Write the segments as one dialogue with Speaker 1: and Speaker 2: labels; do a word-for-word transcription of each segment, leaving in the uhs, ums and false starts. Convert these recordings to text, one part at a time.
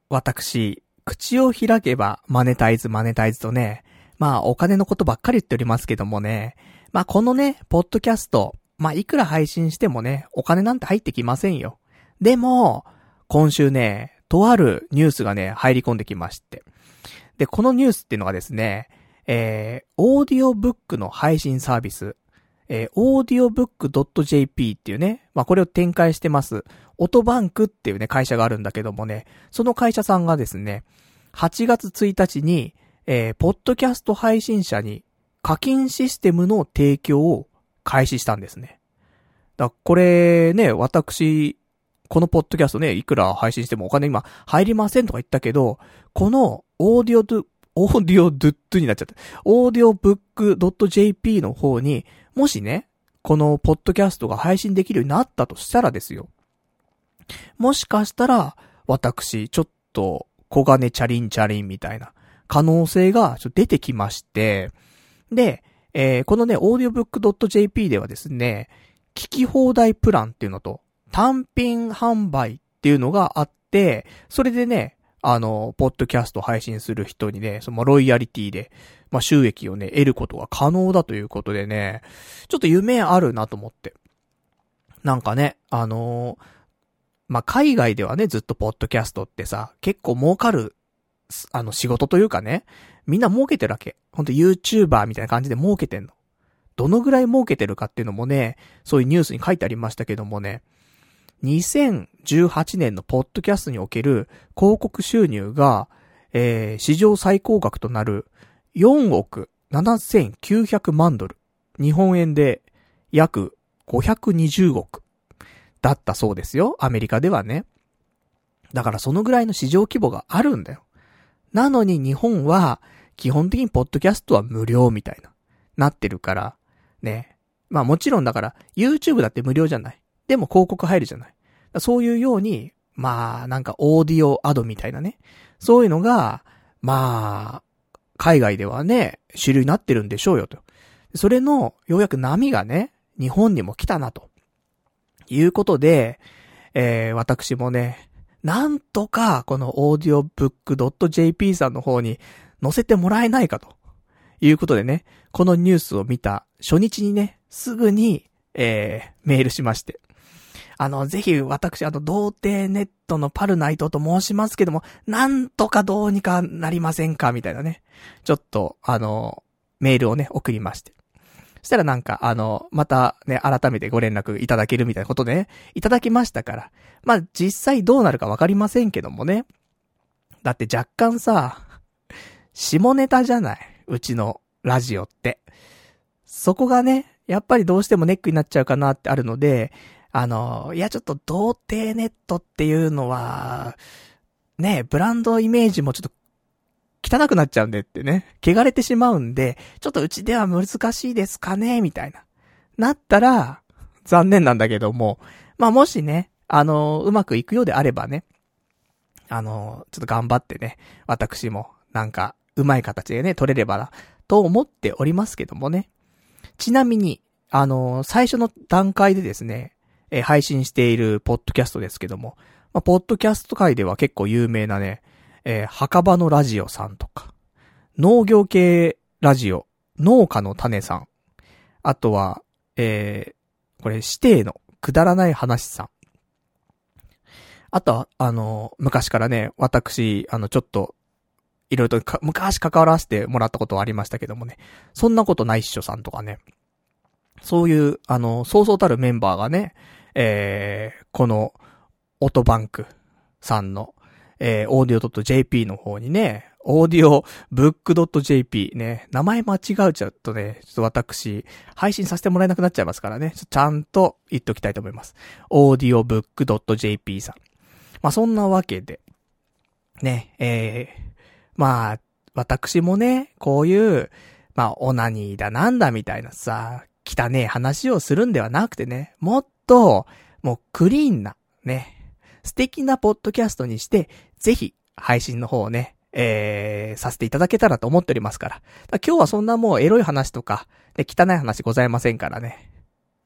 Speaker 1: 私、口を開けばマネタイズマネタイズとね、まあお金のことばっかり言っておりますけどもね、まあこのね、ポッドキャスト、まあいくら配信してもね、お金なんて入ってきませんよ。でも、今週ね、とあるニュースがね、入り込んできまして。で、このニュースっていうのがですね、えー、オーディオブックの配信サービス、えー、オーディオブックドットジェーピー っていうね、まあこれを展開してます、オトバンクっていうね、会社があるんだけどもね、その会社さんがですね、はちがつついたちに、えー、ポッドキャスト配信者に課金システムの提供を開始したんですね。だこれね、私、このポッドキャストね、いくら配信してもお金今入りませんとか言ったけど、このオーディオドゥ、オーディオドゥッドになっちゃった。オーディオブックドットジェーピー の方に、もしね、このポッドキャストが配信できるようになったとしたらですよ。もしかしたら、私、ちょっと、小金チャリンチャリンみたいな可能性がちょっと出てきまして、で、えー、このね、オーディオブックドットジェーピー ではですね、聞き放題プランっていうのと、単品販売っていうのがあって、それでね、あの、ポッドキャスト配信する人にね、そのロイヤリティで、まあ、収益をね、得ることが可能だということでね、ちょっと夢あるなと思って。なんかね、あのー、まあ、海外ではね、ずっとポッドキャストってさ、結構儲かる、あの仕事というかね、みんな儲けてるわけ。ほんと YouTuber みたいな感じで儲けてんの。どのぐらい儲けてるかっていうのもね、そういうニュースに書いてありましたけどもね、にせんじゅうはちねんのポッドキャストにおける広告収入が、えー、史上最高額となるよんおくななせんきゅうひゃくまんドル。日本円で約ごひゃくにじゅうおくだったそうですよ。アメリカではね。だからそのぐらいの市場規模があるんだよ。なのに日本は基本的にポッドキャストは無料みたいな、なってるから、ね。まあもちろんだから YouTube だって無料じゃない。でも広告入るじゃない。そういうように、まあなんかオーディオアドみたいなね。そういうのが、まあ、海外ではね、主流になってるんでしょうよと。それのようやく波がね、日本にも来たなと。いうことで、えー、私もね、なんとかこのオーディオブックドットジェーピー さんの方に載せてもらえないかと。いうことでね、このニュースを見た初日にね、すぐに、えー、メールしまして。あの、ぜひ私、あの、童貞ネットのパルナイトと申しますけども、なんとかどうにかなりませんかみたいなね。ちょっと、あの、メールをね、送りまして。そしたらなんか、あの、またね、改めてご連絡いただけるみたいなことでね、いただきましたから。まあ、実際どうなるかわかりませんけどもね。だって若干さ、下ネタじゃない。うちのラジオって。そこがね、やっぱりどうしてもネックになっちゃうかなってあるので、あの、いやちょっと童貞ネットっていうのは、ね、ブランドイメージもちょっと汚くなっちゃうんでってね、汚れてしまうんで、ちょっとうちでは難しいですかね、みたいな。なったら、残念なんだけども、まあもしね、あの、うまくいくようであればね、あの、ちょっと頑張ってね、私もなんか、うまい形でね、取れればな、と思っておりますけどもね。ちなみに、あの、最初の段階でですね、えー、配信しているポッドキャストですけども、まあ、ポッドキャスト界では結構有名なね、えー、墓場のラジオさんとか、農業系ラジオ、農家の種さん、あとは、えー、これ指定のくだらない話さん。あとは、あの、昔からね、私、あの、ちょっと、いろいろとか昔関わらせてもらったことはありましたけどもね、そんなことないっしょさんとかね、そういう、あの、そうそうたるメンバーがね、えー、この、オトバンクさんの、えー、オーディオ .jp の方にね、オーディオブック .jp ね、名前間違えちゃうとね、ちょっと私、配信させてもらえなくなっちゃいますからね、ちゃんと言っておきたいと思います。オーディオブック .jp さん。まあ、そんなわけで、ね、えー、まあ、私もね、こういう、まあ、オナニーだなんだみたいなさ、汚ねえ話をするんではなくてね、もっと、もうクリーンな、ね、素敵なポッドキャストにして、ぜひ、配信の方をね、えー、させていただけたらと思っておりますから。だから今日はそんなもうエロい話とか、で汚い話ございませんからね。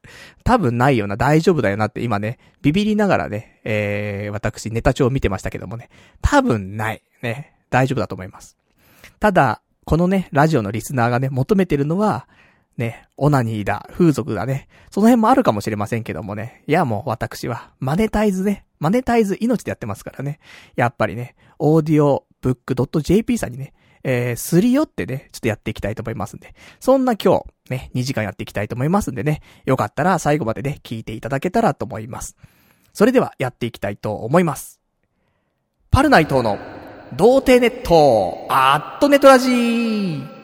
Speaker 1: 多分ないよな、大丈夫だよなって今ね、ビビりながらね、えー、私ネタ帳を見てましたけどもね、多分ない。ね、大丈夫だと思います。ただ、このね、ラジオのリスナーがね、求めてるのは、ね、オナニーだ、風俗だね。その辺もあるかもしれませんけどもね。いやもう私は、マネタイズね。マネタイズ命でやってますからね。やっぱりね、オーディオブックドットジェーピー さんにね、えー、すり寄ってね、ちょっとやっていきたいと思いますんで。そんな今日、ね、にじかんやっていきたいと思いますんでね。よかったら最後までね、聞いていただけたらと思います。それではやっていきたいと思います。パルナイトの、童貞ネット、アットネトラジー。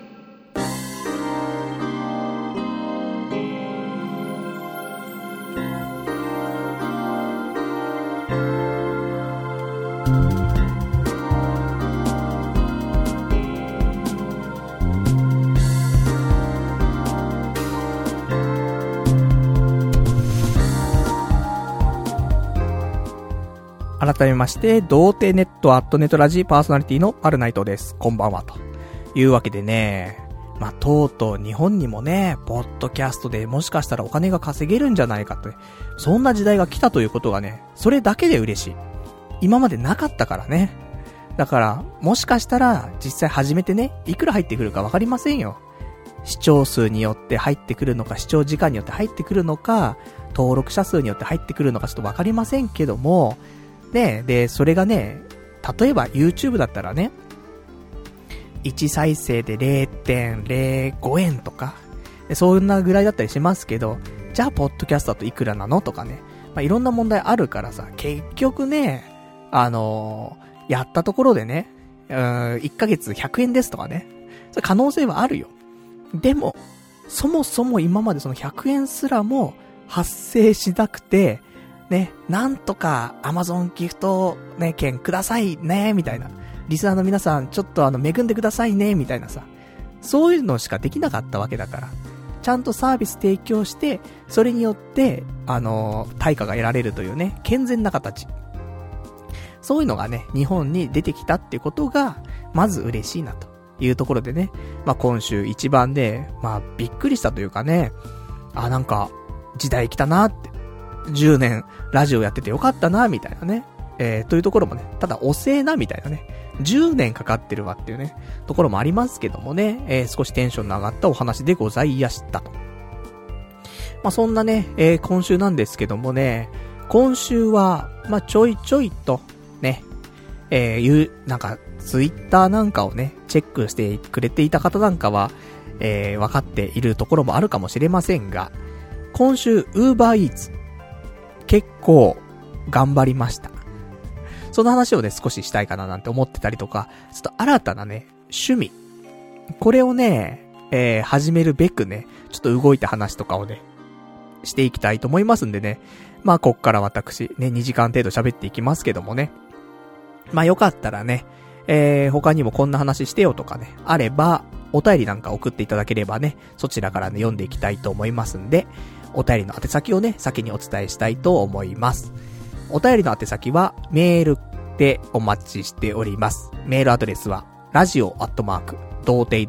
Speaker 1: 改めまして、童貞ネットアットネットラジーパーソナリティのパルナイトです。こんばんは。というわけでね、まあ、とうとう日本にもね、ポッドキャストでもしかしたらお金が稼げるんじゃないかと、そんな時代が来たということがね、それだけで嬉しい。今までなかったからね。だから、もしかしたら実際始めてね、いくら入ってくるかわかりませんよ。視聴数によって入ってくるのか、視聴時間によって入ってくるのか、登録者数によって入ってくるのかちょっとわかりませんけども、ね、で、それがね、例えば YouTube だったらね、いち再生で れいてんれいごえんとか、そんなぐらいだったりしますけど、じゃあ、ポッドキャストだといくらなのとかね、まあ、いろんな問題あるからさ、結局ね、あのー、やったところでね、うーん、いっかげつひゃくえんですとかね、それ可能性はあるよ。でも、そもそも今までそのひゃくえんすらも発生しなくて、ね、なんとか Amazon ギフトね、券くださいね、みたいな。リスナーの皆さん、ちょっとあの、恵んでくださいね、みたいなさ。そういうのしかできなかったわけだから。ちゃんとサービス提供して、それによって、あのー、対価が得られるというね、健全な形。そういうのがね、日本に出てきたっていうことが、まず嬉しいな、というところでね。まあ、今週一番で、まあ、びっくりしたというかね、あ、なんか、時代来たなって。じゅうねんラジオやっててよかったなみたいなね、えー、というところもね、ただ遅えなみたいなね、じゅうねんかかってるわっていうねところもありますけどもね、えー、少しテンションの上がったお話でございやしたと。まあそんなね、えー、今週なんですけどもね、今週はまあちょいちょいとね、えー、いうなんかツイッターなんかをねチェックしてくれていた方なんかは、えー、分かっているところもあるかもしれませんが、今週 Uber Eats結構頑張りました。その話をね、少ししたいかななんて思ってたりとか、ちょっと新たなね、趣味。これをね、えー、始めるべくね、ちょっと動いた話とかをね、していきたいと思いますんでね。まあ、こっから私、ね、にじかん程度喋っていきますけどもね。まあ、よかったらね、えー、他にもこんな話してよとかね、あれば、お便りなんか送っていただければね、そちらからね、読んでいきたいと思いますんで、お便りの宛先をね、先にお伝えしたいと思います。お便りの宛先は、メールでお待ちしております。メールアドレスは、ラジオアットマーク、童貞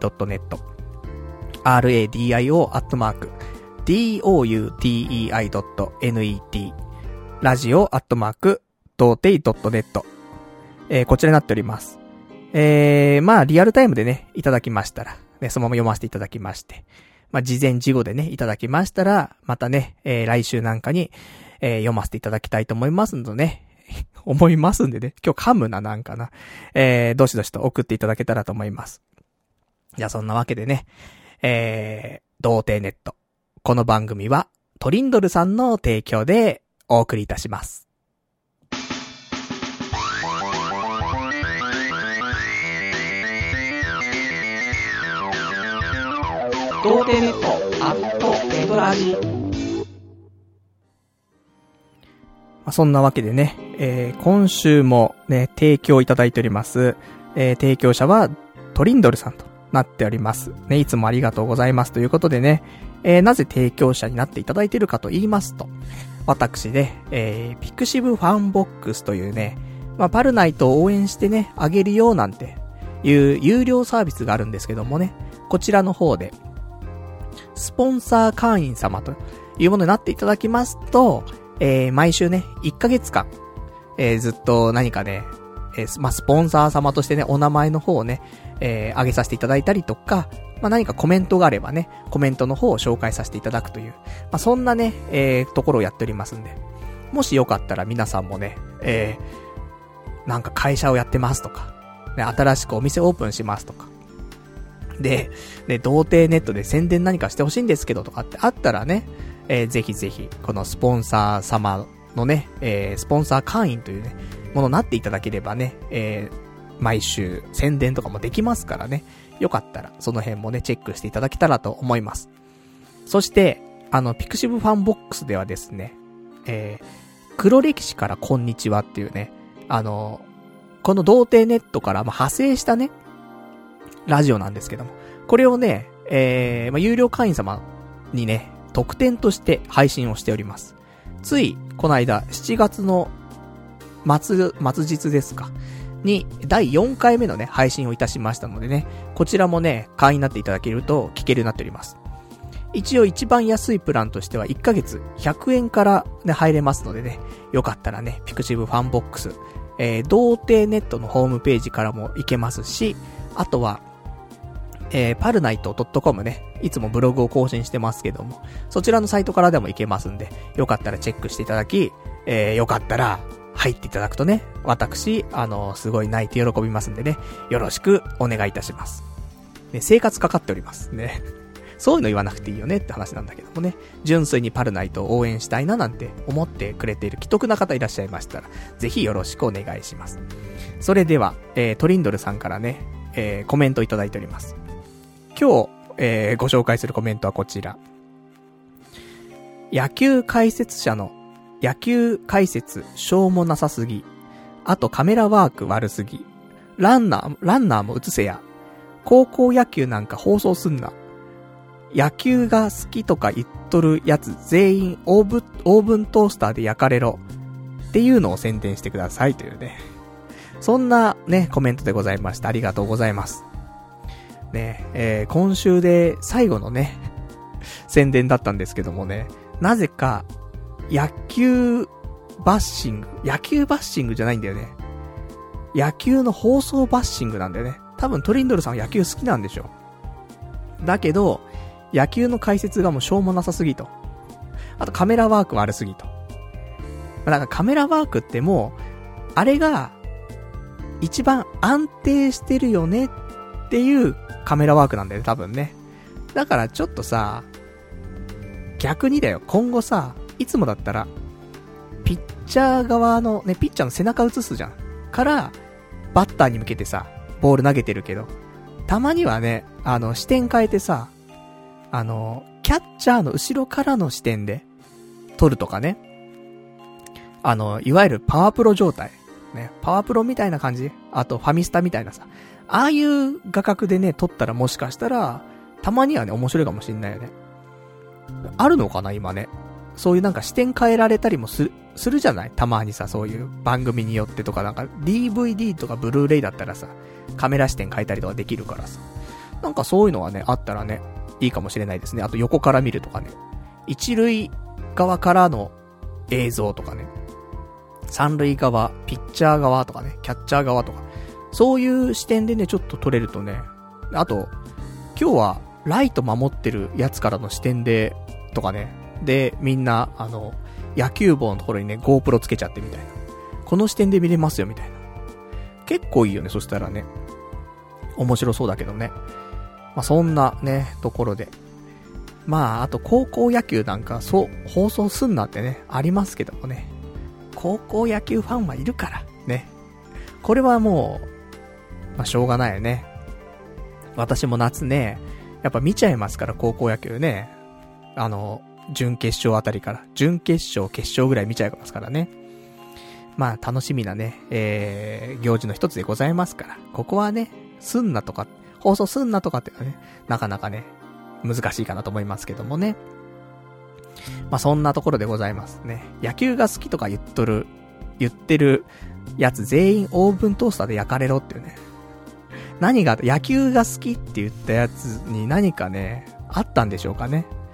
Speaker 1: .net、radio アットマーク、doutei.net、ラジオアットマーク、童貞 .net、えー、こちらになっております。えー、まあ、リアルタイムでね、いただきましたら、ね、そのまま読ませていただきまして、まあ、事前事後でね、いただきましたら、またね、えー、来週なんかに、えー、読ませていただきたいと思いますのでね、思いますんでね、今日噛むな、なんかな。えー、どしどしと送っていただけたらと思います。じゃあ、そんなわけでね、えー、童貞ネット。この番組は、トリンドルさんの提供でお送りいたします。童貞ネットアットネトラジ。そんなわけでね、えー、今週もね、提供いただいております。えー、提供者はトリンドルさんとなっております。ね、いつもありがとうございますということでね、えー、なぜ提供者になっていただいているかと言いますと、私で、えー、ピクシブファンボックスというね、まあ、パルナイトを応援してね、あげるよなんていう有料サービスがあるんですけどもね、こちらの方で、スポンサー会員様というものになっていただきますと、えー、毎週ね、いっかげつかん、えー、ずっと何かね、えー、まあ、スポンサー様としてね、お名前の方をね、えー、上げさせていただいたりとか、まあ、何かコメントがあればね、コメントの方を紹介させていただくという、まあ、そんなね、えー、ところをやっておりますんで、もしよかったら皆さんもね、えー、なんか会社をやってますとか、ね、新しくお店オープンしますとか、で、ね、童貞ネットで宣伝何かしてほしいんですけどとかってあったらね、えー、ぜひぜひ、このスポンサー様のね、えー、スポンサー会員というね、ものになっていただければね、えー、毎週宣伝とかもできますからね、よかったらその辺もね、チェックしていただけたらと思います。そして、あの、ピクシブファンボックスではですね、えー、黒歴史からこんにちはっていうね、あの、この童貞ネットからまあ派生したね、ラジオなんですけども、これをね、えー、まあ、有料会員様にね、特典として配信をしております。つい、この間、しちがつの末、末日ですか、に、だいよんかいめのね、配信をいたしましたのでね、こちらもね、会員になっていただけると聞けるようになっております。一応一番安いプランとしてはいっかげつひゃくえんからね、入れますのでね、よかったらね、ピクシブファンボックス、えー、童貞ネットのホームページからも行けますし、あとは、えー、パルナイト .com ね、いつもブログを更新してますけども、そちらのサイトからでも行けますんで、よかったらチェックしていただき、えー、よかったら入っていただくとね、私、あの、すごい泣いて喜びますんでね、よろしくお願いいたします。ね、生活かかっておりますね。そういうの言わなくていいよねって話なんだけどもね、純粋にパルナイトを応援したいななんて思ってくれている既得な方いらっしゃいましたら、ぜひよろしくお願いします。それでは、えー、トリンドルさんからね、えー、コメントいただいております。今日、えー、ご紹介するコメントはこちら。野球解説者の野球解説しょうもなさすぎ。あとカメラワーク悪すぎ。ランナー、ランナーも映せや。高校野球なんか放送すんな。野球が好きとか言っとるやつ全員オーブン、オーブントースターで焼かれろ。っていうのを宣伝してくださいというね。そんなね、コメントでございました。ありがとうございます。ね、えー、今週で最後のね、宣伝だったんですけどもね、なぜか、野球バッシング、野球バッシングじゃないんだよね。野球の放送バッシングなんだよね。多分トリンドルさんは野球好きなんでしょ。だけど、野球の解説がもうしょうもなさすぎと。あとカメラワーク悪すぎと。なんかカメラワークってもう、あれが、一番安定してるよねっていうカメラワークなんだよね、多分ね。だからちょっとさ、逆にだよ、今後さ、いつもだったら、ピッチャー側のね、ピッチャーの背中映すじゃん。から、バッターに向けてさ、ボール投げてるけど、たまにはね、あの、視点変えてさ、あの、キャッチャーの後ろからの視点で、撮るとかね。あの、いわゆるパワープロ状態。ね、パワープロみたいな感じ。あと、ファミスタみたいなさ。ああいう画角でね、撮ったらもしかしたら、たまにはね、面白いかもしんないよね。あるのかな、今ね。そういうなんか視点変えられたりもする、するじゃない？たまにさ、そういう番組によってとか、なんか ディーブイディー とかブルーレイだったらさ、カメラ視点変えたりとかできるからさ。なんかそういうのはね、あったらね、いいかもしれないですね。あと横から見るとかね。一塁側からの映像とかね。三塁側、ピッチャー側とかね、キャッチャー側とか。そういう視点でね、ちょっと撮れるとね。あと、今日はライト守ってるやつからの視点で、とかね。で、みんな、あの、野球帽のところにね、GoPro つけちゃってみたいな。この視点で見れますよ、みたいな。結構いいよね、そしたらね。面白そうだけどね。まあ、そんなね、ところで。まあ、あと高校野球なんか、そう、放送すんなってね、ありますけどもね。高校野球ファンはいるから、ね。これはもう、まあ、しょうがないよね。私も夏ね、やっぱ見ちゃいますから、高校野球ね。あの、準決勝あたりから、準決勝、決勝ぐらい見ちゃいますからね。まあ、楽しみなね、えー、行事の一つでございますから、ここはね、すんなとか、放送すんなとかっていうのはね、なかなかね、難しいかなと思いますけどもね。まあ、そんなところでございますね。野球が好きとか言っとる、言ってるやつ全員オーブントースターで焼かれろっていうね。何が、野球が好きって言ったやつに何かね、あったんでしょうかね。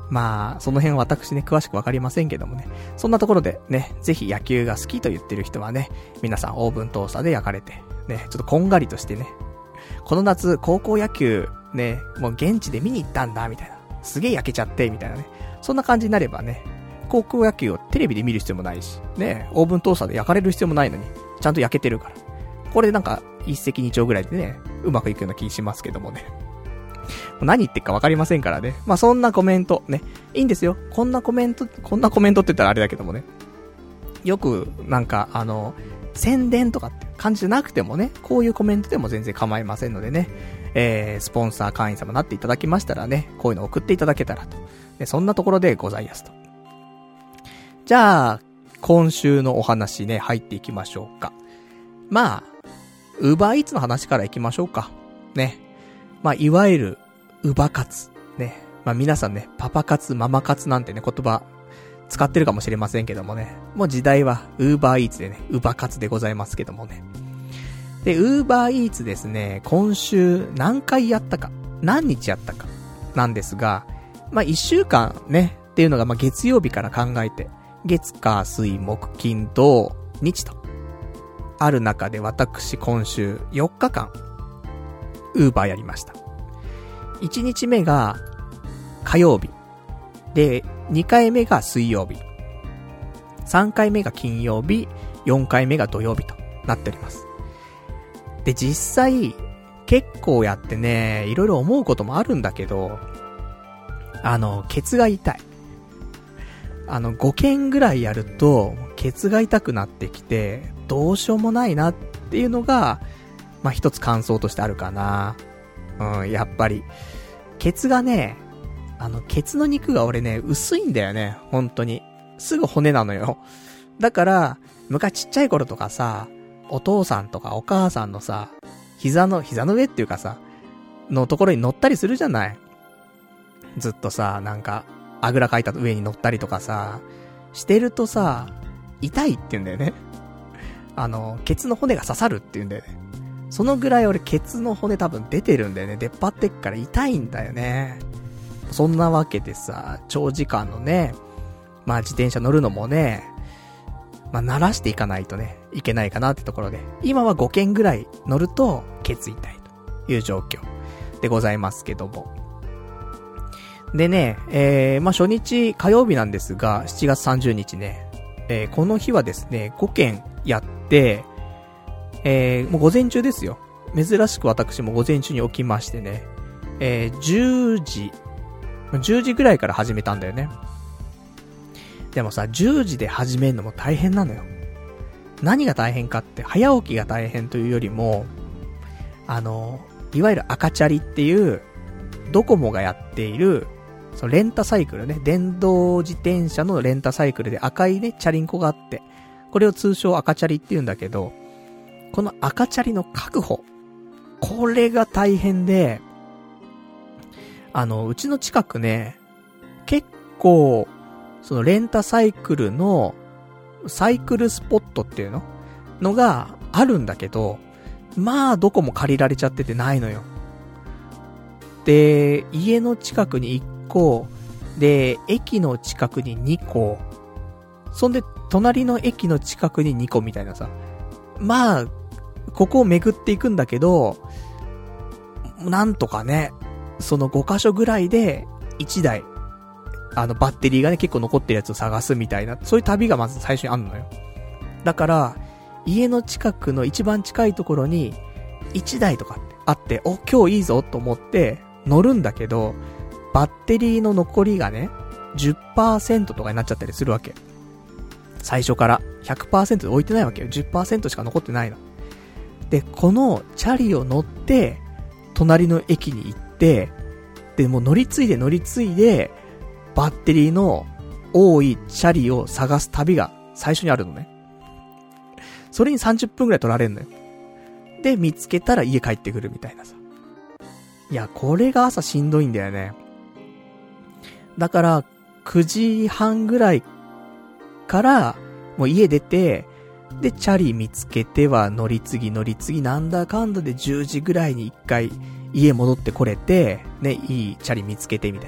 Speaker 1: まあ、その辺私ね、詳しくわかりませんけどもね。そんなところでね、ぜひ野球が好きと言ってる人はね、皆さんオーブントースターで焼かれて、ね、ちょっとこんがりとしてね、この夏、高校野球、ね、もう現地で見に行ったんだ、みたいな。すげえ焼けちゃって、みたいなね。そんな感じになればね、高校野球をテレビで見る必要もないし、ね、オーブントースターで焼かれる必要もないのに、ちゃんと焼けてるから。これでなんか、一石二鳥ぐらいでね、うまくいくような気しますけどもね。何言ってるかわかりませんからね。まあ、そんなコメント、ね。いいんですよ。こんなコメント、こんなコメントって言ったらあれだけどもね。よく、なんか、あの、宣伝とかって感じじゃなくてもね、こういうコメントでも全然構いませんのでね。えー、スポンサー会員様になっていただきましたらね、こういうの送っていただけたらと。で、そんなところでございますと。じゃあ、今週のお話ね、入っていきましょうか。まあ、ウーバーイーツの話からいきましょうか。ね。まあ、いわゆる、ウバ活。ね。まあ、皆さんね、パパ活、ママ活なんてね、言葉、使ってるかもしれませんけどもね。もう時代は、ウーバーイーツでね、ウバ活でございますけどもね。で、ウーバーイーツですね、今週何回やったか、何日やったか、なんですが、まあ、一週間ね、っていうのが、まあ、月曜日から考えて、月火水木金土日と、ある中で私今週よっかかん、ウーバーやりました。いちにちめが火曜日。で、にかいめが水曜日。さんかいめが金曜日。よんかいめが土曜日となっております。で、実際、結構やってね、いろいろ思うこともあるんだけど、あの、ケツが痛い。あの、ごけんぐらいやると、ケツが痛くなってきて、どうしようもないなっていうのが、まあ、一つ感想としてあるかな。うん、やっぱり。ケツがね、あの、ケツの肉が俺ね、薄いんだよね、本当に。すぐ骨なのよ。だから、昔ちっちゃい頃とかさ、お父さんとかお母さんのさ、膝の、膝の上っていうかさ、のところに乗ったりするじゃない。ずっとさ、なんか、あぐらかいた上に乗ったりとかさ、してるとさ、痛いって言うんだよね。あの、ケツの骨が刺さるって言うんだよね。そのぐらい俺ケツの骨多分出てるんだよね。出っ張ってっから痛いんだよね。そんなわけでさ、長時間のね、まあ自転車乗るのもね、まあ慣らしていかないとね、いけないかなってところで、今はごけんぐらい乗るとケツ痛いという状況でございますけども。でね、えー、まあ初日火曜日なんですが、しちがつさんじゅうにちね、えー、この日はですね、ごけんやって、えー、もう午前中ですよ。珍しく私も午前中に起きましてね、えー、じゅうじ、じゅうじぐらいから始めたんだよね。でもさ、じゅうじで始めるのも大変なのよ。何が大変かって、早起きが大変というよりも、あの、いわゆる赤チャリっていう、ドコモがやっている、そのレンタサイクルね、電動自転車のレンタサイクルで赤いね、チャリンコがあって、これを通称赤チャリって言うんだけど、この赤チャリの確保、これが大変で、あの、うちの近くね、結構、そのレンタサイクルの、サイクルスポットっていうののがあるんだけど、まあ、どこも借りられちゃっててないのよ。で、家の近くにいっこ、で、駅の近くににこ、そんで、隣の駅の近くににこみたいなさ。まあ、ここを巡っていくんだけど、なんとかね、そのごかしょぐらいでいちだい、あのバッテリーがね結構残ってるやつを探すみたいな、そういう旅がまず最初にあんのよ。だから、家の近くの一番近いところにいちだいとかあって、お、今日いいぞと思って乗るんだけど、バッテリーの残りがね、じゅっパーセント とかになっちゃったりするわけ。最初から ひゃくパーセント で置いてないわけよ。じゅっパーセント しか残ってないの。で、このチャリを乗って、隣の駅に行って、で、もう乗り継いで乗り継いで、バッテリーの多いチャリを探す旅が最初にあるのね。それにさんじゅっぷんくらい取られるのよ。で、見つけたら家帰ってくるみたいなさ。いや、これが朝しんどいんだよね。だから、くじはんぐらいから、もう家出て、で、チャリ見つけては乗り継ぎ乗り継ぎなんだかんだでじゅうじぐらいに一回家戻ってこれて、ね、いいチャリ見つけてみたいな。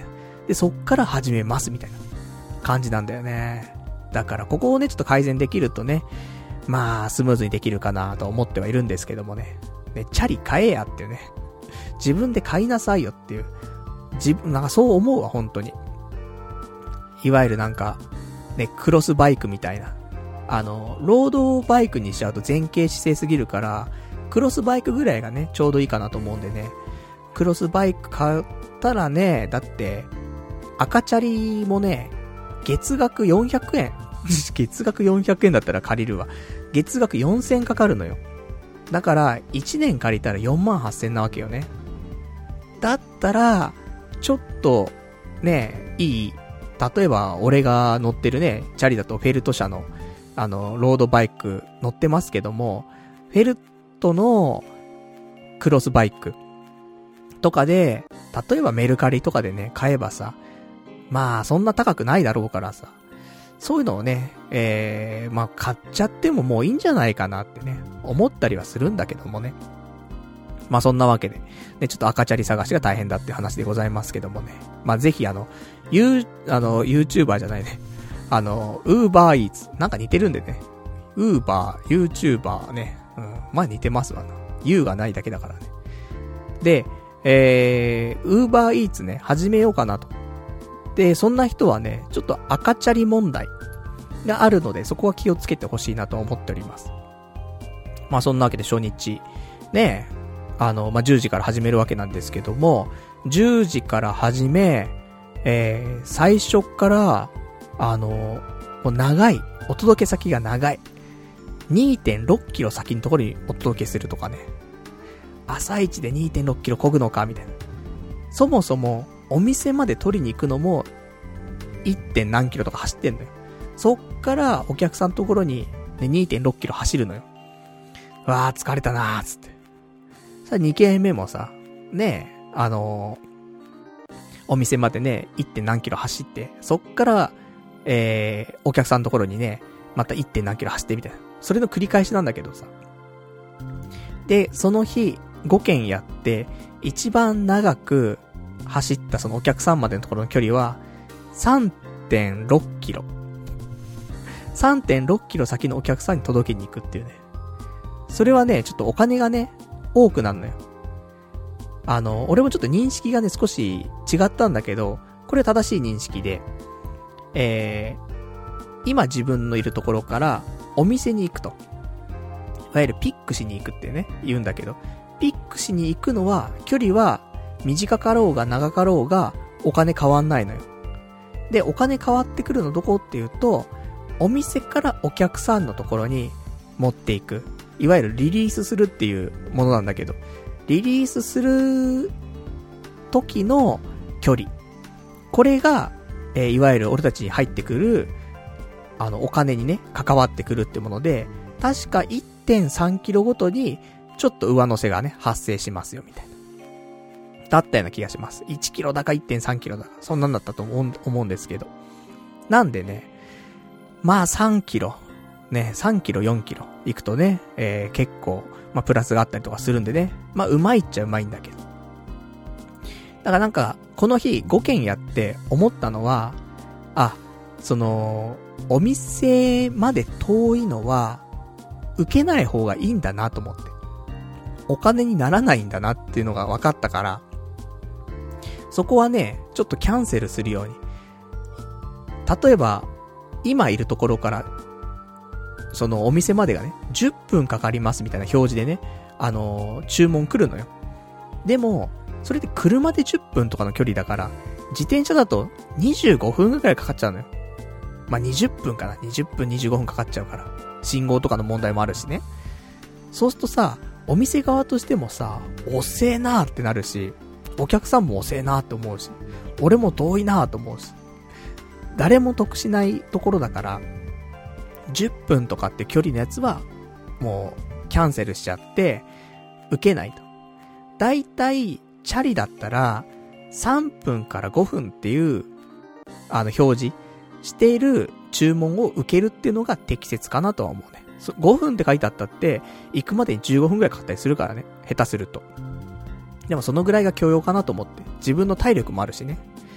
Speaker 1: で、そっから始めますみたいな感じなんだよね。だからここをね、ちょっと改善できるとね、まあ、スムーズにできるかなと思ってはいるんですけどもね。ね、チャリ買えやっていうね。自分で買いなさいよっていう。自分、なんかそう思うわ、本当に。いわゆるなんか、ね、クロスバイクみたいな。あの、ロードバイクにしちゃうと前傾姿勢すぎるから、クロスバイクぐらいがね、ちょうどいいかなと思うんでね。クロスバイク買ったらね、だって、赤チャリもね、月額よんひゃくえん。月額よんひゃくえんだったら借りるわ。月額よんせんかかるのよ。だから、いちねん借りたらよんまんはっせんなわけよね。だったら、ちょっと、ね、いい。例えば、俺が乗ってるね、チャリだとフェルト車の、あの、ロードバイク乗ってますけども、フェルトのクロスバイクとかで、例えばメルカリとかでね、買えばさ、まあ、そんな高くないだろうからさ、そういうのをね、えー、まあ、買っちゃってももういいんじゃないかなってね、思ったりはするんだけどもね。まあ、そんなわけで、ね、ちょっと赤チャリ探しが大変だっていう話でございますけどもね。まあ、ぜひあの、ユー、あの、YouTuber じゃないね。あの、Uber Eats。なんか似てるんでね。Uber、YouTuber ね。うん。まあ似てますわな。U がないだけだからね。で、えー、Uber Eats ね、始めようかなと。で、そんな人はね、ちょっと赤チャリ問題があるので、そこは気をつけてほしいなと思っております。まあそんなわけで初日、ね、あの、まあじゅうじから始めるわけなんですけども、じゅうじから始め、えー、最初から、あの、もう長い、お届け先が長い。にてんろっキロ先のところにお届けするとかね。朝一で にてんろっキロ漕ぐのかみたいな。そもそもお店まで取りに行くのも いってん何キロとか走ってんのよ。そっからお客さんのところに、ね、にてんろっキロ走るのよ。わー疲れたなーつって。さあに軒目もさ、ねえ、あのー、お店までね、いってん何キロ走って、そっから、えー、お客さんのところにね、また いってん何キロ走ってみたいな。それの繰り返しなんだけどさ。で、その日、ご軒やって、一番長く走ったそのお客さんまでのところの距離は、さんてんろっキロ。さんてんろっキロ先のお客さんに届けに行くっていうね。それはね、ちょっとお金がね、多くなるのよ。あの、俺もちょっと認識がね、少し違ったんだけど、これ正しい認識で、えー、今自分のいるところからお店に行くと。いわゆるピックしに行くってね、言うんだけど、ピックしに行くのは、距離は短かろうが長かろうがお金変わんないのよ。で、お金変わってくるのどこっていうと、お店からお客さんのところに持っていく。いわゆるリリースするっていうものなんだけど、リリースする時の距離。これが、えー、いわゆる俺たちに入ってくる、あの、お金にね、関わってくるってもので、確か いってんさんキロごとに、ちょっと上乗せがね、発生しますよ、みたいな。だったような気がします。いちキロだか いってんさんキロだか、そんなんだったと思う、思うんですけど。なんでね、まあさんキロ、ね、さんキロ、よんキロ行くとね、えー、結構、まあプラスがあったりとかするんでね、まあうまいっちゃうまいんだけど。だからなんか、この日ご軒やって思ったのは、あ、その、お店まで遠いのは、受けない方がいいんだなと思って。お金にならないんだなっていうのが分かったから、そこはね、ちょっとキャンセルするように。例えば、今いるところから、そのお店までがね、じゅっぷんかかりますみたいな表示でね、あのー、注文来るのよ。でも、それで車でじゅっぷんとかの距離だから、自転車だとにじゅうごふんくらいかかっちゃうのよ。まあ、にじゅっぷんかな。にじゅっぷん、にじゅうごふんかかっちゃうから。信号とかの問題もあるしね。そうするとさ、お店側としてもさ、遅えなーってなるし、お客さんも遅えなーって思うし、俺も遠いなーと思うし、誰も得しないところだから、じゅっぷんとかって距離のやつは、もう、キャンセルしちゃって、受けないと。だいたい、チャリだったら、さんぷんからごふんっていう、あの、表示している注文を受けるっていうのが適切かなとは思うね。ごふんって書いてあったって、行くまでにじゅうごふんくらいかかったりするからね。下手すると。でもそのぐらいが許容かなと思って。自分の体力もあるしね。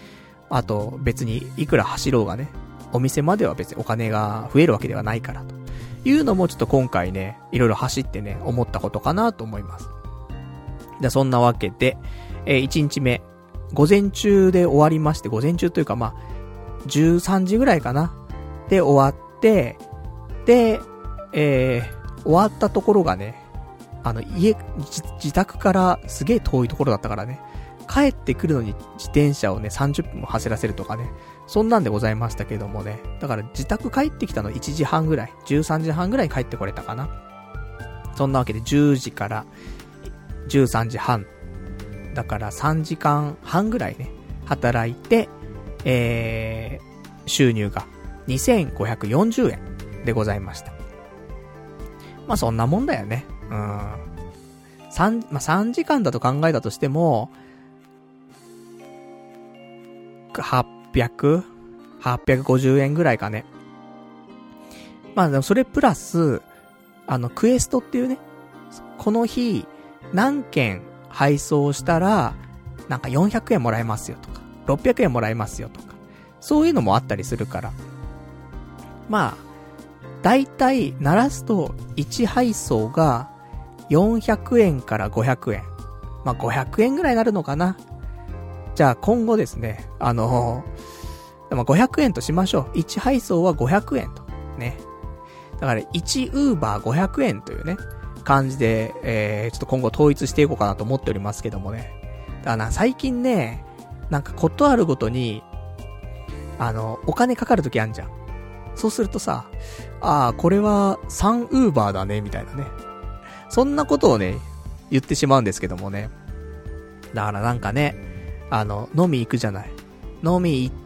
Speaker 1: あと別にいくら走ろうがね、お店までは別にお金が増えるわけではないからというのもちょっと今回ね、いろいろ走ってね、思ったことかなと思います。じゃあそんなわけで、えー、いちにちめ、午前中で終わりまして、午前中というかまあ、じゅうさんじぐらいかなで終わって、で、えー、終わったところがね、あの家、自宅からすげえ遠いところだったからね、帰ってくるのに自転車をね、さんじゅっぷんも走らせるとかね、そんなんでございましたけどもね、だから自宅帰ってきたのいちじはんぐらい、じゅうさんじはんぐらいに帰ってこれたかな。そんなわけでじゅうじからじゅうさんじはん、だからさんじかんはんぐらいね、働いて、えー、収入がにせんごひゃくよんじゅうえんでございました。まあそんなもんだよね。うん。3、まあさんじかんだと考えたとしても、はっぴゃく、はっぴゃくごじゅうえんぐらいかね。まあでもそれプラス、あのクエストっていうね、この日何件配送したら、なんかよんひゃくえんもらえますよとか、ろっぴゃくえんもらえますよとか、そういうのもあったりするから。まあ、だいたい鳴らすといち配送がよんひゃくえんからごひゃくえん。まあごひゃくえんぐらいになるのかな。じゃあ今後ですね、あのー、まあ、ごひゃくえんとしましょう。いち配送はごひゃくえんと。ね。だからいちウーバーごひゃくえんというね、感じで、えー、ちょっと今後統一していこうかなと思っておりますけどもね。だからな、最近ね、なんかことあるごとに、あの、お金かかるときあんじゃん。そうするとさ、ああ、これはさんウーバーだね、みたいなね。そんなことをね、言ってしまうんですけどもね。だからなんかね、あの、飲み行くじゃない。飲み行って、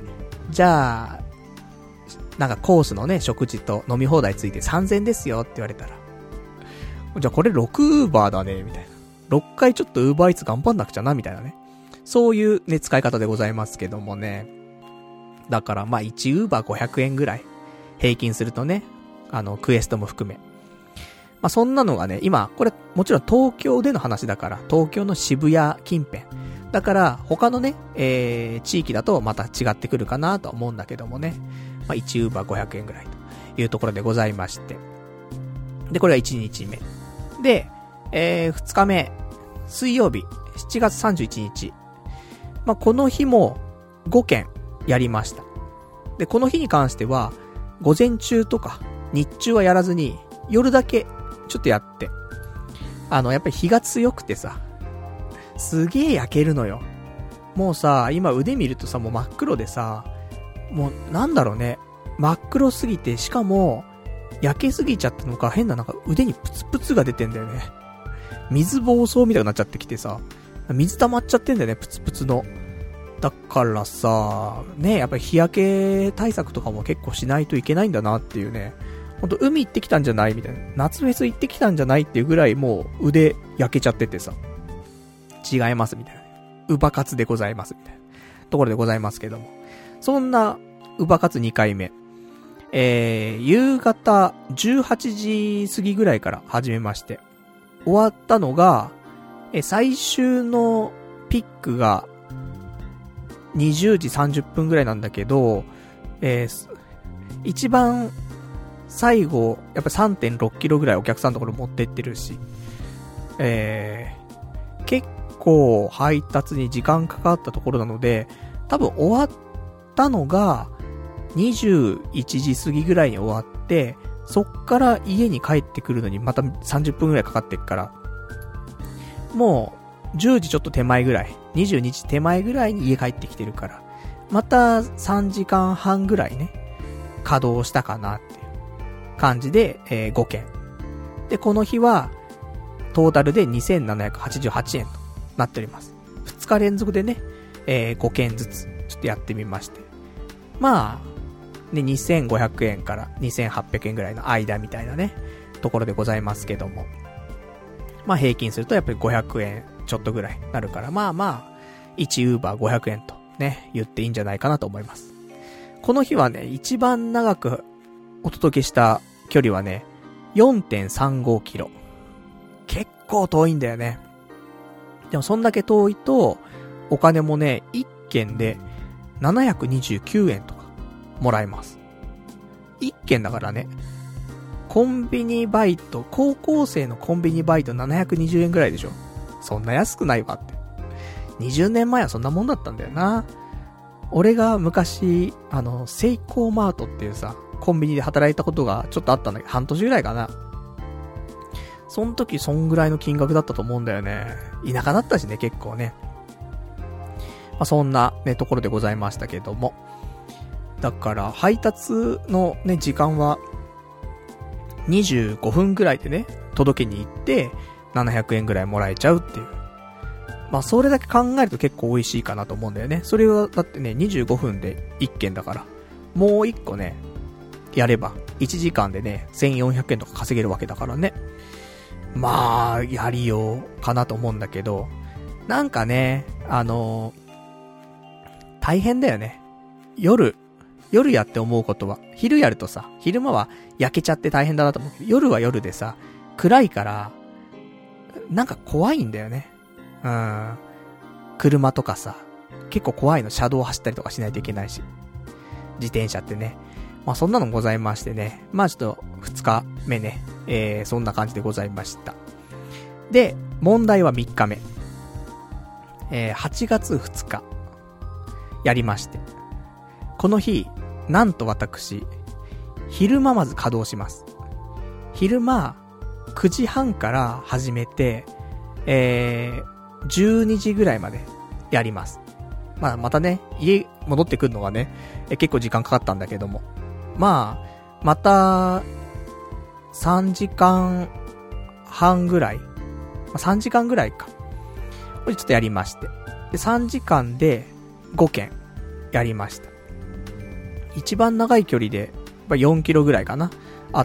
Speaker 1: じゃあ、なんかコースのね、食事と飲み放題ついてさんぜんえんですよって言われたら。じゃあこれろくウーバーだね、みたいな。ろっかいちょっとウーバーイーツ頑張んなくちゃな、みたいなね。そういうね、使い方でございますけどもね。だからまあいちウーバーごひゃくえんぐらい。平均するとね、あの、クエストも含め。まあそんなのがね、今、これもちろん東京での話だから、東京の渋谷近辺。だから他のね、えー、地域だとまた違ってくるかなと思うんだけどもね。まあいちウーバーごひゃくえんぐらいというところでございまして。で、これはいちにちめ。で、えー、ふつかめ、水曜日、しちがつさんじゅういちにち。まあこの日もごけんやりました。で、この日に関しては、午前中とか日中はやらずに、夜だけちょっとやって。あの、やっぱり日が強くてさ、すげえ焼けるのよ。もうさ、今腕見るとさ、もう真っ黒でさ、もうなんだろうね、真っ黒すぎて、しかも焼けすぎちゃったのか変ななんか腕にプツプツが出てんだよね。水暴走みたいになっちゃってきてさ、水溜まっちゃってんだよね、プツプツの。だからさ、ね、やっぱり日焼け対策とかも結構しないといけないんだなっていうね。ほんと海行ってきたんじゃないみたいな。夏フェス行ってきたんじゃないっていうぐらいもう腕焼けちゃっててさ。違いますみたいな。ウバカツでございますみたいなところでございますけども。そんなウバカツにかいめ。えー、夕方じゅうはちじ過ぎぐらいから始めまして。終わったのが、え、最終のピックがにじゅうじさんじゅっぷんぐらいなんだけど、えー、一番最後、やっぱ さんてんろっキロぐらいお客さんのところ持ってってるし、えー、結構配達に時間かかったところなので、多分終わったのがにじゅういちじ過ぎぐらいに終わって、そっから家に帰ってくるのにまたさんじゅっぷんぐらいかかってっから、もうじゅうじちょっと手前ぐらい、にじゅうにじ手前ぐらいに家帰ってきてるから、またさんじかんはんぐらいね、稼働したかなっていう感じで、えー、ごけん。で、この日は、トータルでにせんななひゃくはちじゅうはちえんとなっております。ふつか連続でね、えー、ごけんずつ、ちょっとやってみまして。まあ、ね、にせんごひゃくえんからにせんはっぴゃくえんぐらいの間みたいなね、ところでございますけども。まあ平均するとやっぱりごひゃくえんちょっとぐらいなるから、まあまあ、いちウーバーごひゃくえんとね、言っていいんじゃないかなと思います。この日はね、一番長くお届けした距離はね、よんてんさんごキロ。結構遠いんだよね。でもそんだけ遠いと、お金もね、いっけんでななひゃくにじゅうきゅうえんとかもらえます。いっけんだからね。コンビニバイト、高校生のコンビニバイトななひゃくにじゅうえんぐらいでしょ。そんな安くないわって。にじゅうねんまえはそんなもんだったんだよな。俺が昔、あの、セイコーマートっていうさ、コンビニで働いたことがちょっとあったんだけど、半年ぐらいかな。その時そんぐらいの金額だったと思うんだよね。田舎だったしね、結構ね。まあ、そんなね、ところでございましたけども。だから、配達のね、時間は、にじゅうごふんぐらいでね、届けに行って、ななひゃくえんぐらいもらえちゃうっていう。まあ、それだけ考えると結構美味しいかなと思うんだよね。それは、だってね、にじゅうごふんでいっけんだから。もういっこね、やれば、いちじかんでね、せんよんひゃくえんとか稼げるわけだからね。まあ、やりようかなと思うんだけど、なんかね、あのー、大変だよね。夜、夜やって思うことは、昼やるとさ、昼間は焼けちゃって大変だなと思うけど、夜は夜でさ、暗いから、なんか怖いんだよね。うん。車とかさ、結構怖いの、車道を走ったりとかしないといけないし。自転車ってね。まあそんなのございましてね。まあちょっとふつかめね。えー、そんな感じでございました。で、問題はみっかめ。えー、はちがつふつか。やりまして。この日、なんと私、昼間まず稼働します。昼間、くじはんから始めて、えー、じゅうにじぐらいまでやります。まあまたね、家戻ってくるのがね、え結構時間かかったんだけども。まあ、また、さんじかんはんぐらい。まあ、さんじかんぐらいか。これちょっとやりまして。で、さんじかんでごけんやりました。一番長い距離で、よんキロぐらいかな。あって、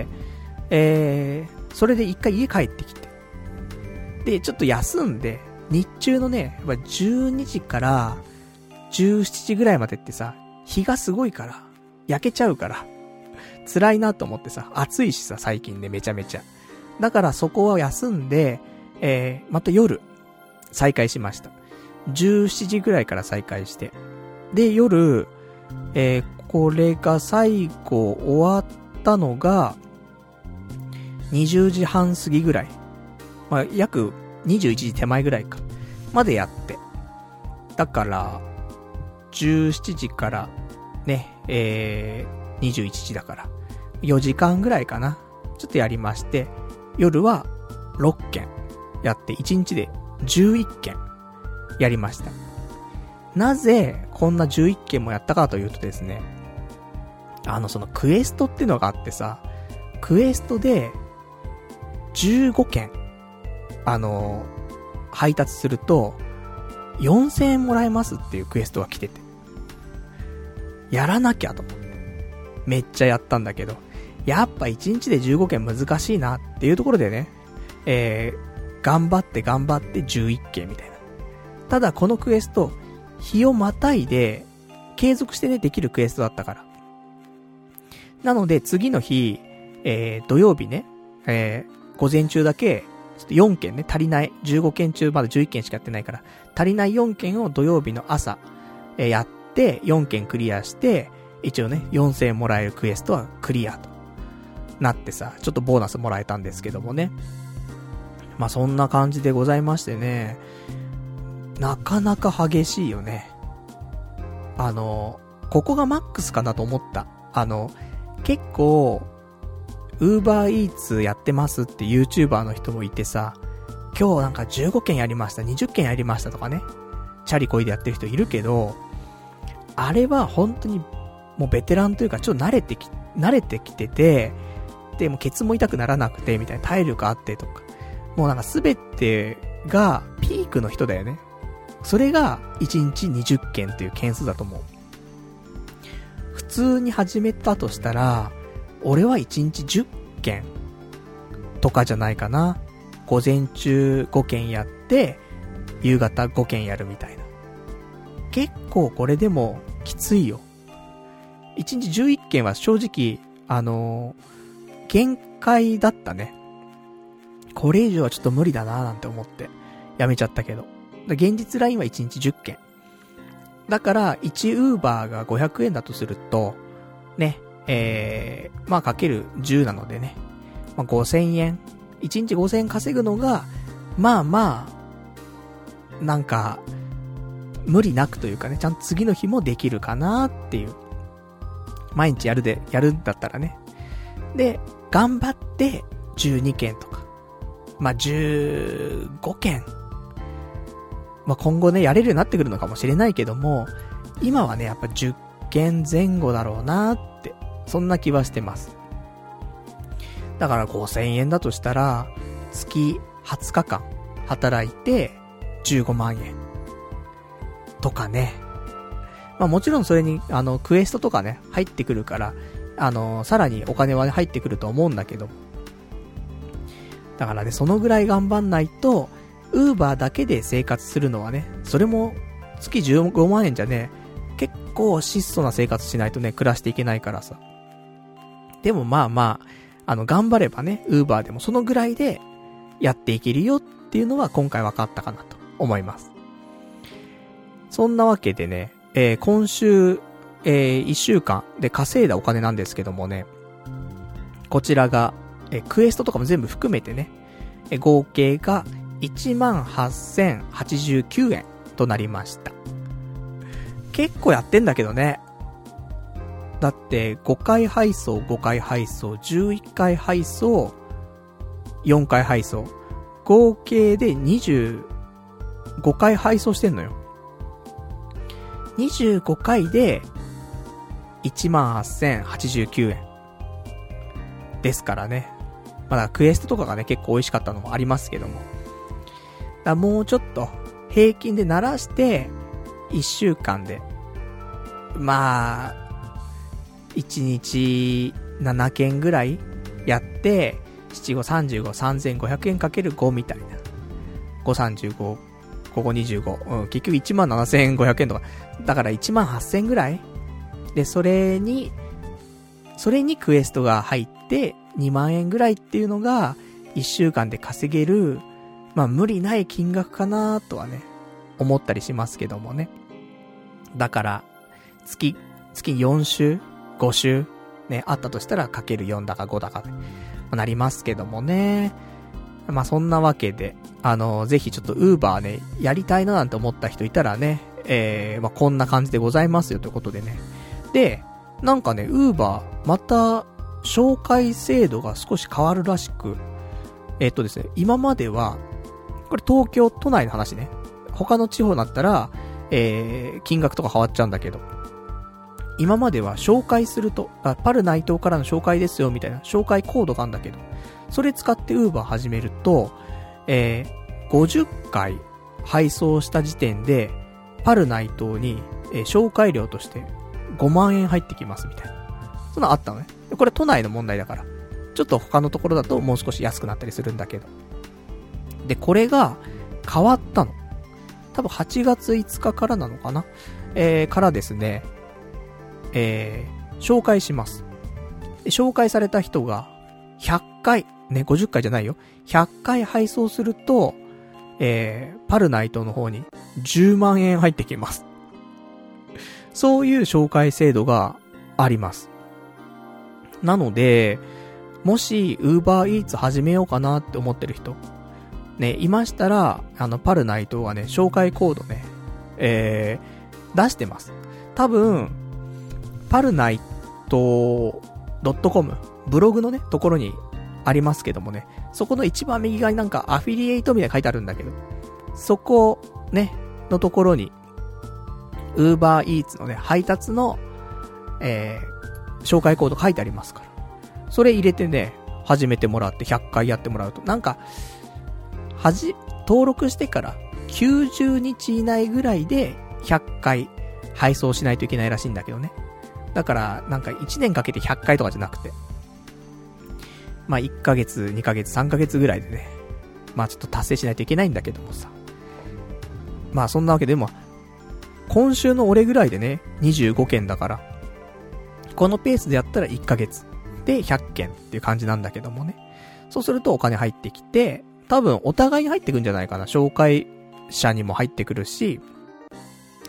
Speaker 1: えー、それで一回家帰ってきて。で、ちょっと休んで、日中のね、やっぱじゅうにじからじゅうしちじぐらいまでってさ、日がすごいから、焼けちゃうから、辛いなと思ってさ、暑いしさ、最近ね、めちゃめちゃ。だからそこは休んで、えー、また夜、再開しました。じゅうしちじぐらいから再開して。で、夜、えー、これが最後終わったのが、にじゅうじはん過ぎぐらい。まあ、約にじゅういちじ手前ぐらいか。までやって。だから、じゅうしちじからね、えー、にじゅういちじだから、よじかんぐらいかな。ちょっとやりまして、夜はろっけんやって、いちにちでじゅういっけんやりました。なぜ、こんなじゅういっけんもやったかというとですね、あの、そのクエストっていうのがあってさ、クエストで、じゅうごけん、あの、配達すると、よんせんえんもらえますっていうクエストが来てて。やらなきゃと思って。めっちゃやったんだけど、やっぱいちにちでじゅうごけん難しいなっていうところでね、えー、頑張って頑張ってじゅういっけんみたいな。ただこのクエスト、日をまたいで、継続してね、できるクエストだったから。なので次の日、えー、土曜日ね、えー、午前中だけ、ちょっとよんけんね、足りない、じゅうごけん中まだじゅういっけんしかやってないから、足りないよんけんを土曜日の朝、えー、やって、よんけんクリアして、一応ね、よんせんえんもらえるクエストはクリアとなってさ、ちょっとボーナスもらえたんですけどもね。まあそんな感じでございましてね、なかなか激しいよね。あの、ここがマックスかなと思った。あの、結構、ウーバーイーツやってますって YouTuber の人もいてさ、今日なんかじゅうごけんやりました、にじゅっけんやりましたとかね、チャリこいでやってる人いるけど、あれは本当にもうベテランというかちょっと慣れてき、慣れてきてて、でもケツも痛くならなくてみたいな、体力あってとか、もうなんかすべてがピークの人だよね。それがいちにちにじゅっけんっていう件数だと思う。普通に始めたとしたら、俺はいちにちじゅっけんとかじゃないかな。午前中ごけんやって、夕方ごけんやるみたいな。結構これでもきついよ。いちにちじゅういっけんは正直、あのー、限界だったね。これ以上はちょっと無理だなーなんて思ってやめちゃったけど。現実ラインはいちにちじゅっけん。 だから、いちウーバーがごひゃくえんだとすると、ね、えー、まあかけるじゅうなのでね、まあごせんえん、いちにちごせんえん稼ぐのが、まあまあ、なんか、無理なくというかね、ちゃんと次の日もできるかなっていう。毎日やるで、やるんだったらね。で、頑張ってじゅうにけんとか、まあじゅうごけん。まあ今後ね、やれるようになってくるのかもしれないけども、今はね、やっぱじゅっけんぜん後だろうなって、そんな気はしてます。だからごせんえんだとしたら、月はつかかん働いてじゅうごまんえん。とかね。まあもちろんそれに、あの、クエストとかね、入ってくるから、あの、さらにお金はね、入ってくると思うんだけど。だからね、そのぐらい頑張んないと、ウーバーだけで生活するのはね、それも月じゅうごまんえんじゃね、結構質素な生活しないとね、暮らしていけないからさ。でもまあまあ、あの、頑張ればね、ウーバーでもそのぐらいでやっていけるよっていうのは今回分かったかなと思います。そんなわけでね、えー、今週、えー、いっしゅうかんで稼いだお金なんですけどもね、こちらが、えー、クエストとかも全部含めてね、えー、合計が いちまんはっせんはちじゅうきゅうえんとなりました。結構やってんだけどね。だってごかい配送、ごかい配送、じゅういっかい配送、よんかい配送、合計でにじゅうごかい配送してんのよ。にじゅうごかいで いちまんはっせんはちじゅうきゅうえんですからね。まだクエストとかがね結構美味しかったのもありますけども、だからもうちょっと平均で鳴らしていっしゅうかんでまあいちにちななけんぐらいやってななごさんじゅうご さんぜんごひゃくえんかけるごみたいな、ごさんじゅうご、ごごにじゅうご、うん、結局いちまんななせんごひゃくえんとかだからいちまんはっせんぐらいで、それにそれにクエストが入ってにまんえんぐらいっていうのがいっしゅうかんで稼げる、まあ無理ない金額かなとはね思ったりしますけどもね。だから月月よんしゅうごしゅうねあったとしたらかけるよんだかごだかで、まあ、なりますけどもね。まあそんなわけで、あのぜひちょっとウーバーねやりたいななんて思った人いたらね、えー、まあこんな感じでございますよということでね。で、なんかねウーバーまた紹介制度が少し変わるらしく、えっとですね今まではこれ東京都内の話ね。他の地方だったら、えー、金額とか変わっちゃうんだけど、今までは紹介すると、あ、パル内藤からの紹介ですよみたいな紹介コードがあるんだけど、それ使ってウーバー始めると、えー、ごじゅっかい配送した時点でパル内藤に、えー、紹介料としてごまんえん入ってきますみたいな、そんなのあったのね。これ都内の問題だから、ちょっと他のところだともう少し安くなったりするんだけど、でこれが変わったの。多分はちがついつかからなのかな、えー、からですね、えー、紹介します。で紹介された人がひゃっかいね、ごじゅっかいじゃないよ、ひゃっかい配送すると、えー、パルナイトの方にじゅうまんえん入ってきます。そういう紹介制度があります。なのでもしウーバーイーツ始めようかなって思ってる人ね、いましたら、あの、パルナイトはね、紹介コードね、えー、出してます。多分、パルナイト .com、ブログのね、ところにありますけどもね、そこの一番右側になんかアフィリエイトみたいな書いてあるんだけど、そこ、ね、のところに、ウーバーイーツのね、配達の、えー、紹介コード書いてありますから、それ入れてね、始めてもらってひゃっかいやってもらうと、なんか、はじ、登録してからきゅうじゅうにち以内ぐらいでひゃっかい配送しないといけないらしいんだけどね。だからなんかいちねんかけてひゃっかいとかじゃなくて、まあいっかげつ、にかげつ、さんかげつぐらいでね、まあちょっと達成しないといけないんだけどもさ。まあそんなわけでも、今週の俺ぐらいでね、にじゅうごけんだから、このペースでやったらいっかげつでひゃっけんっていう感じなんだけどもね。そうするとお金入ってきて、多分お互いに入ってくんじゃないかな。紹介者にも入ってくるし、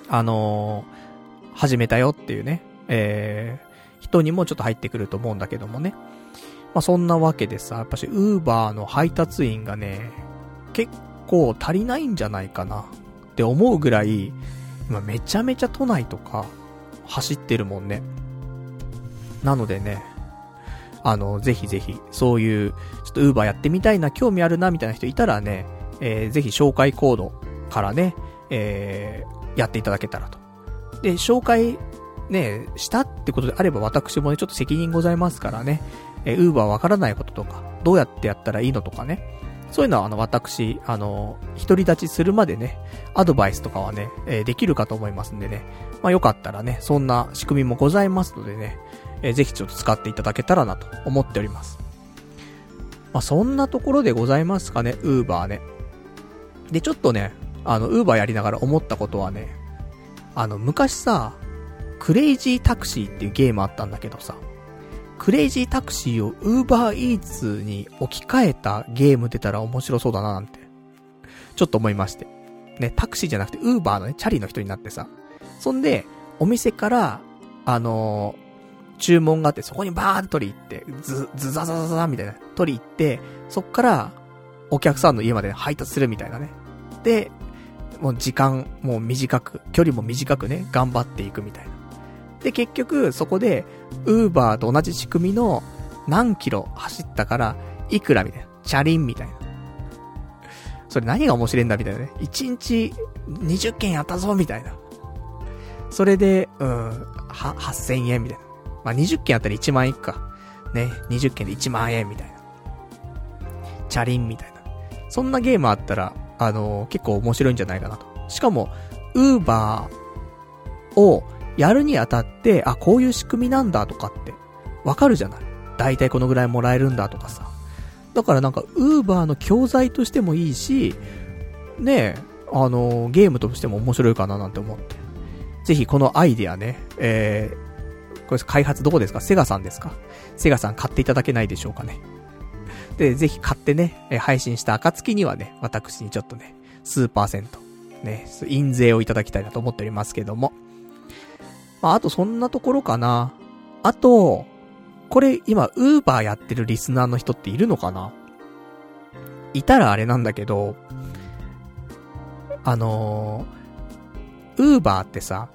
Speaker 1: あのー、始めたよっていうね、えー、人にもちょっと入ってくると思うんだけどもね。まあ、そんなわけでさ、やっぱし、ウーバーの配達員がね、結構足りないんじゃないかなって思うぐらい、今めちゃめちゃ都内とか走ってるもんね。なのでね、あの、ぜひぜひ、そういう、ちょっとウーバーやってみたいな、興味あるな、みたいな人いたらね、えー、ぜひ紹介コードからね、えー、やっていただけたらと。で、紹介、ね、したってことであれば私もね、ちょっと責任ございますからね、えー、ウーバーわからないこととか、どうやってやったらいいのとかね、そういうのはあの、私、あの、独り立ちするまでね、アドバイスとかはね、えー、できるかと思いますんでね、まあよかったらね、そんな仕組みもございますのでね、えー、ぜひちょっと使っていただけたらなと思っております。まあそんなところでございますかね、ウーバーね。で、ちょっとね、あの、ウーバーやりながら思ったことはね、あの、昔さ、クレイジータクシーっていうゲームあったんだけどさ、クレイジータクシーをウーバーイーツに置き換えたゲーム出たら面白そうだななんて、ちょっと思いまして。ね、タクシーじゃなくてウーバーのね、チャリの人になってさ、そんで、お店から、あのー、注文があって、そこにバーンと取り行って、ず、ずざざざざみたいな、取り行って、そっから、お客さんの家まで配達するみたいなね。で、もう時間も短く、距離も短くね、頑張っていくみたいな。で、結局、そこで、ウーバーと同じ仕組みの何キロ走ったから、いくらみたいな。チャリンみたいな。それ何が面白いんだみたいなね。いちにちにじゅっけんやったぞみたいな。それで、うん、は、はっせんえんみたいな。まあ、にじゅっけんあったらいちまんえんいくか。ね、にじゅっけんでいちまんえんみたいな。チャリンみたいな。そんなゲームあったら、あのー、結構面白いんじゃないかなと。しかも、ウーバーをやるにあたって、あ、こういう仕組みなんだとかって、わかるじゃない。だいたいこのぐらいもらえるんだとかさ。だからなんか、ウーバーの教材としてもいいし、ねえ、あのー、ゲームとしても面白いかななんて思って。ぜひこのアイディアね、えー、これ開発どこですか？セガさんですか？セガさん買っていただけないでしょうかね。で、ぜひ買ってね、えー、配信した暁にはね、私にちょっとね、数パーセント、ね、印税をいただきたいなと思っておりますけども。まあ、あとそんなところかな。あと、これ今、ウーバーやってるリスナーの人っているのかな？いたらあれなんだけど、あのー、ウーバーってさ、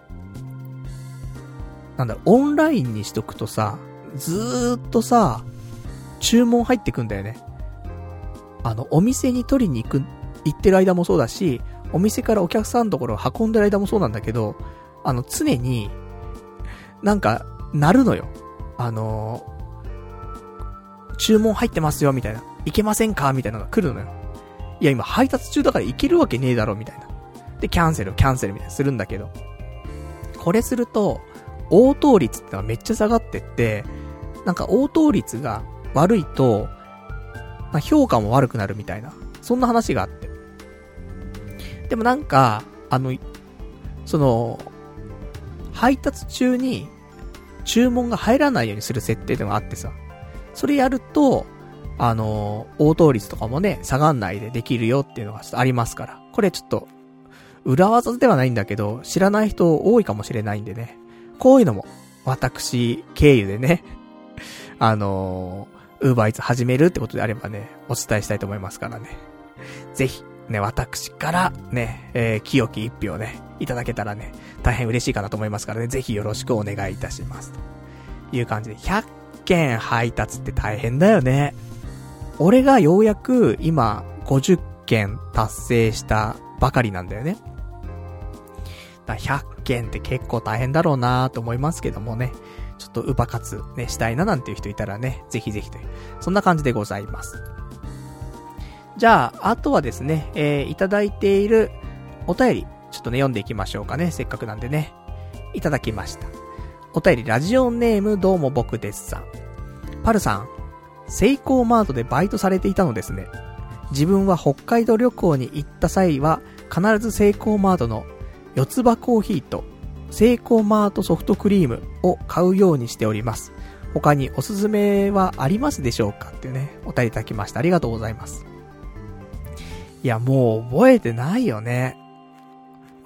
Speaker 1: なんだろ、オンラインにしとくとさ、ずーっとさ、注文入ってくんだよね。あの、お店に取りに行く、行ってる間もそうだし、お店からお客さんのところを運んでる間もそうなんだけど、あの、常に、なんか、鳴るのよ。あのー、注文入ってますよ、みたいな。いけませんかみたいなのが来るのよ。いや、今配達中だからいけるわけねえだろ、みたいな。で、キャンセル、キャンセルみたいなするんだけど。これすると、応答率ってのはめっちゃ下がってって、なんか応答率が悪いと、まあ、評価も悪くなるみたいな。そんな話があって。でもなんか、あの、その、配達中に注文が入らないようにする設定でもあってさ、それやると、あの、応答率とかもね、下がんないでできるよっていうのがちょっとありますから。これちょっと、裏技ではないんだけど、知らない人多いかもしれないんでね。こういうのも、私、経由でね、あの、ウーバーイーツ始めるってことであればね、お伝えしたいと思いますからね。ぜひ、ね、私からね、えー、清き一票ね、いただけたらね、大変嬉しいかなと思いますからね、ぜひよろしくお願いいたします。という感じで、ひゃっけん配達って大変だよね。俺がようやく今、ごじゅっけん達成したばかりなんだよね。だひゃっけんって結構大変だろうなーと思いますけどもね、ちょっとウバ活ね、したいななんていう人いたらね、ぜひぜひという、そんな感じでございます。じゃあ、あとはですね、えー、いただいているお便り、ちょっとね、読んでいきましょうかね。せっかくなんでね。いただきました。お便り、ラジオネームどうも僕ですさん。パルさん、セイコーマートでバイトされていたのですね。自分は北海道旅行に行った際は、必ずセイコーマートの四つ葉コーヒーと、セイコーマートソフトクリームを買うようにしております。他におすすめはありますでしょうかっていうね、お便りいただきました。ありがとうございます。いや、もう覚えてないよね。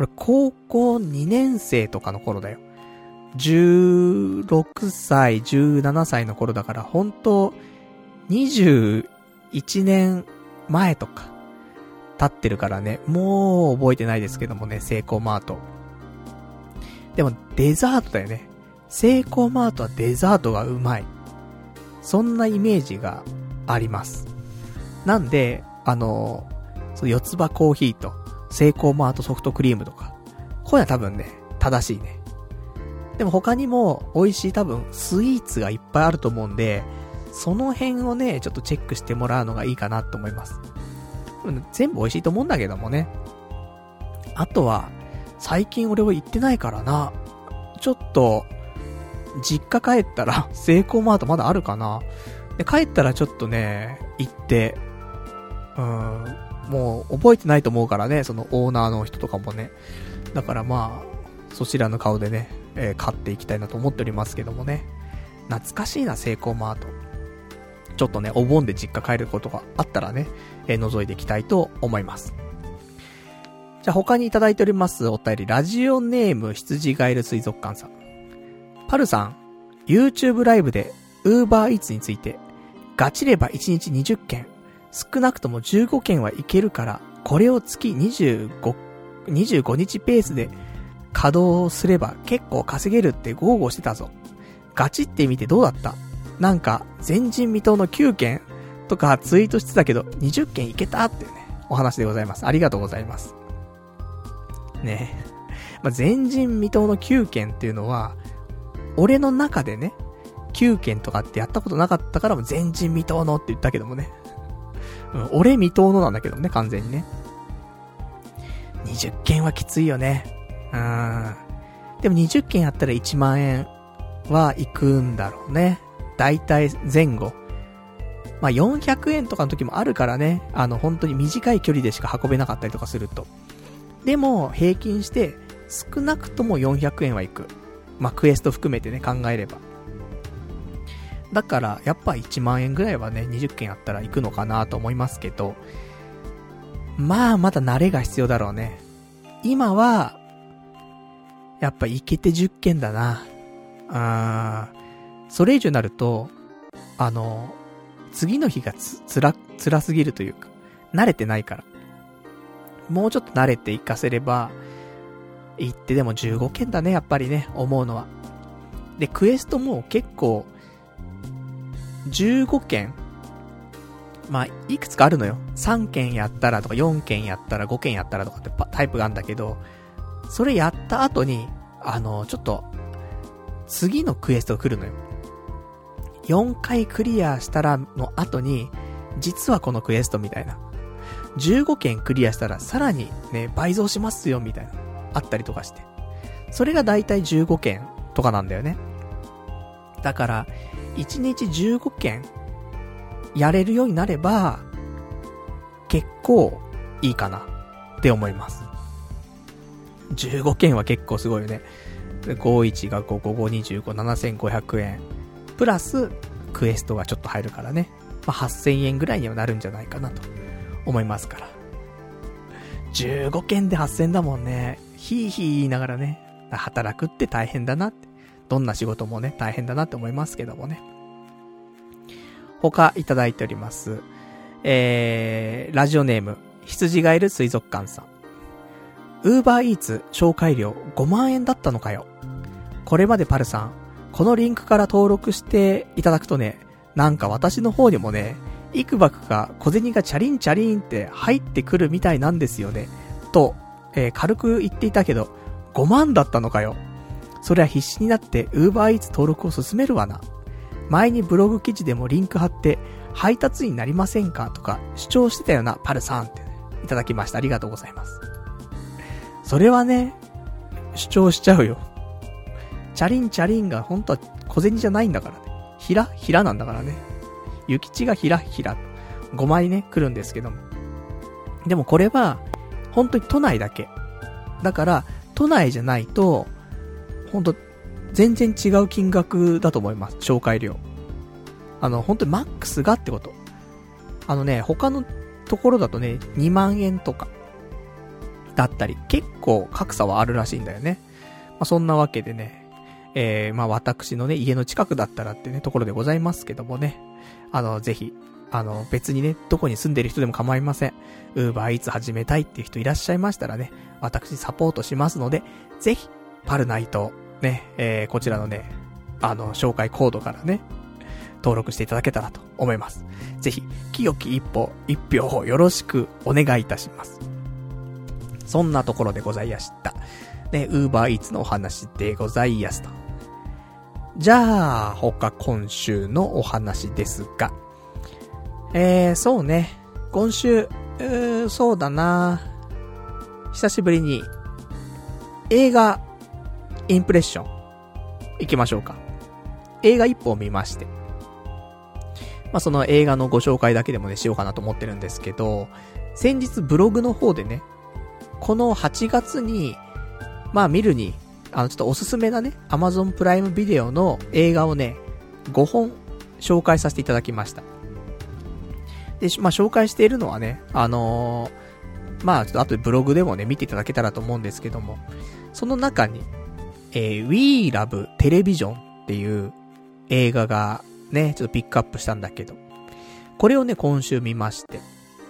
Speaker 1: 俺高校にねん生とかの頃だよ。じゅうろくさい、じゅうななさいの頃だから、ほんと、にじゅういちねんまえとか、経ってるからね、もう覚えてないですけどもね、セイコーマート。でも、デザートだよね。セイコーマートはデザートがうまい。そんなイメージがあります。なんで、あの、その四つ葉コーヒーと、セイコーマートソフトクリームとか、こういうのは多分ね、正しいね。でも他にも美味しい多分スイーツがいっぱいあると思うんで、その辺をね、ちょっとチェックしてもらうのがいいかなと思います。全部美味しいと思うんだけどもね。あとは、最近俺は行ってないからな。ちょっと、実家帰ったら、セイコーマートまだあるかな。で、帰ったらちょっとね、行って、うーん、もう覚えてないと思うからね、そのオーナーの人とかもね。だからまあ、そちらの顔でね、えー、買っていきたいなと思っておりますけどもね。懐かしいな、セイコーマート。ちょっとね、お盆で実家帰ることがあったらね、えー、覗いていきたいと思います。じゃあ他にいただいておりますお便り、ラジオネーム羊ガエル水族館さん。パルさん、YouTube ライブで Uber Eats について、ガチればいちにちにじゅっけん、少なくともじゅうごけんはいけるから、これを月にじゅうご、にじゅうごにちペースで稼働すれば結構稼げるって豪語してたぞ。ガチってみてどうだった？なんか、前人未到のきゅうけんとかツイートしてたけど、にじゅっけんいけたっていうね、お話でございます。ありがとうございます。ねえ。まあ、前人未到のきゅうけんっていうのは、俺の中でね、きゅうけんとかってやったことなかったからも前人未到のって言ったけどもね。うん、俺未到のなんだけどね、完全にね。にじゅっけんはきついよね。うーん。でもにじゅっけんやったらいちまんえんは行くんだろうね。だいたい前後。まあ、よんひゃくえんとかの時もあるからね。あの、本当に短い距離でしか運べなかったりとかすると。でも、平均して、少なくともよんひゃくえんは行く。まあ、クエスト含めてね、考えれば。だから、やっぱいちまんえんぐらいはね、にじゅっけんやったら行くのかなと思いますけど、まあ、まだ慣れが必要だろうね。今は、やっぱ行けてじゅっけんだな。あー、それ以上になると、あの、次の日がつ、つら、辛すぎるというか、慣れてないから。もうちょっと慣れていかせれば、行ってでもじゅうごけんだね、やっぱりね、思うのは。で、クエストも結構、じゅうごけん、まあ、いくつかあるのよ。さんけんやったらとか、よんけんやったら、ごけんやったらとかってタイプがあるんだけど、それやった後に、あの、ちょっと、次のクエストが来るのよ。よんかいクリアしたらの後に、実はこのクエストみたいな。じゅうごけんクリアしたらさらにね、倍増しますよみたいな。あったりとかして。それがだいたいじゅうごけんとかなんだよね。だから、いちにちじゅうごけんやれるようになれば、結構いいかなって思います。じゅうごけんは結構すごいよね。ごじゅういちがご、ごじゅうご、にじゅうご、ななせんごひゃくえん。プラス、クエストがちょっと入るからね。まあ、はっせんえんぐらいにはなるんじゃないかなと思いますから。じゅうごけんではっせんだもんね。ヒーヒー言いながらね。働くって大変だなって。どんな仕事もね、大変だなって思いますけどもね。他いただいております。えー、ラジオネーム、羊がいる水族館さん。ウーバーイーツ紹介料ごまんえんだったのかよ。これまでパルさん、このリンクから登録していただくとね、なんか私の方にもね、いくばくか小銭がチャリンチャリンって入ってくるみたいなんですよね。と、えー、軽く言っていたけど、ごまんだったのかよ。それは必死になってウーバーイーツ登録を進めるわな。前にブログ記事でもリンク貼って配達員になりませんかとか主張してたよな、パルさんって、ね、いただきました。ありがとうございます。それはね、主張しちゃうよ。チャリンチャリンが本当は小銭じゃないんだからね。ひらひらなんだからね。諭吉がひらひら。ごまいね、来るんですけども。でもこれは、本当に都内だけ。だから、都内じゃないと、本当全然違う金額だと思います。紹介料。あの、本当にマックスがってこと。あのね、他のところだとね、にまんえんとか。 だったり、結構格差はあるらしいんだよね。まあ、そんなわけでね、えー、まあ私のね、家の近くだったらってね、ところでございますけどもね、あの、ぜひ、あの、別にね、どこに住んでる人でも構いません。ウーバーイーツ始めたいっていう人いらっしゃいましたらね、私サポートしますので、ぜひ、パルナイト、ね、えー、こちらのね、あの、紹介コードからね、登録していただけたらと思います。ぜひ、清き一歩、一票をよろしくお願いいたします。そんなところでございやした。ね、ウーバーイーツのお話でございやすと。じゃあ、他今週のお話ですが、えー、そうね、今週、うーそうだな、久しぶりに、映画、インプレッション、行きましょうか。映画一本見まして。まあ、その映画のご紹介だけでもね、しようかなと思ってるんですけど、先日ブログの方でね、このはちがつに、まあ見るに、あのちょっとおすすめなね、Amazon プライムビデオの映画をね、ごほん紹介させていただきました。で、まあ紹介しているのはね、あのー、まあちょっと後でブログでもね、見ていただけたらと思うんですけども、その中に、えー、We Love Television っていう映画がね、ちょっとピックアップしたんだけど、これをね、今週見まして。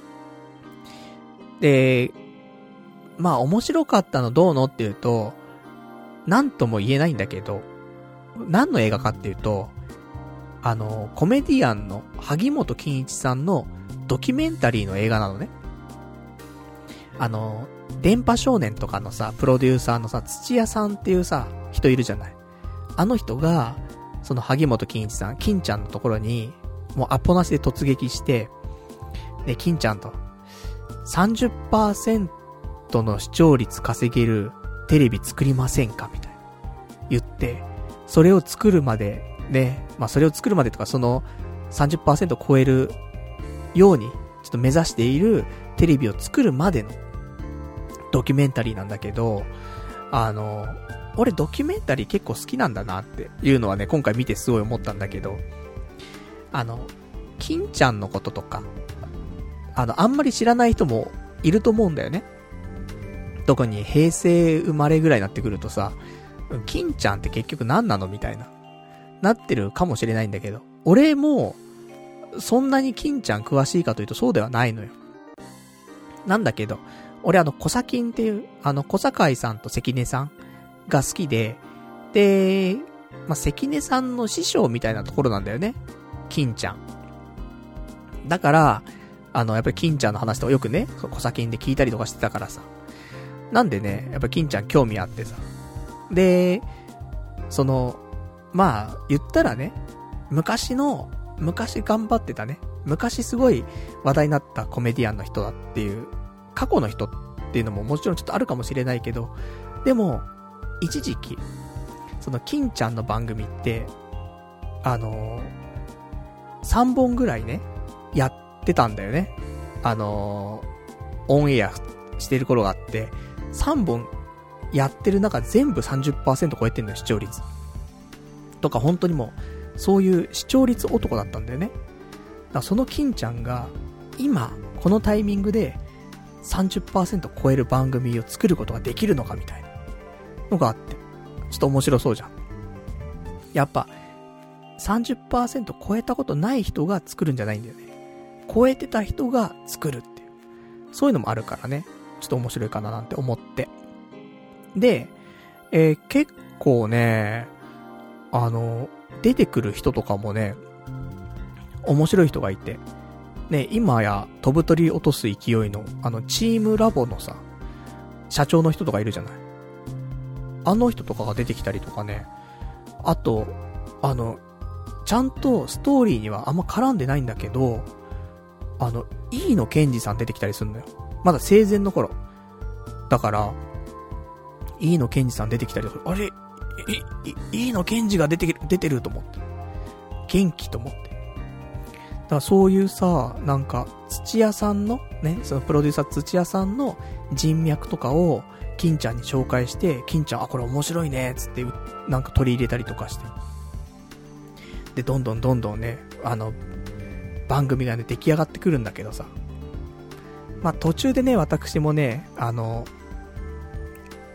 Speaker 1: で、まあ面白かったのどうのっていうと、なんとも言えないんだけど、何の映画かっていうと、あの、コメディアンの萩本欽一さんのドキュメンタリーの映画なのね。あの、電波少年とかのさ、プロデューサーのさ、土屋さんっていうさ、人いるじゃない。あの人が、その萩本欽一さん、金ちゃんのところに、もうアポなしで突撃して、で、金ちゃんと、さんじゅっパーセント の視聴率稼げるテレビ作りませんかみたいな。言って、それを作るまで、ね、まあそれを作るまでとか、その さんじゅっパーセント 超えるように、ちょっと目指しているテレビを作るまでのドキュメンタリーなんだけど、あの、俺ドキュメンタリー結構好きなんだなっていうのはね、今回見てすごい思ったんだけど、あの、金ちゃんのこととか、あの、あんまり知らない人もいると思うんだよね。特に平成生まれぐらいになってくるとさ、金ちゃんって結局何なのみたいな、なってるかもしれないんだけど、俺も、そんなに金ちゃん詳しいかというとそうではないのよ。なんだけど、俺あの、小佐金っていう、あの、小堺さんと関根さんが好きで、で、まあ、関根さんの師匠みたいなところなんだよね。金ちゃん。だから、あの、やっぱり金ちゃんの話とかよくね、小佐金で聞いたりとかしてたからさ。なんでね、やっぱ金ちゃん興味あってさ。で、その、まあ、言ったらね、昔の、昔頑張ってたね、昔すごい話題になったコメディアンの人だっていう、過去の人っていうのももちろんちょっとあるかもしれないけど、でも、一時期、その金ちゃんの番組って、あのー、さんぼんぐらいね、やってたんだよね。あのー、オンエアしてる頃があって、さんぼんやってる中全部 さんじゅっパーセント 超えてんのよ、視聴率。とか本当にもう、そういう視聴率男だったんだよね。だからその金ちゃんが、今、このタイミングで さんじゅっパーセント 超える番組を作ることができるのかみたいなのがあって、ちょっと面白そうじゃん。やっぱ、さんじゅっパーセント 超えたことない人が作るんじゃないんだよね。超えてた人が作るっていう。そういうのもあるからね。ちょっと面白いかななんて思って。で、えー、結構ね、あの、出てくる人とかもね、面白い人がいて、ね、今や飛ぶ鳥落とす勢いの、あの、チームラボのさ、社長の人とかいるじゃない。あの人とかが出てきたりとかね、あと、あの、ちゃんとストーリーにはあんま絡んでないんだけど、あの、飯野健二さん出てきたりするのよ。まだ生前の頃。だから、飯野健二さん出てきたりとか、あれ、飯野健二が出て、出てると思って。元気と思って。だからそういうさ、なんか、土屋さんの、ね、そのプロデューサー土屋さんの人脈とかを、金ちゃんに紹介して、金ちゃん、あ、これ面白いね、つって、なんか取り入れたりとかして。で、どんどんどんどんね、あの、番組がね、出来上がってくるんだけどさ。まあ、途中でね、私もね、あの、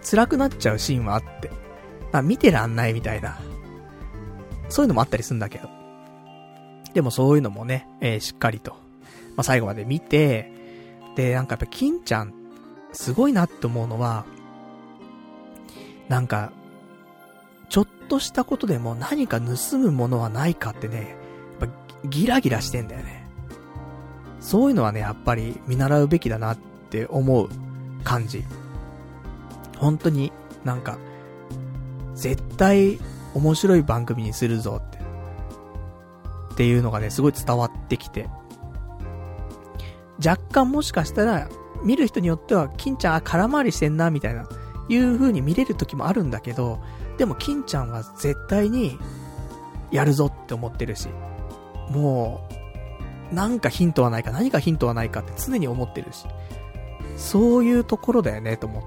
Speaker 1: 辛くなっちゃうシーンはあって、あ、見てらんないみたいな。そういうのもあったりするんだけど。でもそういうのもね、えー、しっかりと、まあ、最後まで見て、で、なんかやっぱ金ちゃん、すごいなって思うのは、なんか、ちょっとしたことでも何か盗むものはないかってね、やっぱギラギラしてんだよね。そういうのはね、やっぱり見習うべきだなって思う感じ。本当になんか、絶対面白い番組にするぞって。っていうのがね、すごい伝わってきて。若干もしかしたら、見る人によっては、金ちゃん、あ、空回りしてんな、みたいな、いう風に見れる時もあるんだけど、でも金ちゃんは絶対に、やるぞって思ってるし、もう、なんかヒントはないか、何かヒントはないかって常に思ってるし、そういうところだよね、と思って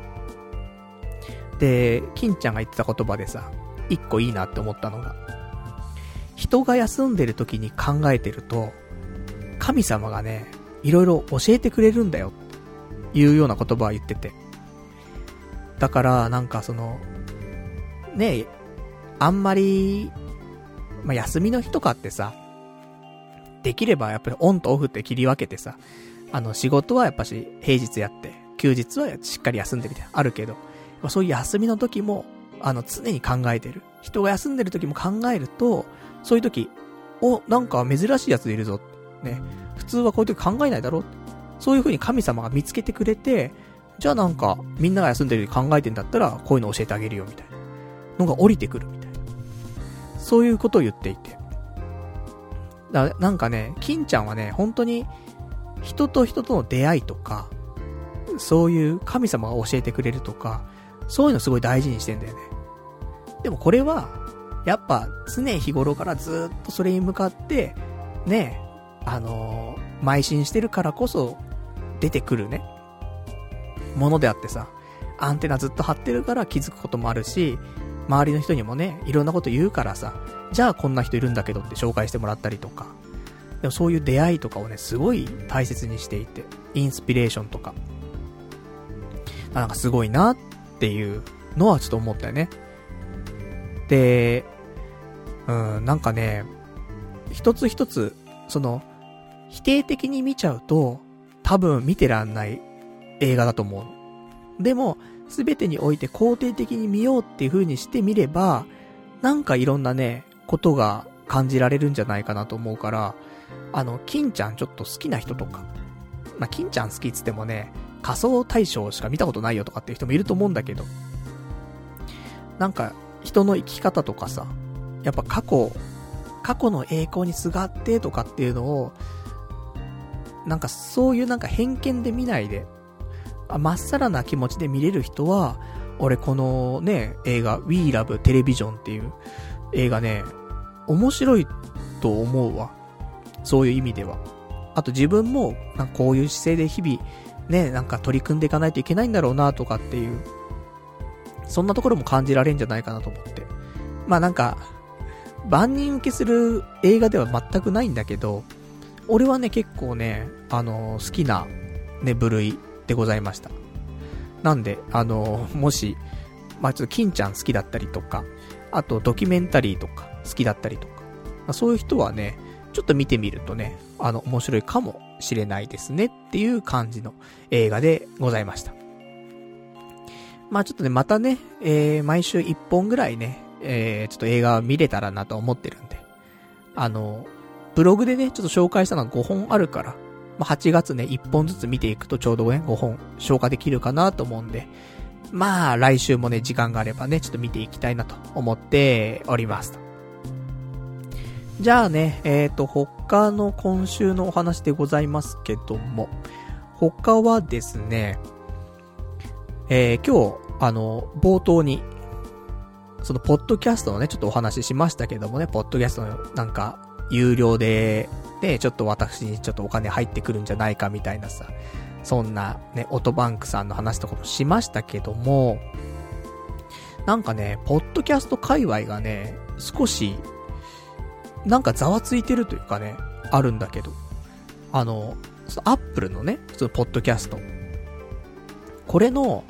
Speaker 1: 。で、金ちゃんが言ってた言葉でさ、一個いいなって思ったのが、人が休んでる時に考えてると、神様がね、いろいろ教えてくれるんだよっていうような言葉を言ってて。だからなんかそのねえ、あんまりまあ、休みの日とかってさ、できればやっぱりオンとオフって切り分けてさ、あの仕事はやっぱし平日やって休日はしっかり休んでみたいなあるけど、そういう休みの時もあの常に考えてる。人が休んでる時も考えると、そういう時、お、なんか珍しいやついるぞね。普通はこういう時考えないだろう。そういう風に神様が見つけてくれて、じゃあなんかみんなが休んでる時考えてんだったらこういうの教えてあげるよみたいなのが降りてくるみたいな、そういうことを言っていて、だなんかね、金ちゃんはね、本当に人と人との出会いとか、そういう神様が教えてくれるとか、そういうのすごい大事にしてんだよね。でもこれはやっぱ常日頃からずっとそれに向かってね、あのー、邁進してるからこそ出てくるねものであってさ、アンテナずっと張ってるから気づくこともあるし、周りの人にもね、いろんなこと言うからさ、じゃあこんな人いるんだけどって紹介してもらったりとか、でもそういう出会いとかをね、すごい大切にしていて、インスピレーションとか、なんかすごいなっていうのはちょっと思ったよね。で、うん、なんかね、一つ一つ、その、否定的に見ちゃうと、多分見てらんない映画だと思う。でも、すべてにおいて肯定的に見ようっていう風にしてみれば、なんかいろんなね、ことが感じられるんじゃないかなと思うから、あの、金ちゃんちょっと好きな人とか、まあ、金ちゃん好きっつってもね、仮想大賞しか見たことないよとかっていう人もいると思うんだけど、なんか、人の生き方とかさ、やっぱ過去、過去の栄光にすがってとかっていうのを、なんかそういうなんか偏見で見ないで、まっさらな気持ちで見れる人は、俺このね、映画 We Love Television っていう映画ね、面白いと思うわ。そういう意味では。あと自分もなんかこういう姿勢で日々ね、なんか取り組んでいかないといけないんだろうなとかっていう、そんなところも感じられるんじゃないかなと思って。まあなんか万人受けする映画では全くないんだけど、俺はね結構ね、あのー、好きなね部類でございました。なんであのー、もしまあちょっと金ちゃん好きだったりとか、あとドキュメンタリーとか好きだったりとか、まあ、そういう人はねちょっと見てみるとね、あの面白いかもしれないですねっていう感じの映画でございました。まあちょっとねまたね、えー、毎週いっぽんぐらいね、えー、ちょっと映画見れたらなと思ってるんで、あのブログでねちょっと紹介したのはごほんあるから、まあ、はちがつねいっぽんずつ見ていくとちょうどねごほん消化できるかなと思うんで、まあ来週もね時間があればねちょっと見ていきたいなと思っておりますと。じゃあね、えっと他の今週のお話でございますけども、他はですね、えー、今日あの冒頭にそのポッドキャストのねちょっとお話ししましたけどもね、ポッドキャストのなんか有料でねちょっと私にちょっとお金入ってくるんじゃないかみたいなさ、そんなねオトバンクさんの話とかもしましたけども、なんかねポッドキャスト界隈がね少しなんかざわついてるというかねあるんだけど、あのアップルのねそのポッドキャスト、これの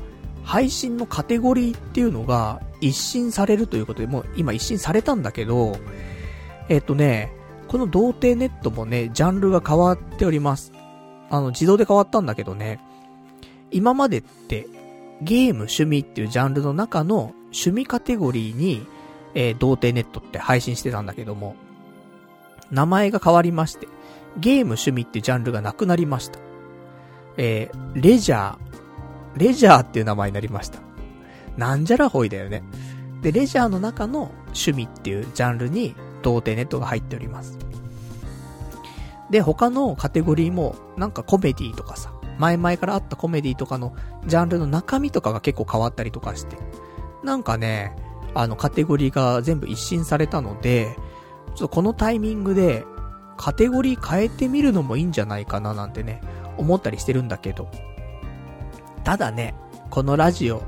Speaker 1: 配信のカテゴリーっていうのが一新されるということで、もう今一新されたんだけど、えっとね、この童貞ネットもね、ジャンルが変わっております。あの、自動で変わったんだけどね、今までって、ゲーム趣味っていうジャンルの中の趣味カテゴリーに、えー、童貞ネットって配信してたんだけども、名前が変わりまして、ゲーム趣味っていうジャンルがなくなりました。えー、レジャー、レジャーっていう名前になりました。なんじゃらほいだよね。で、レジャーの中の趣味っていうジャンルに童貞ネットが入っております。で、他のカテゴリーもなんかコメディとかさ、前々からあったコメディとかのジャンルの中身とかが結構変わったりとかして、なんかね、あのカテゴリーが全部一新されたので、ちょっとこのタイミングでカテゴリー変えてみるのもいいんじゃないかななんてね、思ったりしてるんだけど、ただね、このラジオ、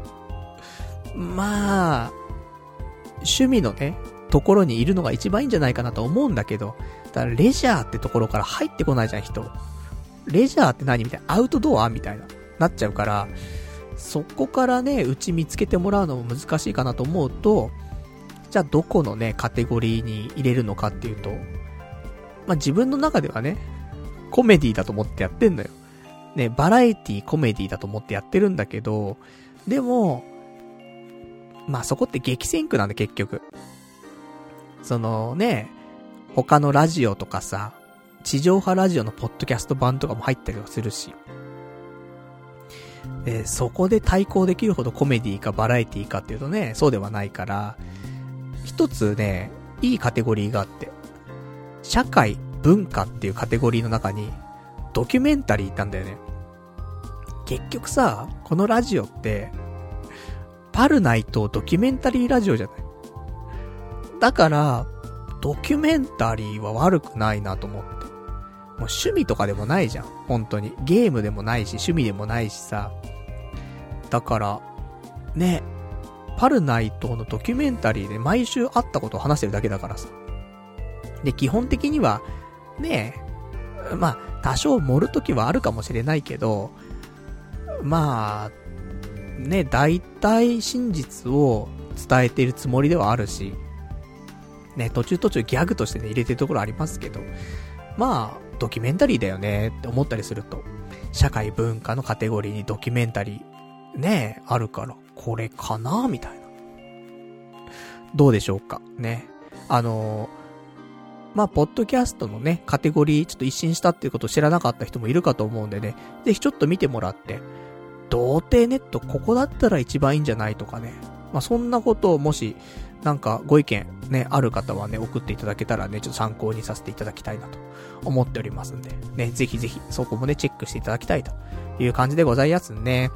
Speaker 1: まあ、趣味のね、ところにいるのが一番いいんじゃないかなと思うんだけど、だからレジャーってところから入ってこないじゃん、人。レジャーって何みたいな、アウトドアみたいな、なっちゃうから、そこからね、うち見つけてもらうのも難しいかなと思うと、じゃあどこのね、カテゴリーに入れるのかっていうと、まあ自分の中ではね、コメディだと思ってやってんのよ。ね、バラエティコメディだと思ってやってるんだけど、でも、まあそこって激戦区なんで結局。そのね、他のラジオとかさ、地上波ラジオのポッドキャスト版とかも入ったりはするし、でそこで対抗できるほどコメディかバラエティかっていうとね、そうではないから、一つね、いいカテゴリーがあって、社会、文化っていうカテゴリーの中に、ドキュメンタリーなんだよね。結局さ、このラジオって、パルナイトドキュメンタリーラジオじゃない。だから、ドキュメンタリーは悪くないなと思って。もう趣味とかでもないじゃん。本当に。ゲームでもないし、趣味でもないしさ。だから、ね、パルナイトのドキュメンタリーで毎週会ったことを話してるだけだからさ。で、基本的には、ね、まあ、多少盛るときはあるかもしれないけど、まあ、ね、大体真実を伝えているつもりではあるし、ね、途中途中ギャグとしてね、入れてるところありますけど、まあ、ドキュメンタリーだよねって思ったりすると、社会文化のカテゴリーにドキュメンタリー、ね、あるから、これかなみたいな。どうでしょうかね。あのー、まあ、ポッドキャストのね、カテゴリーちょっと一新したっていうことを知らなかった人もいるかと思うんでね、ぜひちょっと見てもらって、童貞ネットここだったら一番いいんじゃないとかね。まあ、そんなことをもし、なんかご意見ね、ある方はね、送っていただけたらね、ちょっと参考にさせていただきたいなと思っておりますんで、ね、ぜひぜひそこもね、チェックしていただきたいという感じでございますね。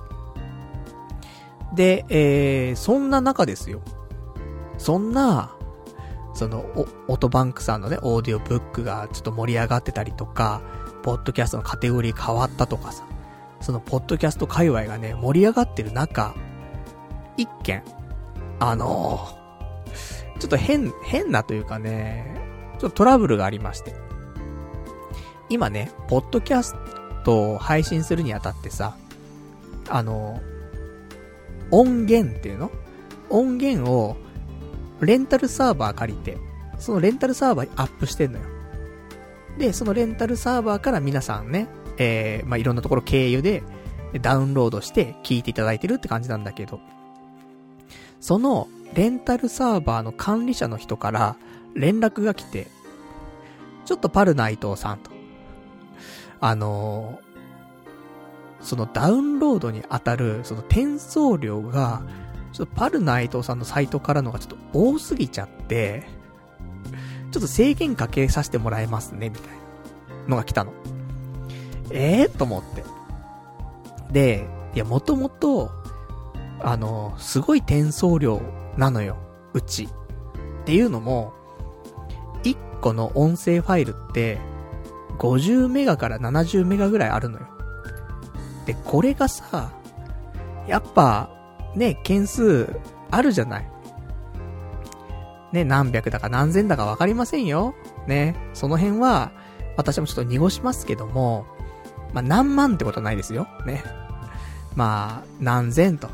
Speaker 1: で、えー、そんな中ですよ。そんな、その、オトバンクさんのね、オーディオブックがちょっと盛り上がってたりとか、ポッドキャストのカテゴリー変わったとかさ、そのポッドキャスト界隈がね、盛り上がってる中、一件、あのー、ちょっと変、変なというかね、ちょっとトラブルがありまして。今ね、ポッドキャストを配信するにあたってさ、あのー、音源っていうの？音源を、レンタルサーバー借りて、そのレンタルサーバーにアップしてんのよ。で、そのレンタルサーバーから皆さんね、えー、まあ、いろんなところ経由でダウンロードして聞いていただいてるって感じなんだけど、そのレンタルサーバーの管理者の人から連絡が来て、ちょっとパルナイトさんと、あのー、そのダウンロードに当たるその転送料が、ちょっとパルナイトさんのサイトからのがちょっと多すぎちゃって、ちょっと制限かけさせてもらえますね、みたいなのが来たの。えーと思って。で、いや、もともと、あの、すごい転送量なのよ、うち。っていうのも、いっこの音声ファイルって、ごじゅうメガからななじゅうメガぐらいあるのよ。で、これがさ、やっぱ、ね、件数あるじゃない。ね、何百だか何千だかわかりませんよ。ね、その辺は、私もちょっと濁しますけども、まあ、何万ってことはないですよ。ね。まあ、何千と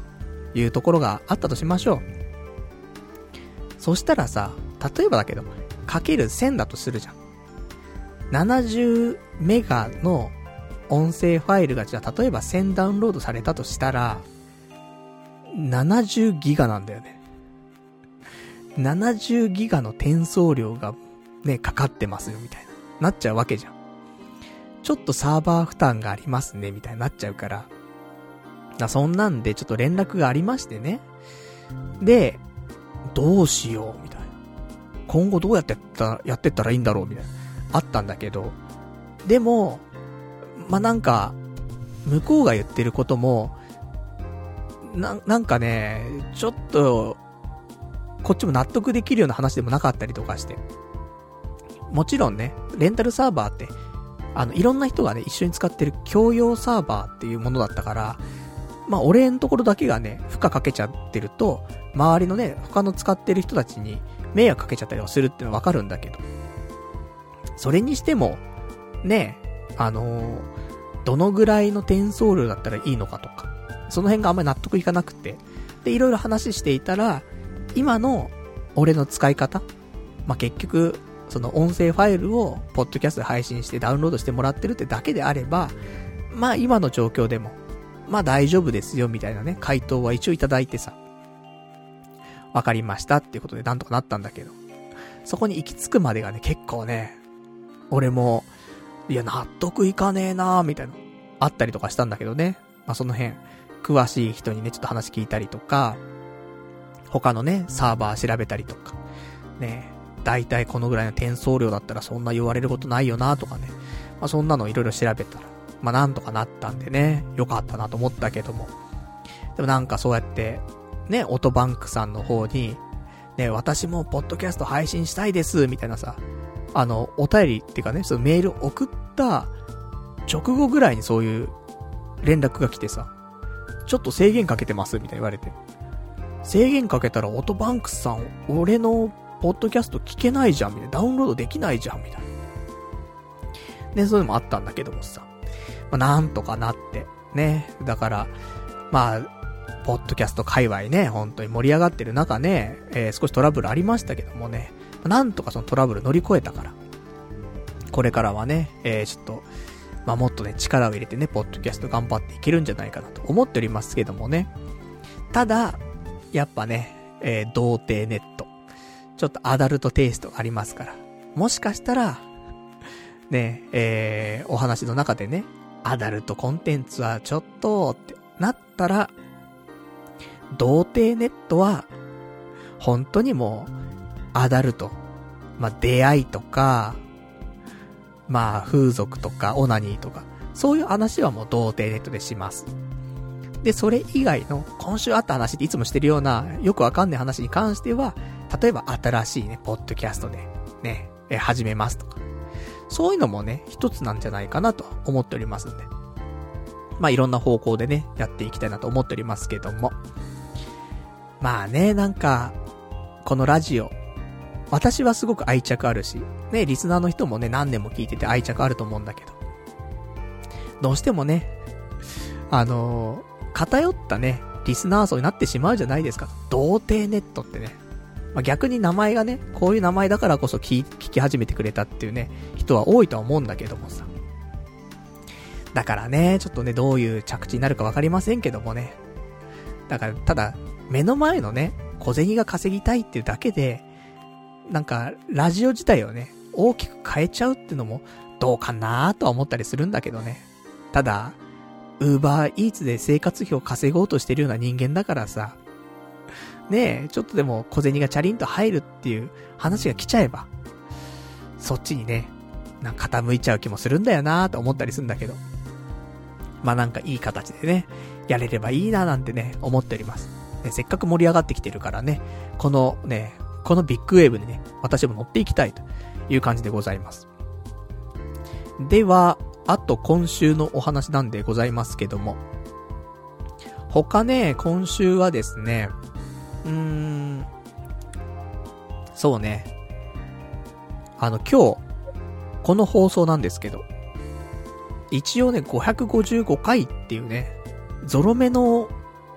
Speaker 1: いうところがあったとしましょう。そしたらさ、例えばだけど、かけるせんだとするじゃん。ななじゅうメガの音声ファイルがじゃあ例えばせんダウンロードされたとしたら、ななじゅうギガなんだよね。ななじゅうギガの転送量がね、かかってますよみたいな。なっちゃうわけじゃん。ちょっとサーバー負担がありますねみたいになっちゃうから。だそんなんでちょっと連絡がありましてね。で、どうしようみたいな。今後どうやってやった、やってったらいいんだろうみたいな。あったんだけど。でも、まあ、なんか、向こうが言ってることも、な、なんかね、ちょっと、こっちも納得できるような話でもなかったりとかして。もちろんね、レンタルサーバーって、あの、いろんな人がね、一緒に使ってる共用サーバーっていうものだったから、まあ、俺んところだけがね、負荷かけちゃってると、周りのね、他の使ってる人たちに迷惑かけちゃったりはするっていうのはわかるんだけど。それにしても、ね、あのー、どのぐらいの転送量だったらいいのかとか、その辺があんまり納得いかなくて、で、いろいろ話していたら、今の俺の使い方、まあ、結局、その音声ファイルをポッドキャストで配信してダウンロードしてもらってるってだけであれば、まあ今の状況でも、まあ大丈夫ですよみたいなね、回答は一応いただいてさ、わかりましたっていうことでなんとかなったんだけど、そこに行き着くまでがね、結構ね、俺も、いや納得いかねえなーみたいな、あったりとかしたんだけどね、まあその辺、詳しい人にね、ちょっと話聞いたりとか、他のね、サーバー調べたりとか、ね、だいたいこのぐらいの転送量だったらそんな言われることないよなとかね、まあそんなのいろいろ調べたら、まあなんとかなったんでね、よかったなと思ったけども、でもなんかそうやって、ね、オトバンクさんの方に、ね、私もポッドキャスト配信したいです、みたいなさ、あの、お便りっていうかね、そのメール送った直後ぐらいにそういう連絡が来てさ、ちょっと制限かけてます、みたいに言われて。制限かけたらオトバンクさん、俺のポッドキャスト聞けないじゃん、みたいな。ダウンロードできないじゃん、みたいな。で、そういうのもあったんだけどもさ。まあ、なんとかなって。ね。だから、まあ、ポッドキャスト界隈ね、本当に盛り上がってる中ね、えー、少しトラブルありましたけどもね。なんとかそのトラブル乗り越えたから。これからはね、えー、ちょっと、まあ、もっとね、力を入れてね、ポッドキャスト頑張っていけるんじゃないかなと思っておりますけどもね。ただ、やっぱね、えー、童貞ネット。ちょっとアダルトテイストありますから。もしかしたら、ね、えー、お話の中でね、アダルトコンテンツはちょっとってなったら、童貞ネットは、本当にもう、アダルト。まあ、出会いとか、まあ、風俗とか、オナニーとか、そういう話はもう童貞ネットでします。で、それ以外の、今週あった話っていつもしてるような、よくわかんない話に関しては、例えば新しいね、ポッドキャストで、ね、え、始めますとか。そういうのもね、一つなんじゃないかなと思っておりますんで。まあ、いろんな方向でね、やっていきたいなと思っておりますけども。まあね、なんか、このラジオ、私はすごく愛着あるし、ね、リスナーの人もね、何年も聞いてて愛着あると思うんだけど。どうしてもね、あのー、偏ったね、リスナー層になってしまうじゃないですか。童貞ネットってね。まあ、逆に名前がね、こういう名前だからこそ聞、聞き始めてくれたっていうね、人は多いとは思うんだけどもさ。だからね、ちょっとね、どういう着地になるかわかりませんけどもね。だから、ただ、目の前のね、小銭が稼ぎたいっていうだけで、なんか、ラジオ自体をね、大きく変えちゃうっていうのも、どうかなーとは思ったりするんだけどね。ただ、ウーバーイーツで生活費を稼ごうとしてるような人間だからさ、ねえ、ちょっとでも小銭がチャリンと入るっていう話が来ちゃえば、そっちにね、なんか傾いちゃう気もするんだよなーと思ったりするんだけど。まあなんかいい形でね、やれればいいななんてね、思っております。ね、せっかく盛り上がってきてるからね、このね、このビッグウェーブにね、私も乗っていきたいという感じでございます。では、あと今週のお話なんでございますけども。他ね、今週はですね、うーん、そうね。あの今日、この放送なんですけど、一応ね、ごひゃくごじゅうごかいっていうね、ゾロ目の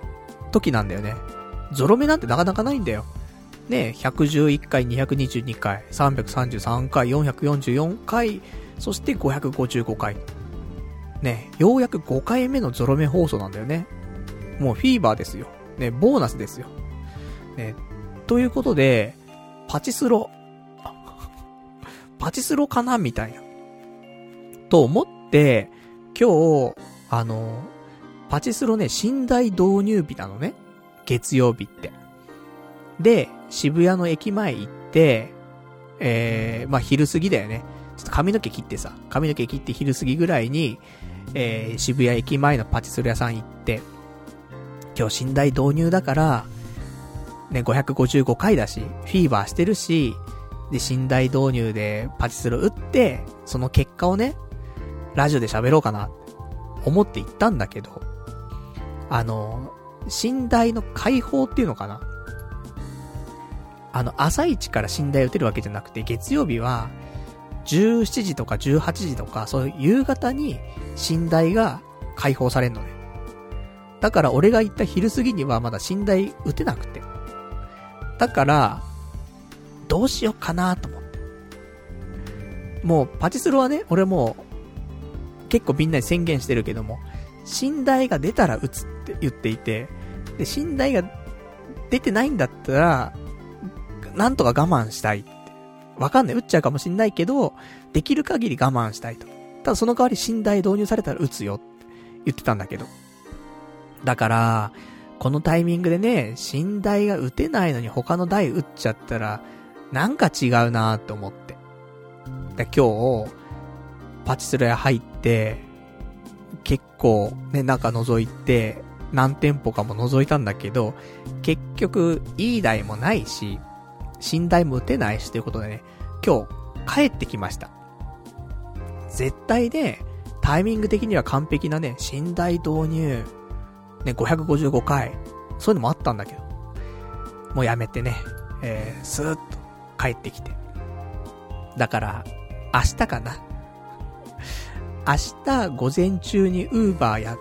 Speaker 1: 時なんだよね。ゾロ目なんてなかなかないんだよ。ね、ひゃくじゅういっかい、にひゃくにじゅうにかい、さんびゃくさんじゅうさんかい、よんひゃくよんじゅうよんかい、そしてごひゃくごじゅうごかい。ね、ようやくごかいめのゾロ目放送なんだよね。もうフィーバーですよ。ね、ボーナスですよ。ね、ということで、パチスロ。パチスロかなみたいな。と思って、今日、あの、パチスロね、寝台導入日なのね。月曜日って。で、渋谷の駅前行って、えー、まあ、昼過ぎだよね。ちょっと髪の毛切ってさ、髪の毛切って昼過ぎぐらいに、えー、渋谷駅前のパチスロ屋さん行って、今日寝台導入だから、ね、ごひゃくごじゅうごかいだし、フィーバーしてるし、で、寝台導入でパチスロ打って、その結果をね、ラジオで喋ろうかな、思って行ったんだけど、あの、寝台の開放っていうのかな？あの、朝一から寝台打てるわけじゃなくて、月曜日は、じゅうしちじとかじゅうはちじとか、そういう夕方に寝台が開放されるのね。だから俺が行った昼過ぎにはまだ寝台打てなくて。だから、どうしようかなと思って。もう、パチスロはね、俺もう、結構みんなに宣言してるけども、寝台が出たら打つって言っていて、で、寝台が出てないんだったら、なんとか我慢したいって。わかんない。打っちゃうかもしんないけど、できる限り我慢したいと。ただその代わり寝台導入されたら打つよって言ってたんだけど。だから、このタイミングでね、寝台が打てないのに他の台打っちゃったら、なんか違うなーって思って。で、今日、パチスロ屋入って、結構ね、中覗いて、何店舗かも覗いたんだけど、結局、いい台もないし、寝台も打てないしということでね、今日、帰ってきました。絶対ね、タイミング的には完璧なね、寝台導入、ね、ごひゃくごじゅうごかい、そういうのもあったんだけど、もうやめてね、えー、スーッと帰ってきて。だから、明日かな。明日、午前中にウーバーやって、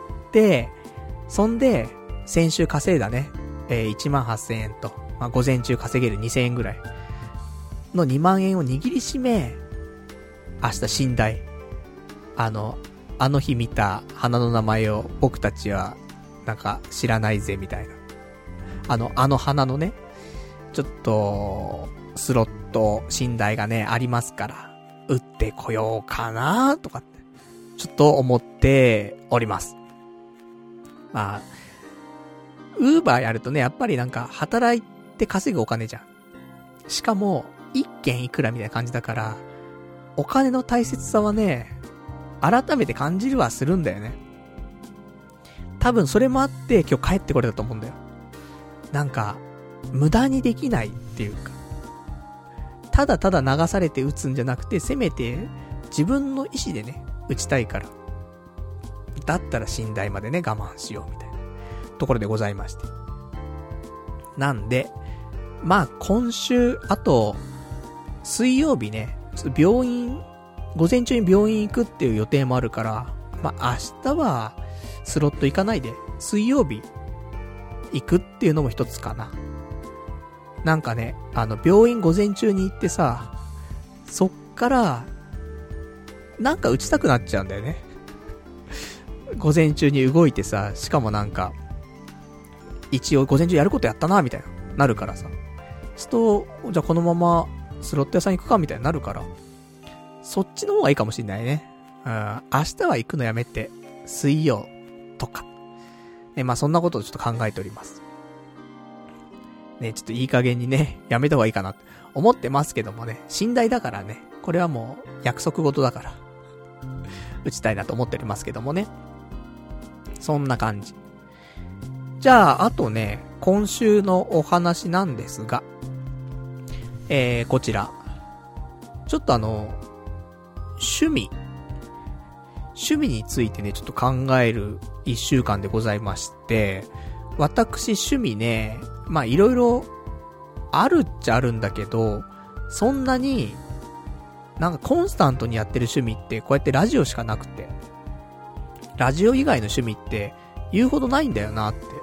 Speaker 1: そんで、先週稼いだね、えー、いちまんはっせんえんと、まあ、午前中稼げるにせんえんぐらいのにまんえんを握りしめ、明日寝台。あの、あの日見た花の名前を僕たちは、なんか知らないぜみたいな。あの、あの花のね、ちょっと、スロット、寝台がね、ありますから、打ってこようかなとかって、ちょっと思っております。まあ、ウーバーやるとね、やっぱりなんか、働いて稼ぐお金じゃん。しかも、一件いくらみたいな感じだから、お金の大切さはね、改めて感じるはするんだよね。多分それもあって今日帰ってこれたと思うんだよ。なんか、無駄にできないっていうか、ただただ流されて打つんじゃなくて、せめて自分の意思でね、打ちたいから。だったら寝台までね、我慢しようみたいなところでございまして。なんで、まあ今週、あと、水曜日ね、ちょっと病院、午前中に病院行くっていう予定もあるから、まあ明日はスロット行かないで、水曜日行くっていうのも一つかな。なんかね、あの病院午前中に行ってさ、そっから、なんか打ちたくなっちゃうんだよね。午前中に動いてさ、しかもなんか、一応午前中やることやったな、みたいな、なるからさ。すと、じゃあこのままスロット屋さん行くか、みたいになるから、そっちの方がいいかもしんないね。うん、明日は行くのやめて、水曜とか。ね、まあそんなことをちょっと考えております。ね、ちょっといい加減にね、やめた方がいいかなって思ってますけどもね、寝台だからね、これはもう約束事だから、打ちたいなと思っておりますけどもね。そんな感じ。じゃあ、あとね、今週のお話なんですが、えー、こちら。ちょっとあの、趣味。趣味についてね、ちょっと考える一週間でございまして、私趣味ね、まあいろいろあるっちゃあるんだけど、そんなに、なんかコンスタントにやってる趣味ってこうやってラジオしかなくて、ラジオ以外の趣味って言うほどないんだよなって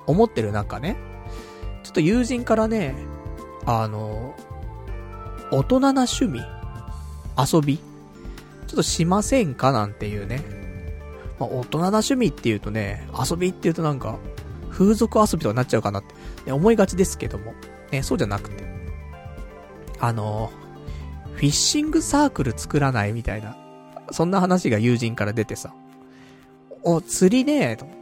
Speaker 1: 思ってる中ね、ちょっと友人からね、あの、大人な趣味、遊び、ちょっとしませんかなんていうね。まあ、大人な趣味っていうとね、遊びっていうとなんか、風俗遊びとかになっちゃうかなって、ね、思いがちですけども、ね、そうじゃなくて、あの、フィッシングサークル作らないみたいな、そんな話が友人から出てさ、お、釣りね、と思って。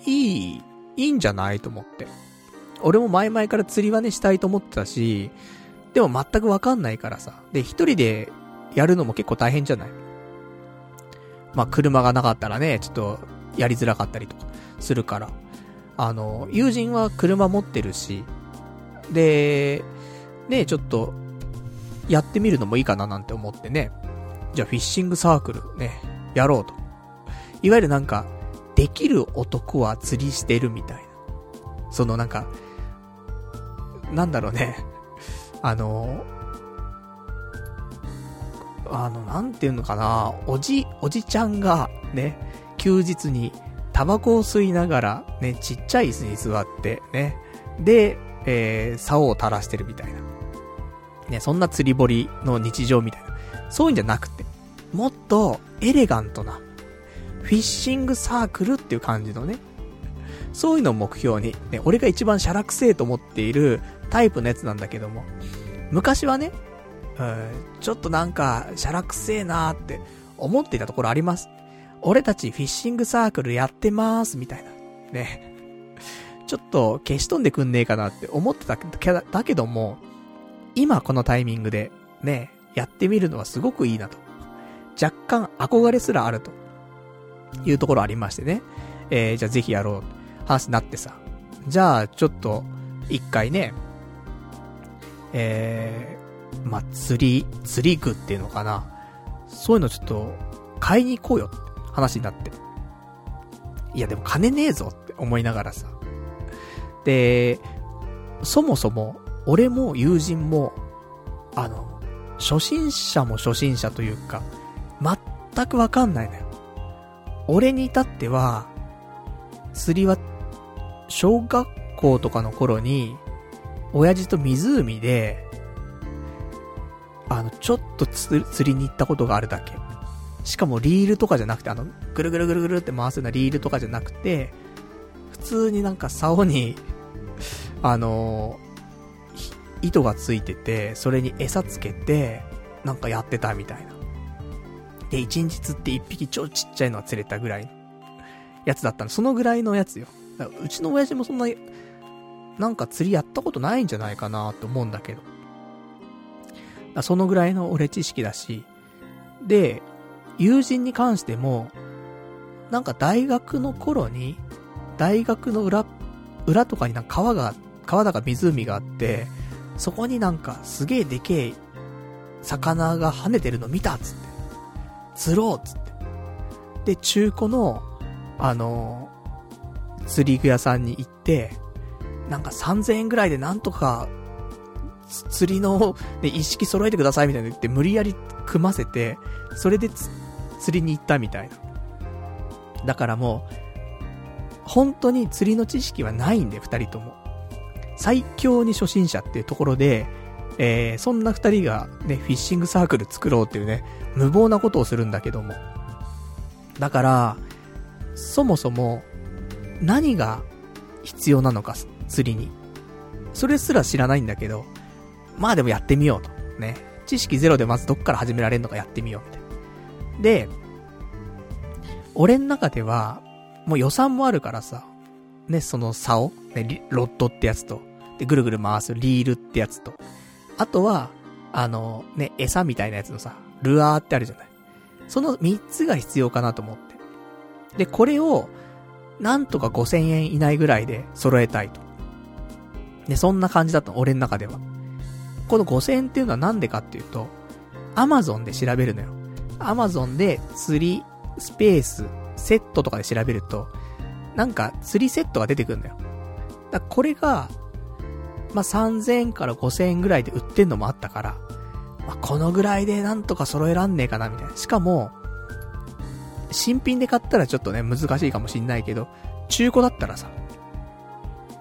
Speaker 1: いい、いいんじゃないと思って。俺も前々から釣りはね、したいと思ってたし、でも全くわかんないからさ。で、一人でやるのも結構大変じゃない？まあ、車がなかったらね、ちょっとやりづらかったりとかするから。あの、友人は車持ってるし、で、ね、ちょっと、やってみるのもいいかななんて思ってね。じゃあフィッシングサークルね、やろうと。いわゆるなんか、できる男は釣りしてるみたいな。そのなんか、なんだろうね。あの、あの、なんていうのかな。おじ、おじちゃんがね、休日にタバコを吸いながらね、ちっちゃい椅子に座ってね。で、えー、竿を垂らしてるみたいな。ね、そんな釣り堀の日常みたいな。そういうんじゃなくて、もっとエレガントな、フィッシングサークルっていう感じのね、そういうのを目標に、ね、俺が一番シャラくせえと思っているタイプのやつなんだけども、昔はね、うん、ちょっとなんか、シャラくせえなーって思っていたところあります。俺たちフィッシングサークルやってまーす、みたいな。ね。ちょっと消し飛んでくんねえかなって思ってたけど、だけども、今このタイミングで、ね、やってみるのはすごくいいなと。若干憧れすらあると。いうところありましてね。えー、じゃあぜひやろう。話になってさ。じゃあ、ちょっと、一回ね、えー、まあ、釣り、釣り具っていうのかな。そういうのちょっと、買いに行こうよって話になって。いやでも金ねえぞって思いながらさ。で、そもそも、俺も友人も、あの、初心者も初心者というか、全くわかんないのよ。俺に至っては、釣りは、小学校とかの頃に、親父と湖で、あの、ちょっと釣りに行ったことがあるだけ。しかもリールとかじゃなくて、あの、ぐるぐるぐるぐるって回すようなリールとかじゃなくて、普通になんか竿に、あのー、糸がついてて、それに餌つけて、なんかやってたみたいな。で、一日釣って一匹超ちっちゃいのが釣れたぐらいのやつだったの。そのぐらいのやつよ。だからうちの親父もそんな、なんか釣りやったことないんじゃないかなと思うんだけど。だそのぐらいの俺知識だし。で、友人に関しても、なんか大学の頃に、大学の裏、裏とかになんか川が、川だか湖があって、そこになんかすげえでけえ魚が跳ねてるの見たっつって。釣ろうっつって。で、中古の、あのー、釣り具屋さんに行って、なんかさんぜんえんぐらいでなんとか、釣りの、ね、一式揃えてくださいみたいな言って無理やり組ませて、それでつ釣りに行ったみたいな。だからもう、本当に釣りの知識はないんで、二人とも。最強に初心者っていうところで、えー、そんな二人がね、フィッシングサークル作ろうっていうね、無謀なことをするんだけども。だから、そもそも、何が必要なのか、釣りに。それすら知らないんだけど、まあでもやってみようと。ね。知識ゼロでまずどっから始められるのかやってみようみたいな。で、俺の中では、もう予算もあるからさ、ね、その竿、ね、ロッドってやつと、で、ぐるぐる回すリールってやつと、あとは、あの、ね、餌みたいなやつのさ、ルアーってあるじゃない。そのみっつが必要かなと思って。で、これを、なんとかごせんえん以内ぐらいで揃えたいと。で、そんな感じだったの、俺の中では。このごせんえんっていうのはなんでかっていうと、アマゾンで調べるのよ。アマゾンで釣り、スペース、セットとかで調べると、なんか釣りセットが出てくるのよ。だからこれが、まあ、さんぜんえんからごせんえんぐらいで売ってんのもあったから、まあ、このぐらいでなんとか揃えらんねえかなみたいな。しかも、新品で買ったらちょっとね、難しいかもしんないけど、中古だったらさ、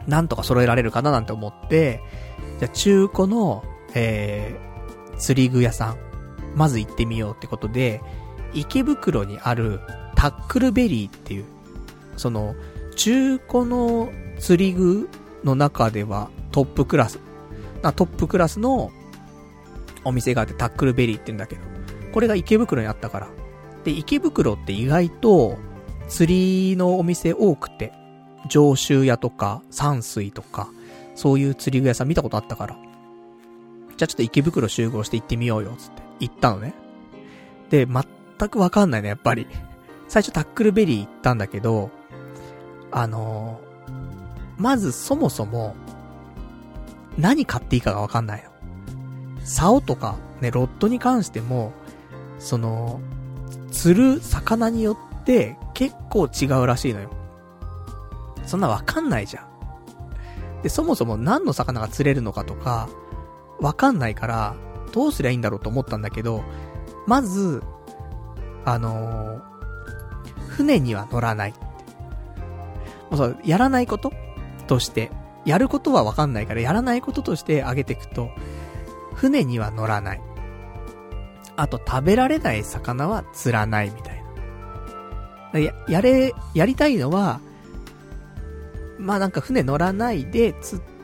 Speaker 1: なんとか揃えられるかななんて思って、じゃあ中古の、えー、釣り具屋さん、まず行ってみようってことで、池袋にあるタックルベリーっていう、その、中古の釣り具の中ではトップクラス、トップクラスのお店があってタックルベリーって言うんだけど、これが池袋にあったから。で、池袋って意外と釣りのお店多くて、上州屋とか山水とか、そういう釣り具屋さん見たことあったから、じゃあちょっと池袋集合して行ってみようよ、つって行ったのね。で、全くわかんないね、やっぱり。最初タックルベリー行ったんだけど、あのー、まずそもそも、何買っていいかがわかんないの。竿とか、ね、ロッドに関しても、その、釣る魚によって結構違うらしいのよ。そんなわかんないじゃん。で、そもそも何の魚が釣れるのかとか、わかんないから、どうすりゃいいんだろうと思ったんだけど、まず、あのー、船には乗らないって。もうそう、やらないこととして、やることはわかんないから、やらないこととして挙げていくと、船には乗らない。あと、食べられない魚は釣らないみたいな。や、やれ、やりたいのは、まあなんか船乗らないで釣って、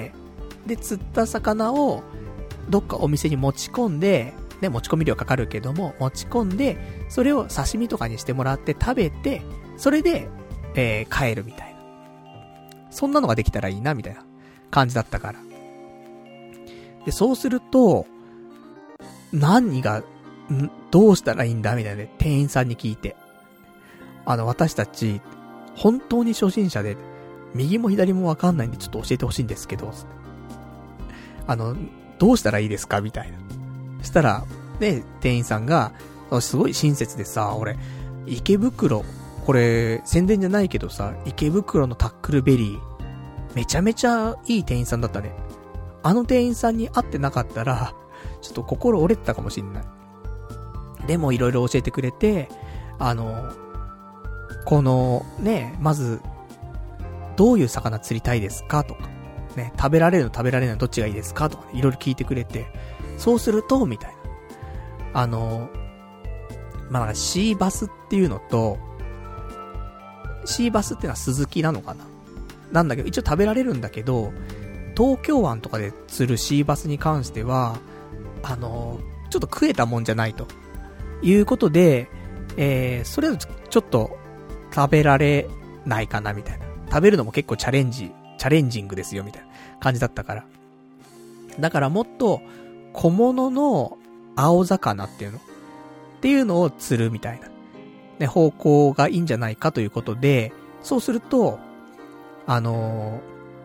Speaker 1: で、釣った魚を、どっかお店に持ち込んで、ね、持ち込み料かかるけども、持ち込んで、それを刺身とかにしてもらって食べて、それで、えー、帰るみたいな。そんなのができたらいいな、みたいな感じだったから。で、そうすると、何が、んどうしたらいいんだみたいなね、店員さんに聞いて。あの、私たち、本当に初心者で、右も左もわかんないんで、ちょっと教えてほしいんですけど、あの、どうしたらいいですかみたいな。そしたら、ね、店員さんが、すごい親切でさ、俺、池袋、これ、宣伝じゃないけどさ、池袋のタックルベリー、めちゃめちゃいい店員さんだったね。あの店員さんに会ってなかったら、ちょっと心折れてたかもしんない。でもいろいろ教えてくれて、あの、この、ね、まず、どういう魚釣りたいですかとか、ね、食べられるの食べられないのどっちがいいですかとか、ね、いろいろ聞いてくれて、そうすると、みたいな。あの、まあ、シーバスっていうのと、シーバスっていうのはスズキなのかななんだけど、一応食べられるんだけど、東京湾とかで釣るシーバスに関しては、あの、ちょっと食えたもんじゃないと。いうことで、えー、それはちょっと食べられないかなみたいな。食べるのも結構チャレンジ、チャレンジングですよみたいな感じだったから。だからもっと小物の青魚っていうのっていうのを釣るみたいな、ね、方向がいいんじゃないかということで、そうすると、あの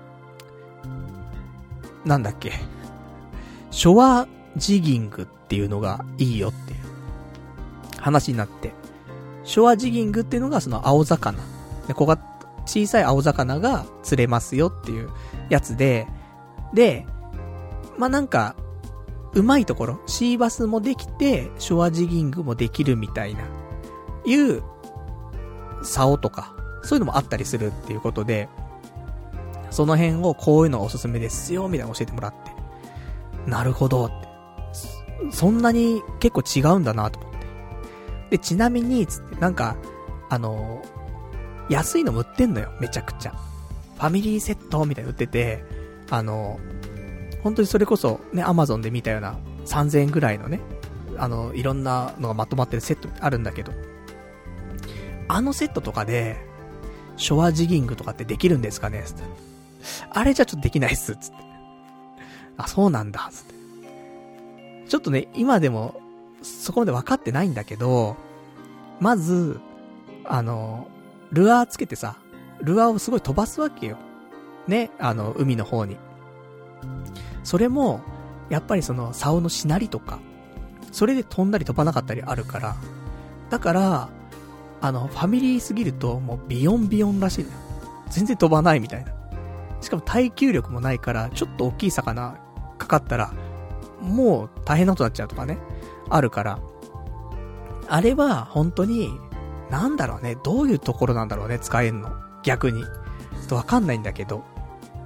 Speaker 1: ー、なんだっけ、ショアジギングっていうのがいいよっていう話になって、ショアジギングっていうのがその青魚。で、小が、小さい青魚が釣れますよっていうやつで、で、まあ、なんか、うまいところ、シーバスもできて、ショアジギングもできるみたいな、いう、竿とか、そういうのもあったりするっていうことで、その辺をこういうのがおすすめですよ、みたいなの教えてもらって。なるほどって。そんなに結構違うんだなと思って。で、ちなみに、つって、なんか、あの、安いのも売ってんのよ、めちゃくちゃ。ファミリーセットみたいなの売ってて、あの、本当にそれこそ、ね、アマゾンで見たようなさんぜんえんぐらいのね、あの、いろんなのがまとまってるセットあるんだけど、あのセットとかで、ショアジギングとかってできるんですかねつって。あれじゃちょっとできないっす、つって。あ、そうなんだ、つって。ちょっとね、今でも、そこまで分かってないんだけど、まず、あの、ルアーつけてさ、ルアーをすごい飛ばすわけよ。ね、あの、海の方に。それも、やっぱりその、竿のしなりとか、それで飛んだり飛ばなかったりあるから、だから、あの、ファミリーすぎると、もうビヨンビヨンらしいのよ。全然飛ばないみたいな。しかも耐久力もないから、ちょっと大きい魚かかったら、もう大変なことになっちゃうとかね、あるから、あれは本当に、なんだろうね、どういうところなんだろうね、使えんの。逆に。ちょっとわかんないんだけど。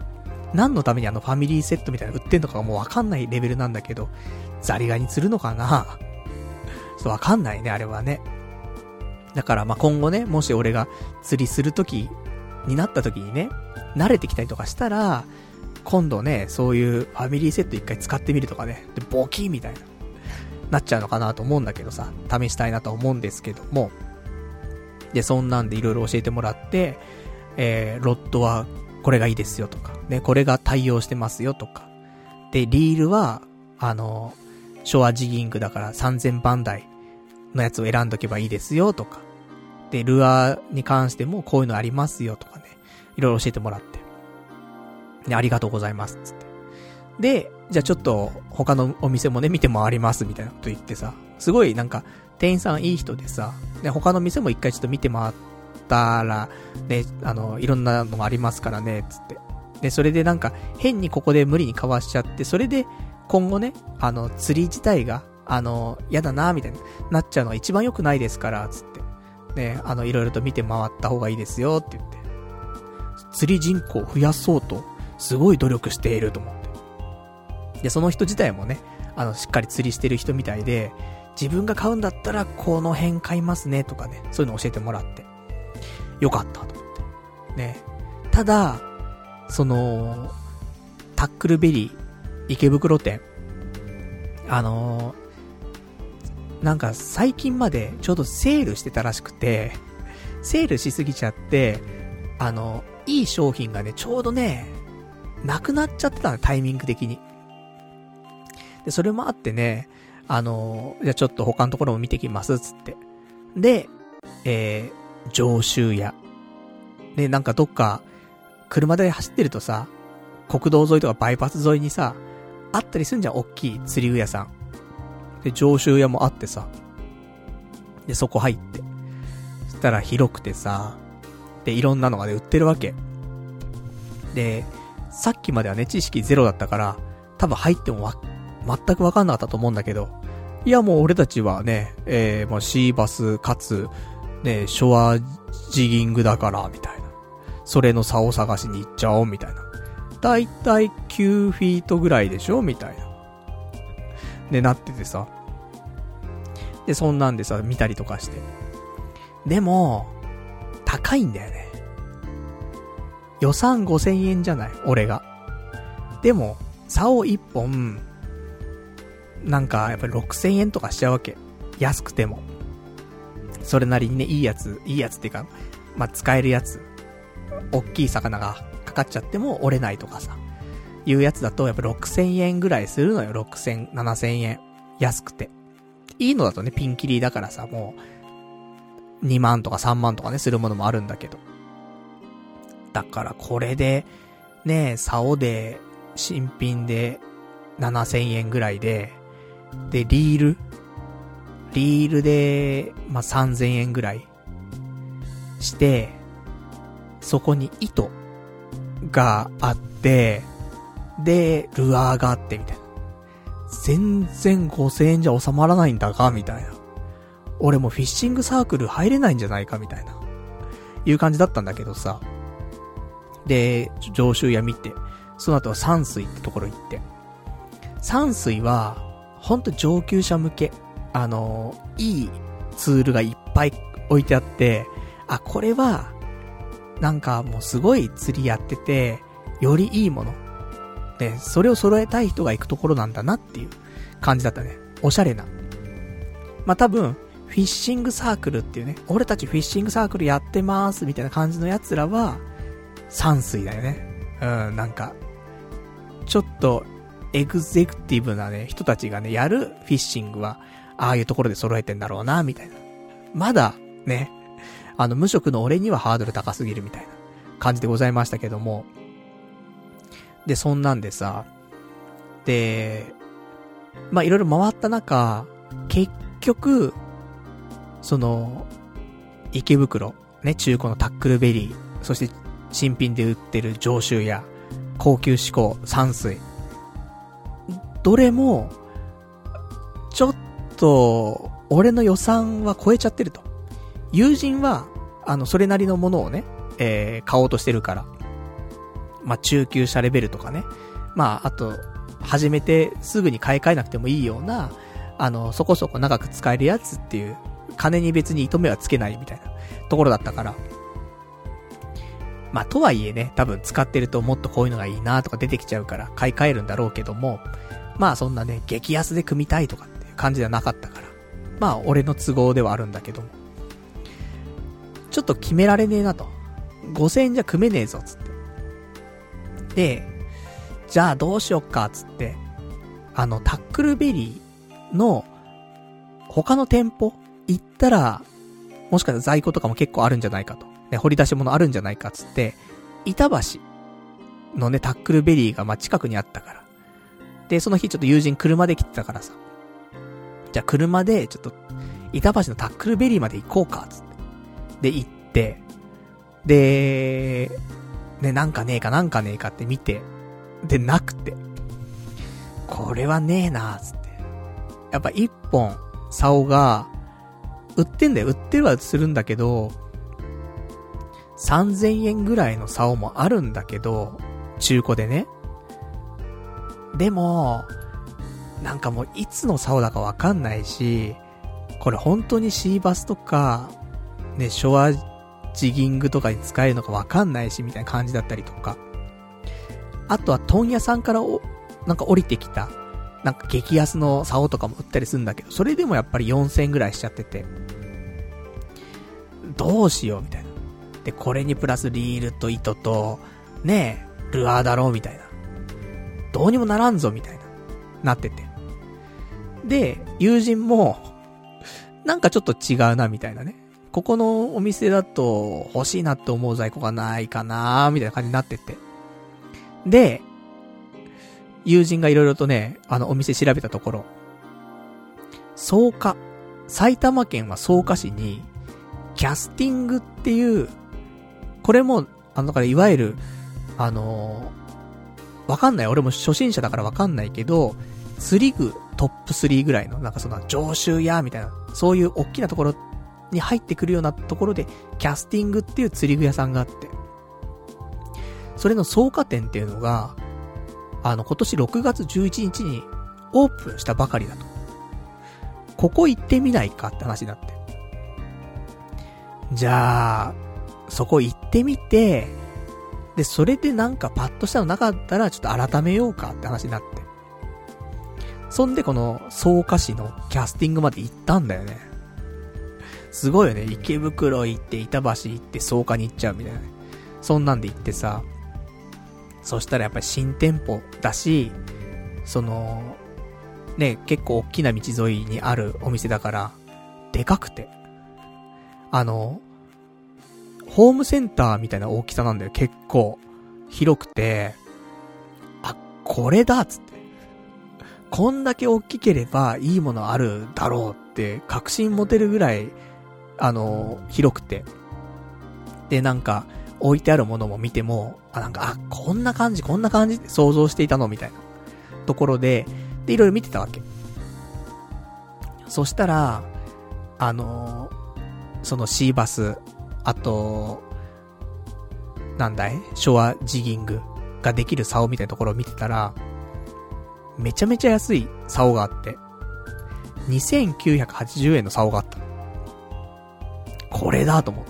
Speaker 1: 何のためにあのファミリーセットみたいなの売ってんのかがもうわかんないレベルなんだけど、ザリガニ釣るのかなちょっとわかんないね、あれはね。だからまあ今後ね、もし俺が釣りするときになったときにね、慣れてきたりとかしたら、今度ね、そういうファミリーセット一回使ってみるとかね、で、ボキーみたいな、なっちゃうのかなと思うんだけどさ、試したいなと思うんですけども、で、そんなんでいろいろ教えてもらって、えー、ロッドはこれがいいですよとか、ね、これが対応してますよとか、で、リールは、あの、ショアジギングだからさんぜんばん台のやつを選んどけばいいですよとか、で、ルアーに関してもこういうのありますよとかね、いろいろ教えてもらって、ね、ありがとうございます、つって。で、じゃあちょっと他のお店もね、見て回りますみたいなこと言ってさ、すごいなんか、店員さんいい人でさ、で、他の店も一回ちょっと見て回ったら、ね、あの、いろんなのがありますからね、つって。で、それでなんか、変にここで無理にかわしちゃって、それで、今後ね、あの、釣り自体が、あの、嫌だな、みたいになっちゃうのが一番良くないですから、つって。ね、あの、いろいろと見て回った方がいいですよ、って言って。釣り人口を増やそうと、すごい努力していると思って。で、その人自体もね、あの、しっかり釣りしてる人みたいで、自分が買うんだったら、この辺買いますね、とかね、そういうの教えてもらって。よかった、と思って。ね。ただ、その、タックルベリー、池袋店。あのー、なんか最近までちょうどセールしてたらしくて、セールしすぎちゃって、あの、いい商品がね、ちょうどね、なくなっちゃってたの、タイミング的に。で、それもあってね、あのー、じゃあちょっと他のところも見てきます、つって。で、えー、上州屋。で、なんかどっか、車で走ってるとさ、国道沿いとかバイパス沿いにさ、あったりすんじゃん、おっきい釣り具屋さん。で、上州屋もあってさ。で、そこ入って。そしたら広くてさ、で、いろんなのがね、売ってるわけ。で、さっきまではね、知識ゼロだったから、多分入ってもわ、全くわかんなかったと思うんだけど、いやもう俺たちはね、えー、もうシーバスかつ、ね、ショアジギングだから、みたいな。それの差を探しに行っちゃおう、みたいな。だいたいきゅうフィートぐらいでしょみたいな。で、なっててさ。で、そんなんでさ、見たりとかして。でも、高いんだよね。予算ごせんえんじゃない俺が。でも、竿いっぽん、なんか、やっぱりろくせんえんとかしちゃうわけ。安くても。それなりにね、いいやつ、いいやつっていうか、まあ、使えるやつ。おっきい魚がかかっちゃっても折れないとかさ。いうやつだと、やっぱろくせんえんぐらいするのよ。ろくせん、ななせんえん。安くて。いいのだとね、ピンキリだからさ、もう、にまんとかさんまんとかね、するものもあるんだけど。だからこれで、ね、竿で、新品で、ななせんえんぐらいで、で、リールリールで、まあ、さんぜんえんぐらいして、そこに糸があって、で、ルアーがあってみたいな。全然ごせんえんじゃ収まらないんだが、みたいな。俺もフィッシングサークル入れないんじゃないか、みたいな。いう感じだったんだけどさ。で、上州屋見て、その後は山水ってところ行って。山水は、ほんと上級者向け。あの、いいツールがいっぱい置いてあって、あ、これは、なんかもうすごい釣りやってて、よりいいもの。で、それを揃えたい人が行くところなんだなっていう感じだったね。おしゃれな。まあ、多分、フィッシングサークルっていうね、俺たちフィッシングサークルやってますみたいな感じのやつらは、山水だよね。うん、なんか、ちょっと、エグゼクティブなね、人たちがね、やるフィッシングは、ああいうところで揃えてんだろうな、みたいな。まだ、ね、あの、無職の俺にはハードル高すぎるみたいな感じでございましたけども。で、そんなんでさ、で、まあ、いろいろ回った中、結局、その、池袋、ね、中古のタックルベリー、そして新品で売ってる上州や、高級志向、山水。どれも、ちょっと、俺の予算は超えちゃってると。友人は、あの、それなりのものをね、えー、買おうとしてるから。 まあ、中級者レベルとかね。まあ、あと、始めてすぐに買い替えなくてもいいような、あの、そこそこ長く使えるやつっていう、金に別に糸目はつけないみたいなところだったから。まあ、とはいえね、多分使ってるともっとこういうのがいいなとか出てきちゃうから買い替えるんだろうけども、まあそんなね、激安で組みたいとかっていう感じではなかったから。まあ、俺の都合ではあるんだけども。ちょっと決められねえなと。ごせんえんじゃ組めねえぞ、つって。で、じゃあどうしよっか、つって。あの、タックルベリーの他の店舗行ったら、もしかしたら在庫とかも結構あるんじゃないかと。ね、掘り出し物あるんじゃないか、つって。板橋のね、タックルベリーがまあ近くにあったから。で、その日ちょっと友人車で来てたからさ。じゃあ車でちょっと、板橋のタックルベリーまで行こうか、つって。で、行って、で、ね、なんかねえかなんかねえかって見て、で、なくて。これはねえな、つって。やっぱ一本、竿が、売ってんだよ。売ってるはするんだけど、さんぜんえんぐらいの竿もあるんだけど、中古でね。でも、なんかもういつの竿だかわかんないし、これ本当にシーバスとか、ね、ショアジギングとかに使えるのかわかんないし、みたいな感じだったりとか。あとは問屋さんからお、なんか降りてきた、なんか激安の竿とかも売ったりするんだけど、それでもやっぱりよんせんえんぐらいしちゃってて、どうしようみたいな。で、これにプラスリールと糸と、ねえ、ルアーだろうみたいな。どうにもならんぞみたいな。なってて。で、友人も、なんかちょっと違うなみたいなね。ここのお店だと欲しいなって思う在庫がないかなみたいな感じになってて。で、友人がいろいろとね、あのお店調べたところ、草加、埼玉県は草加市に、キャスティングっていう、これも、あの、だからいわゆる、あのー、わかんない。俺も初心者だからわかんないけど、釣り具トップスリーぐらいの、なんかその常習や、みたいな、そういう大きなところに入ってくるようなところで、キャスティングっていう釣り具屋さんがあって、それの草加店っていうのが、あの、今年ろくがつじゅういちにちにオープンしたばかりだと。ここ行ってみないかって話になって。じゃあ、そこ行ってみて、で、それでなんかパッとしたのなかったらちょっと改めようかって話になって。そんでこの草加市のキャスティングまで行ったんだよね。すごいよね。池袋行って、板橋行って、草加に行っちゃうみたいなね。そんなんで行ってさ、そしたらやっぱり新店舗だし、その、ね、結構大きな道沿いにあるお店だから、でかくて。あの、ホームセンターみたいな大きさなんだよ。結構、広くて、あ、これだっつって。こんだけ大きければいいものあるだろうって確信持てるぐらい、あの、広くて。で、なんか、置いてあるものも見ても、あ、なんか、あ、こんな感じ、こんな感じって想像していたのみたいなところで、で、いろいろ見てたわけ。そしたら、あの、そのシーバス、あと、なんだいショアジギングができる竿みたいなところを見てたら、めちゃめちゃ安い竿があって、にせんきゅうひゃくはちじゅうえんの竿があった。これだと思って。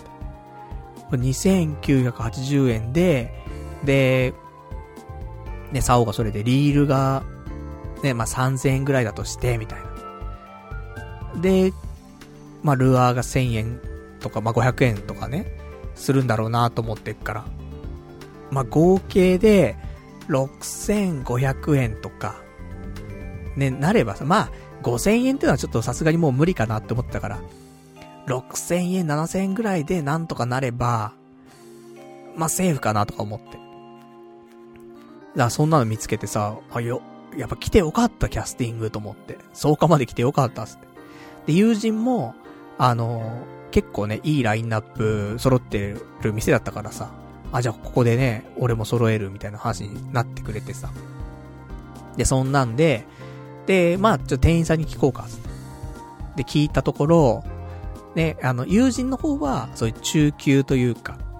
Speaker 1: にせんきゅうひゃくはちじゅうえんで、で、ね、竿がそれでリールが、ね、まあ、さんぜんえんぐらいだとして、みたいな。で、まあ、ルアーがせんえんとか、まあ、ごひゃくえんとかね、するんだろうなと思ってっから。まあ、合計で、ろくせんごひゃくえんとか、ね、なればさ、まあ、ごせんえんってのはちょっとさすがにもう無理かなって思ったから、ろくせんえん、ななせんえんぐらいでなんとかなれば、まあ、セーフかなとか思って。だからそんなの見つけてさ、あ、よ、やっぱ来てよかったキャスティングと思って。草加まで来てよかったっつって。で、友人も、あの、結構ね、いいラインナップ揃ってる店だったからさ、あ、じゃあここでね、俺も揃えるみたいな話になってくれてさ。で、そんなんで、で、まあ、ちょっと店員さんに聞こうかっつって。で、聞いたところ、ね、あの、友人の方は、そういう中級というか、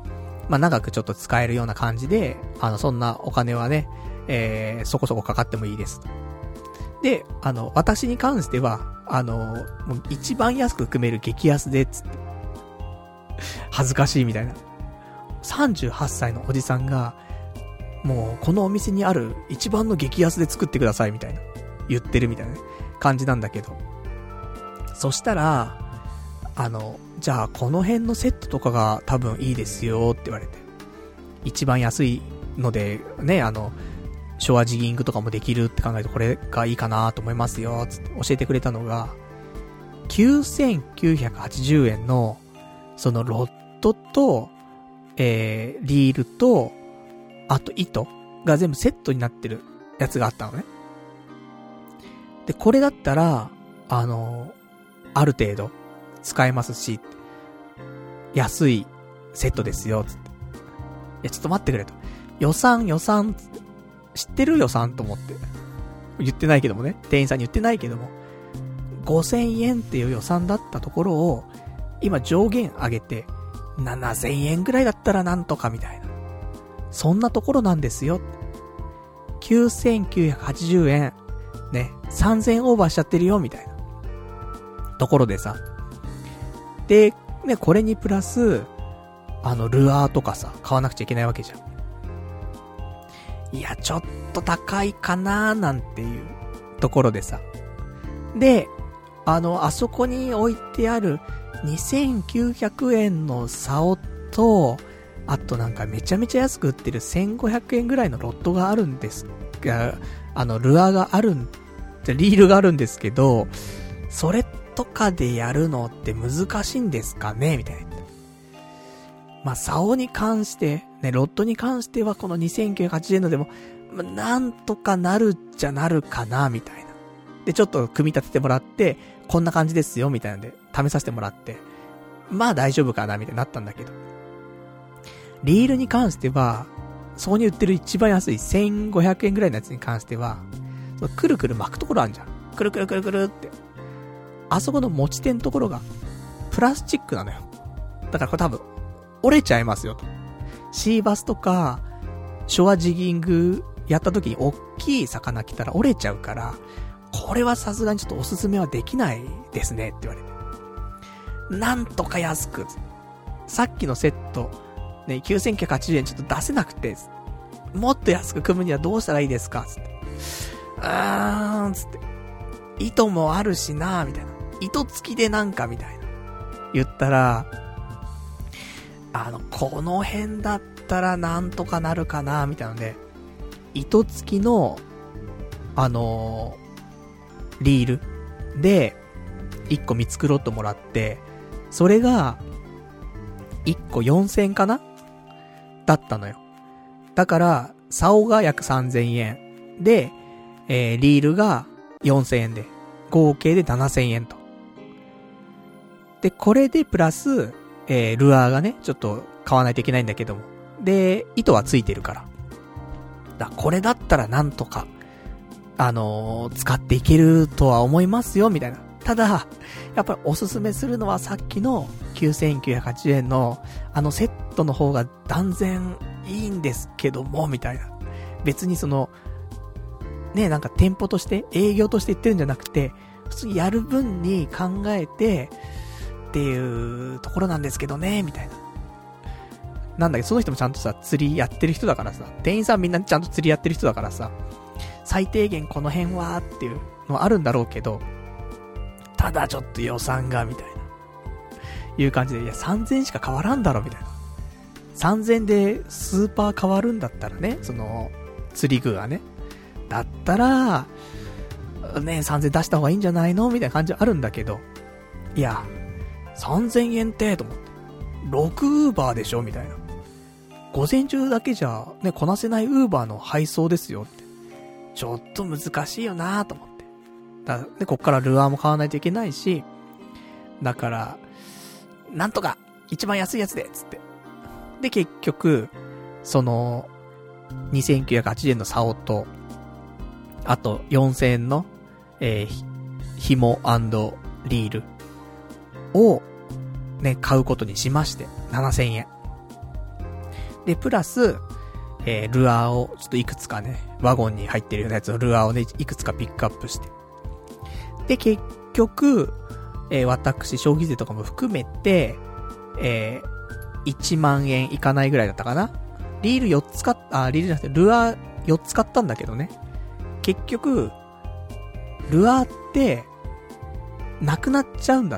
Speaker 1: まあ、長くちょっと使えるような感じで、あの、そんなお金はね、えー、そこそこかかってもいいです。で、あの、私に関しては、あの、もう一番安く組める激安で、つって。恥ずかしいみたいな。さんじゅうはっさいのおじさんが、もうこのお店にある一番の激安で作ってくださいみたいな。言ってるみたいな感じなんだけど。そしたら、あの、じゃあこの辺のセットとかが多分いいですよって言われて。一番安いので、ね、あの、ショアジギングとかもできるって考えるとこれがいいかなと思いますよつって教えてくれたのが、きゅうせんきゅうひゃくはちじゅうえんの、そのロッドと、えー、リールと、あと糸が全部セットになってるやつがあったのね。で、これだったら、あの、ある程度使えますし、安いセットですよ、つって。いや、ちょっと待ってくれと。予算、予算、つって。知ってる予算と思って。言ってないけどもね。店員さんに言ってないけども。ごせんえんっていう予算だったところを、今上限上げて、ななせんえんぐらいだったらなんとかみたいな。そんなところなんですよ。きゅうせんきゅうひゃくはちじゅうえん。ね。さんぜんえんオーバーしちゃってるよ、みたいな。ところでさ。で、ね、これにプラス、あの、ルアーとかさ、買わなくちゃいけないわけじゃん。いや、ちょっと高いかなーなんていうところでさ。で、あの、あそこに置いてあるにせんきゅうひゃくえんの竿と、あとなんかめちゃめちゃ安く売ってるせんごひゃくえんぐらいのロッドがあるんですが、あの、ルアーがあるん、じゃリールがあるんですけど、それとかでやるのって難しいんですかねみたいな。まあ、竿に関して、ね、ロッドに関してはこのにせんきゅうひゃくはちじゅうえんのでも、まあ、なんとかなるじゃなるかな、みたいな。で、ちょっと組み立ててもらって、こんな感じですよ、みたいなんで、試させてもらって、まあ大丈夫かな、みたいになったんだけど。リールに関しては、そこに売ってる一番安いせんごひゃくえんぐらいのやつに関しては、そのくるくる巻くところあるじゃん。くるくるくるくるって。あそこの持ち手のところが、プラスチックなのよ。だからこれ多分、折れちゃいますよと。シーバスとか、ショアジギングやった時に大きい魚来たら折れちゃうから、これはさすがにちょっとおすすめはできないですねって言われて。なんとか安く。さっきのセット、ね、きゅうせんきゅうひゃくはちじゅうえんちょっと出せなくて、もっと安く組むにはどうしたらいいですかつって。うーん、つって。糸もあるしなみたいな。糸付きでなんかみたいな。言ったら、あの、この辺だったらなんとかなるかなみたいなので、糸付きの、あのー、リールで、いっこ見繕ってもらって、それが、いっこよんせんえんかなだったのよ。だから、竿が約さんぜんえん。で、えー、リールがよんせんえんで、合計でななせんえんと。で、これでプラス、えー、ルアーがね、ちょっと買わないといけないんだけども。で、糸はついてるから。だ、これだったらなんとか、あのー、使っていけるとは思いますよ、みたいな。ただ、やっぱりおすすめするのはさっきのきゅうせんきゅうひゃくはちじゅうえんのあのセットの方が断然いいんですけども、みたいな。別にその、ね、なんか店舗として営業として言ってるんじゃなくて、普通にやる分に考えてっていうところなんですけどね、みたいな。なんだけど、その人もちゃんとさ、釣りやってる人だからさ、店員さんみんなちゃんと釣りやってる人だからさ、最低限この辺はっていうのはあるんだろうけど、ただちょっと予算が、みたいな。いう感じで、いや、さんぜんえんしか変わらんだろ、みたいな。さんぜんえんでスーパー変わるんだったらね、その、釣り具がね。だったら、ね、さんぜんえん出した方がいいんじゃないのみたいな感じはあるんだけど、いや、さんぜんえんって、と思って。ろくウーバーでしょみたいな。午前中だけじゃ、ね、こなせないウーバーの配送ですよって。ちょっと難しいよなぁと思って。だで、こっからルアーも買わないといけないし、だから、なんとか、一番安いやつで、つって。で、結局、その、にせんきゅうひゃくはちじゅうえんの竿と、あとよんせんえんの、えー、紐&リールを、ね、買うことにしまして、ななせんえん。 で、プラス、えー、ルアーを、ちょっといくつかね、ワゴンに入ってるようなやつのルアーをね、いくつかピックアップして。で、結局、えー、私、消費税とかも含めて、えー、いちまんえんいかないぐらいだったかな。リールよっつ買っ、あ、リールじゃなくて、ルアーよっつ買ったんだけどね。結局、ルアーって、なくなっちゃうんだって。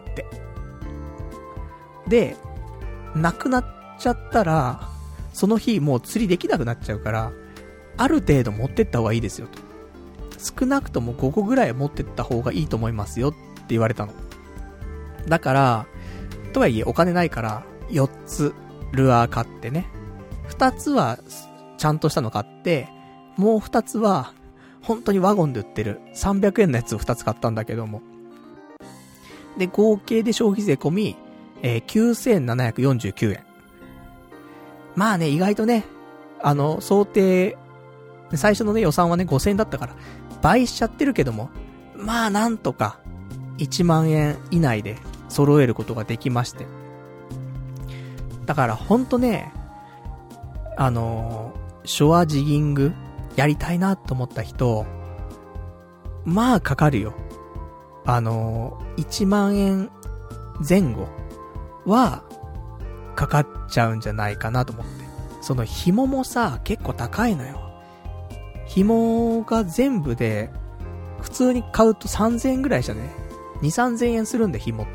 Speaker 1: で、なくなっちゃったら、その日もう釣りできなくなっちゃうから、ある程度持ってった方がいいですよと。少なくともごこぐらい持ってった方がいいと思いますよって言われたの。だから、とはいえお金ないから、よっつルアー買ってね。ふたつはちゃんとしたの買って、もうふたつは、本当にワゴンで売ってるさんびゃくえんのやつをふたつ買ったんだけども。で、合計で消費税込み、えー、きゅうせんななひゃくよんじゅうきゅうえん。まあね、意外とね、あの、想定、最初のね、予算はね、ごせんえんだったから、倍しちゃってるけども、まあなんとか、いちまんえん以内で揃えることができまして。だからほんとね、あのー、ショアジギングやりたいなと思った人、まあかかるよ。あのー、いちまんえんぜん後はかかっちゃうんじゃないかなと思って。その紐もさ、結構高いのよ。紐が全部で普通に買うとさんぜんえんぐらいしたね。に、さんぜんえんするんで、紐って。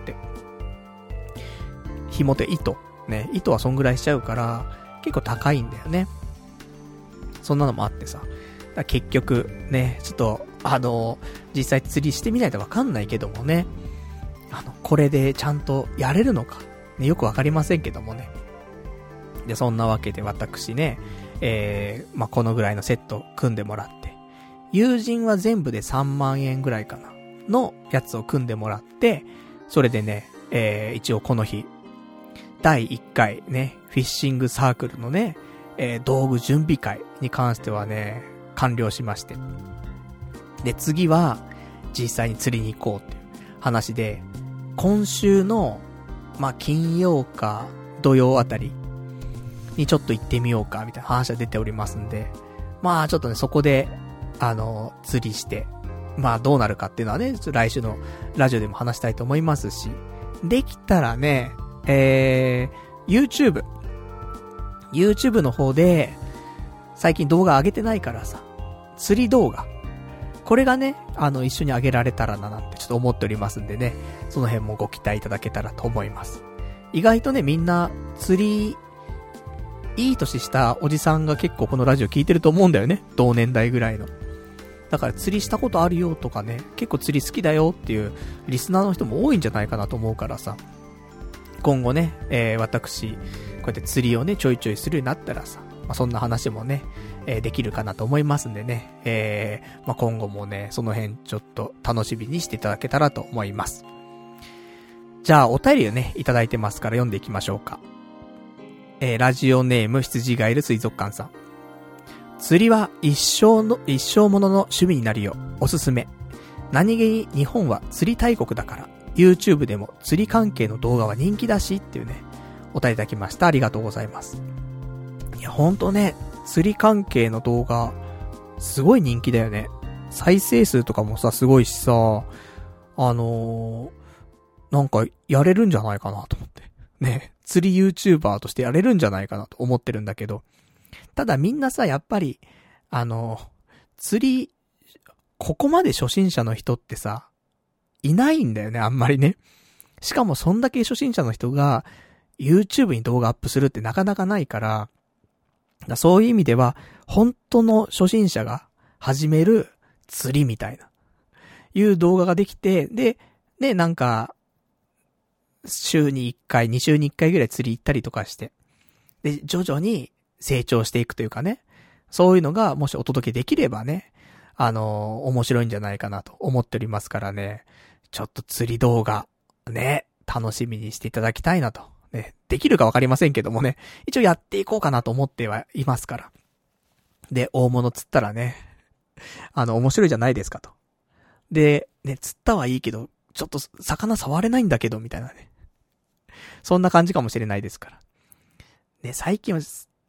Speaker 1: 紐って糸。ね、糸はそんぐらいしちゃうから、結構高いんだよね。そんなのもあってさ。だから結局、ね、ちょっと、あの、実際釣りしてみないとわかんないけどもね。あの、これでちゃんとやれるのか。ね、よくわかりませんけどもね。で、そんなわけで私ね、えー、まあ、このぐらいのセット組んでもらって。友人は全部でさんまんえんぐらいかな。のやつを組んでもらって、それでね、えー、一応この日、だいいっかいね、フィッシングサークルのね、えー、道具準備会に関してはね、完了しまして。で、次は、実際に釣りに行こうっていう話で、今週の、まあ、金曜か土曜あたりにちょっと行ってみようか、みたいな話が出ておりますんで、まあ、ちょっとね、そこで、あの、釣りして、まあどうなるかっていうのはね、来週のラジオでも話したいと思いますし、できたらね、えー、YouTube。YouTube の方で、最近動画上げてないからさ、釣り動画。これがね、あの、一緒に上げられたらななんてちょっと思っておりますんでね、その辺もご期待いただけたらと思います。意外とね、みんな、釣り、いい年したおじさんが結構このラジオ聞いてると思うんだよね。同年代ぐらいの。だから釣りしたことあるよとかね、結構釣り好きだよっていうリスナーの人も多いんじゃないかなと思うからさ、今後ね、えー、私、こうやって釣りをね、ちょいちょいするようになったらさ、まあ、そんな話もね、えー、できるかなと思いますんでね、えー、まあ、今後もね、その辺ちょっと楽しみにしていただけたらと思います。じゃあ、お便りをね、いただいてますから読んでいきましょうか。えー、ラジオネーム羊ガエル水族館さん。釣りは一生の、一生ものの趣味になるよ。おすすめ。何気に日本は釣り大国だから、YouTube でも釣り関係の動画は人気だしっていうね、お答えいただきました。ありがとうございます。いや、ほんとね、釣り関係の動画、すごい人気だよね。再生数とかもさ、すごいしさ、あのー、なんか、やれるんじゃないかなと思って。ね、釣り YouTuber としてやれるんじゃないかなと思ってるんだけど、ただみんなさ、やっぱり、あの、釣り、ここまで初心者の人ってさ、いないんだよね、あんまりね。しかもそんだけ初心者の人が、YouTube に動画アップするってなかなかないから、だそういう意味では、本当の初心者が始める釣りみたいな、いう動画ができて、で、ね、なんか、週にいっかい、にしゅうにいっかいぐらい釣り行ったりとかして、で、徐々に、成長していくというかね。そういうのがもしお届けできればね、あのー、面白いんじゃないかなと思っておりますからね。ちょっと釣り動画、ね、楽しみにしていただきたいなと。ね、できるかわかりませんけどもね。一応やっていこうかなと思ってはいますから。で、大物釣ったらね、あの、面白いじゃないですかと。で、ね、釣ったはいいけど、ちょっと魚触れないんだけど、みたいなね。そんな感じかもしれないですから。ね、最近は、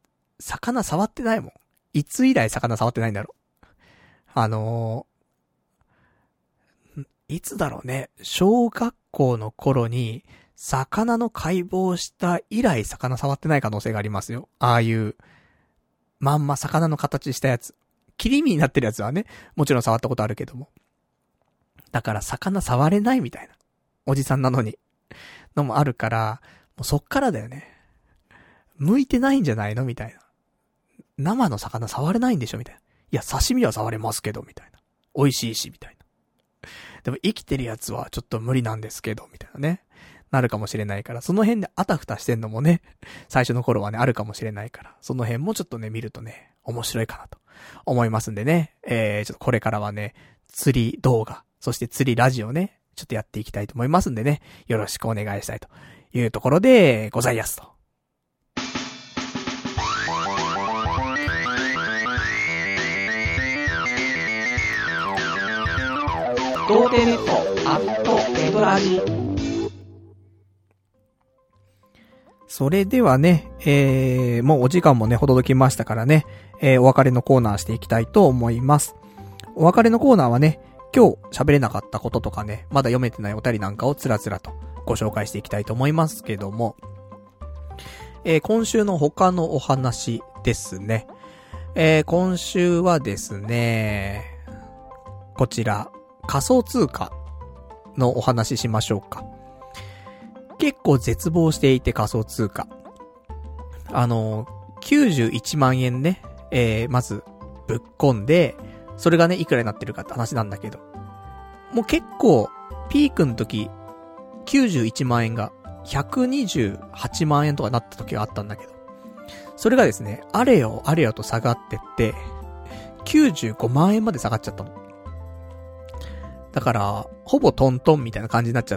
Speaker 1: 魚触ってないもん。いつ以来魚触ってないんだろう。あのー、いつだろうね。小学校の頃に、魚の解剖した以来魚触ってない可能性がありますよ。ああいう、まんま魚の形したやつ。切り身になってるやつはね、もちろん触ったことあるけども。だから魚触れないみたいな。おじさんなのに。のもあるから、もうそっからだよね。向いてないんじゃないのみたいな。生の魚触れないんでしょみたいな。いや、刺身は触れますけど、みたいな。美味しいし、みたいな。でも生きてるやつはちょっと無理なんですけど、みたいなね。なるかもしれないから、その辺であたふたしてんのもね、最初の頃はね、あるかもしれないから、その辺もちょっとね、見るとね、面白いかなと思いますんでね。えー、ちょっとこれからはね、釣り動画、そして釣りラジオね、ちょっとやっていきたいと思いますんでね、よろしくお願いしたいというところでございますと。童貞ネットアットネトラジ。それではね、えー、もうお時間もね、ほどどきましたからね、えー、お別れのコーナーしていきたいと思います。お別れのコーナーはね、今日喋れなかったこととかね、まだ読めてないお便りなんかをつらつらとご紹介していきたいと思いますけども、えー、今週の他のお話ですね。えー、今週はですね、こちら、仮想通貨のお話ししましょうか。結構絶望していて仮想通貨。あの、きゅうじゅういちまんえんね、えー、まずぶっ込んで、それがね、いくらになってるかって話なんだけど。もう結構、ピークの時、きゅうじゅういちまんえんがひゃくにじゅうはちまんえんとかなった時があったんだけど。それがですね、あれよあれよと下がってって、きゅうじゅうごまんえんまで下がっちゃったの。だから、ほぼトントンみたいな感じになっちゃって、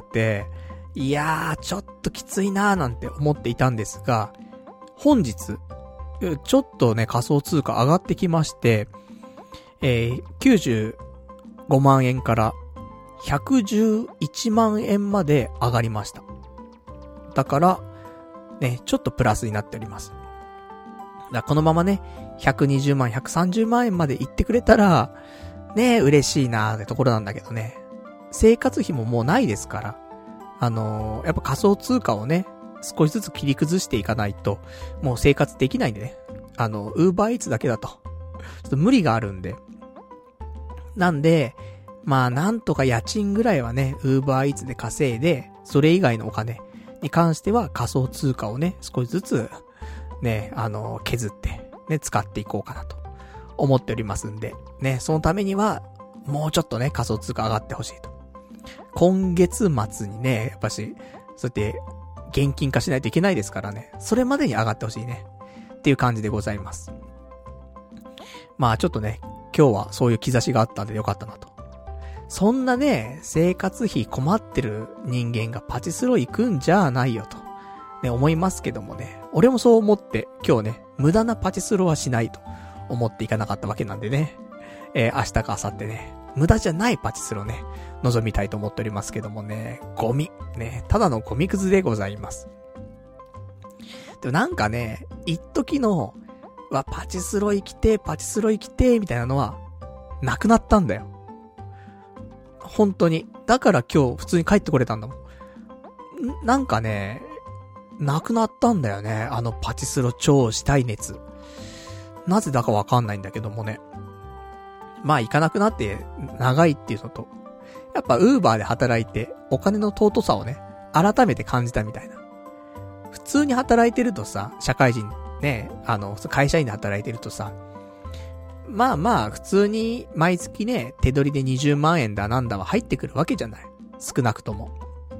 Speaker 1: いやー、ちょっときついなーなんて思っていたんですが、本日、ちょっとね、仮想通貨上がってきまして、えー、きゅうじゅうごまんえんからひゃくじゅういちまんえんまで上がりました。だから、ね、ちょっとプラスになっております。だからこのままね、ひゃくにじゅうまん、ひゃくさんじゅうまんえんまで行ってくれたら、ね、嬉しいなーってところなんだけどね。生活費ももうないですから、あのー、やっぱ仮想通貨をね、少しずつ切り崩していかないと、もう生活できないんでね。あの、ウーバーイーツだけだと、ちょっと無理があるんで。なんで、まあなんとか家賃ぐらいはね、ウーバーイーツで稼いで、それ以外のお金に関しては仮想通貨をね、少しずつ、ね、あのー、削って、ね、使っていこうかなと思っておりますんで、ね、そのためには、もうちょっとね、仮想通貨上がってほしいと。今月末にね、やっぱし、そうやって、現金化しないといけないですからね。それまでに上がってほしいね。っていう感じでございます。まあちょっとね、今日はそういう兆しがあったんでよかったなと。そんなね、生活費困ってる人間がパチスロ行くんじゃないよと。ね、思いますけどもね。俺もそう思って、今日ね、無駄なパチスロはしないと思っていかなかったわけなんでね。えー、明日か明後日ね、無駄じゃないパチスロね、望みたいと思っておりますけどもね、ゴミ、ね、ただのゴミくずでございます。でもなんかね、一時の、わ、パチスロ行きて、パチスロ行きて、みたいなのは、なくなったんだよ。本当に。だから今日普通に帰ってこれたんだもん。んなんかね、なくなったんだよね、あのパチスロ超したい熱。なぜだかわかんないんだけどもね。まあ行かなくなって長いっていうのと、やっぱウーバーで働いてお金の尊さをね、改めて感じたみたいな。普通に働いてるとさ、社会人ね、あの、会社員で働いてるとさ、まあまあ普通に毎月ね、手取りでにじゅうまんえんだなんだは入ってくるわけじゃない。少なくとも。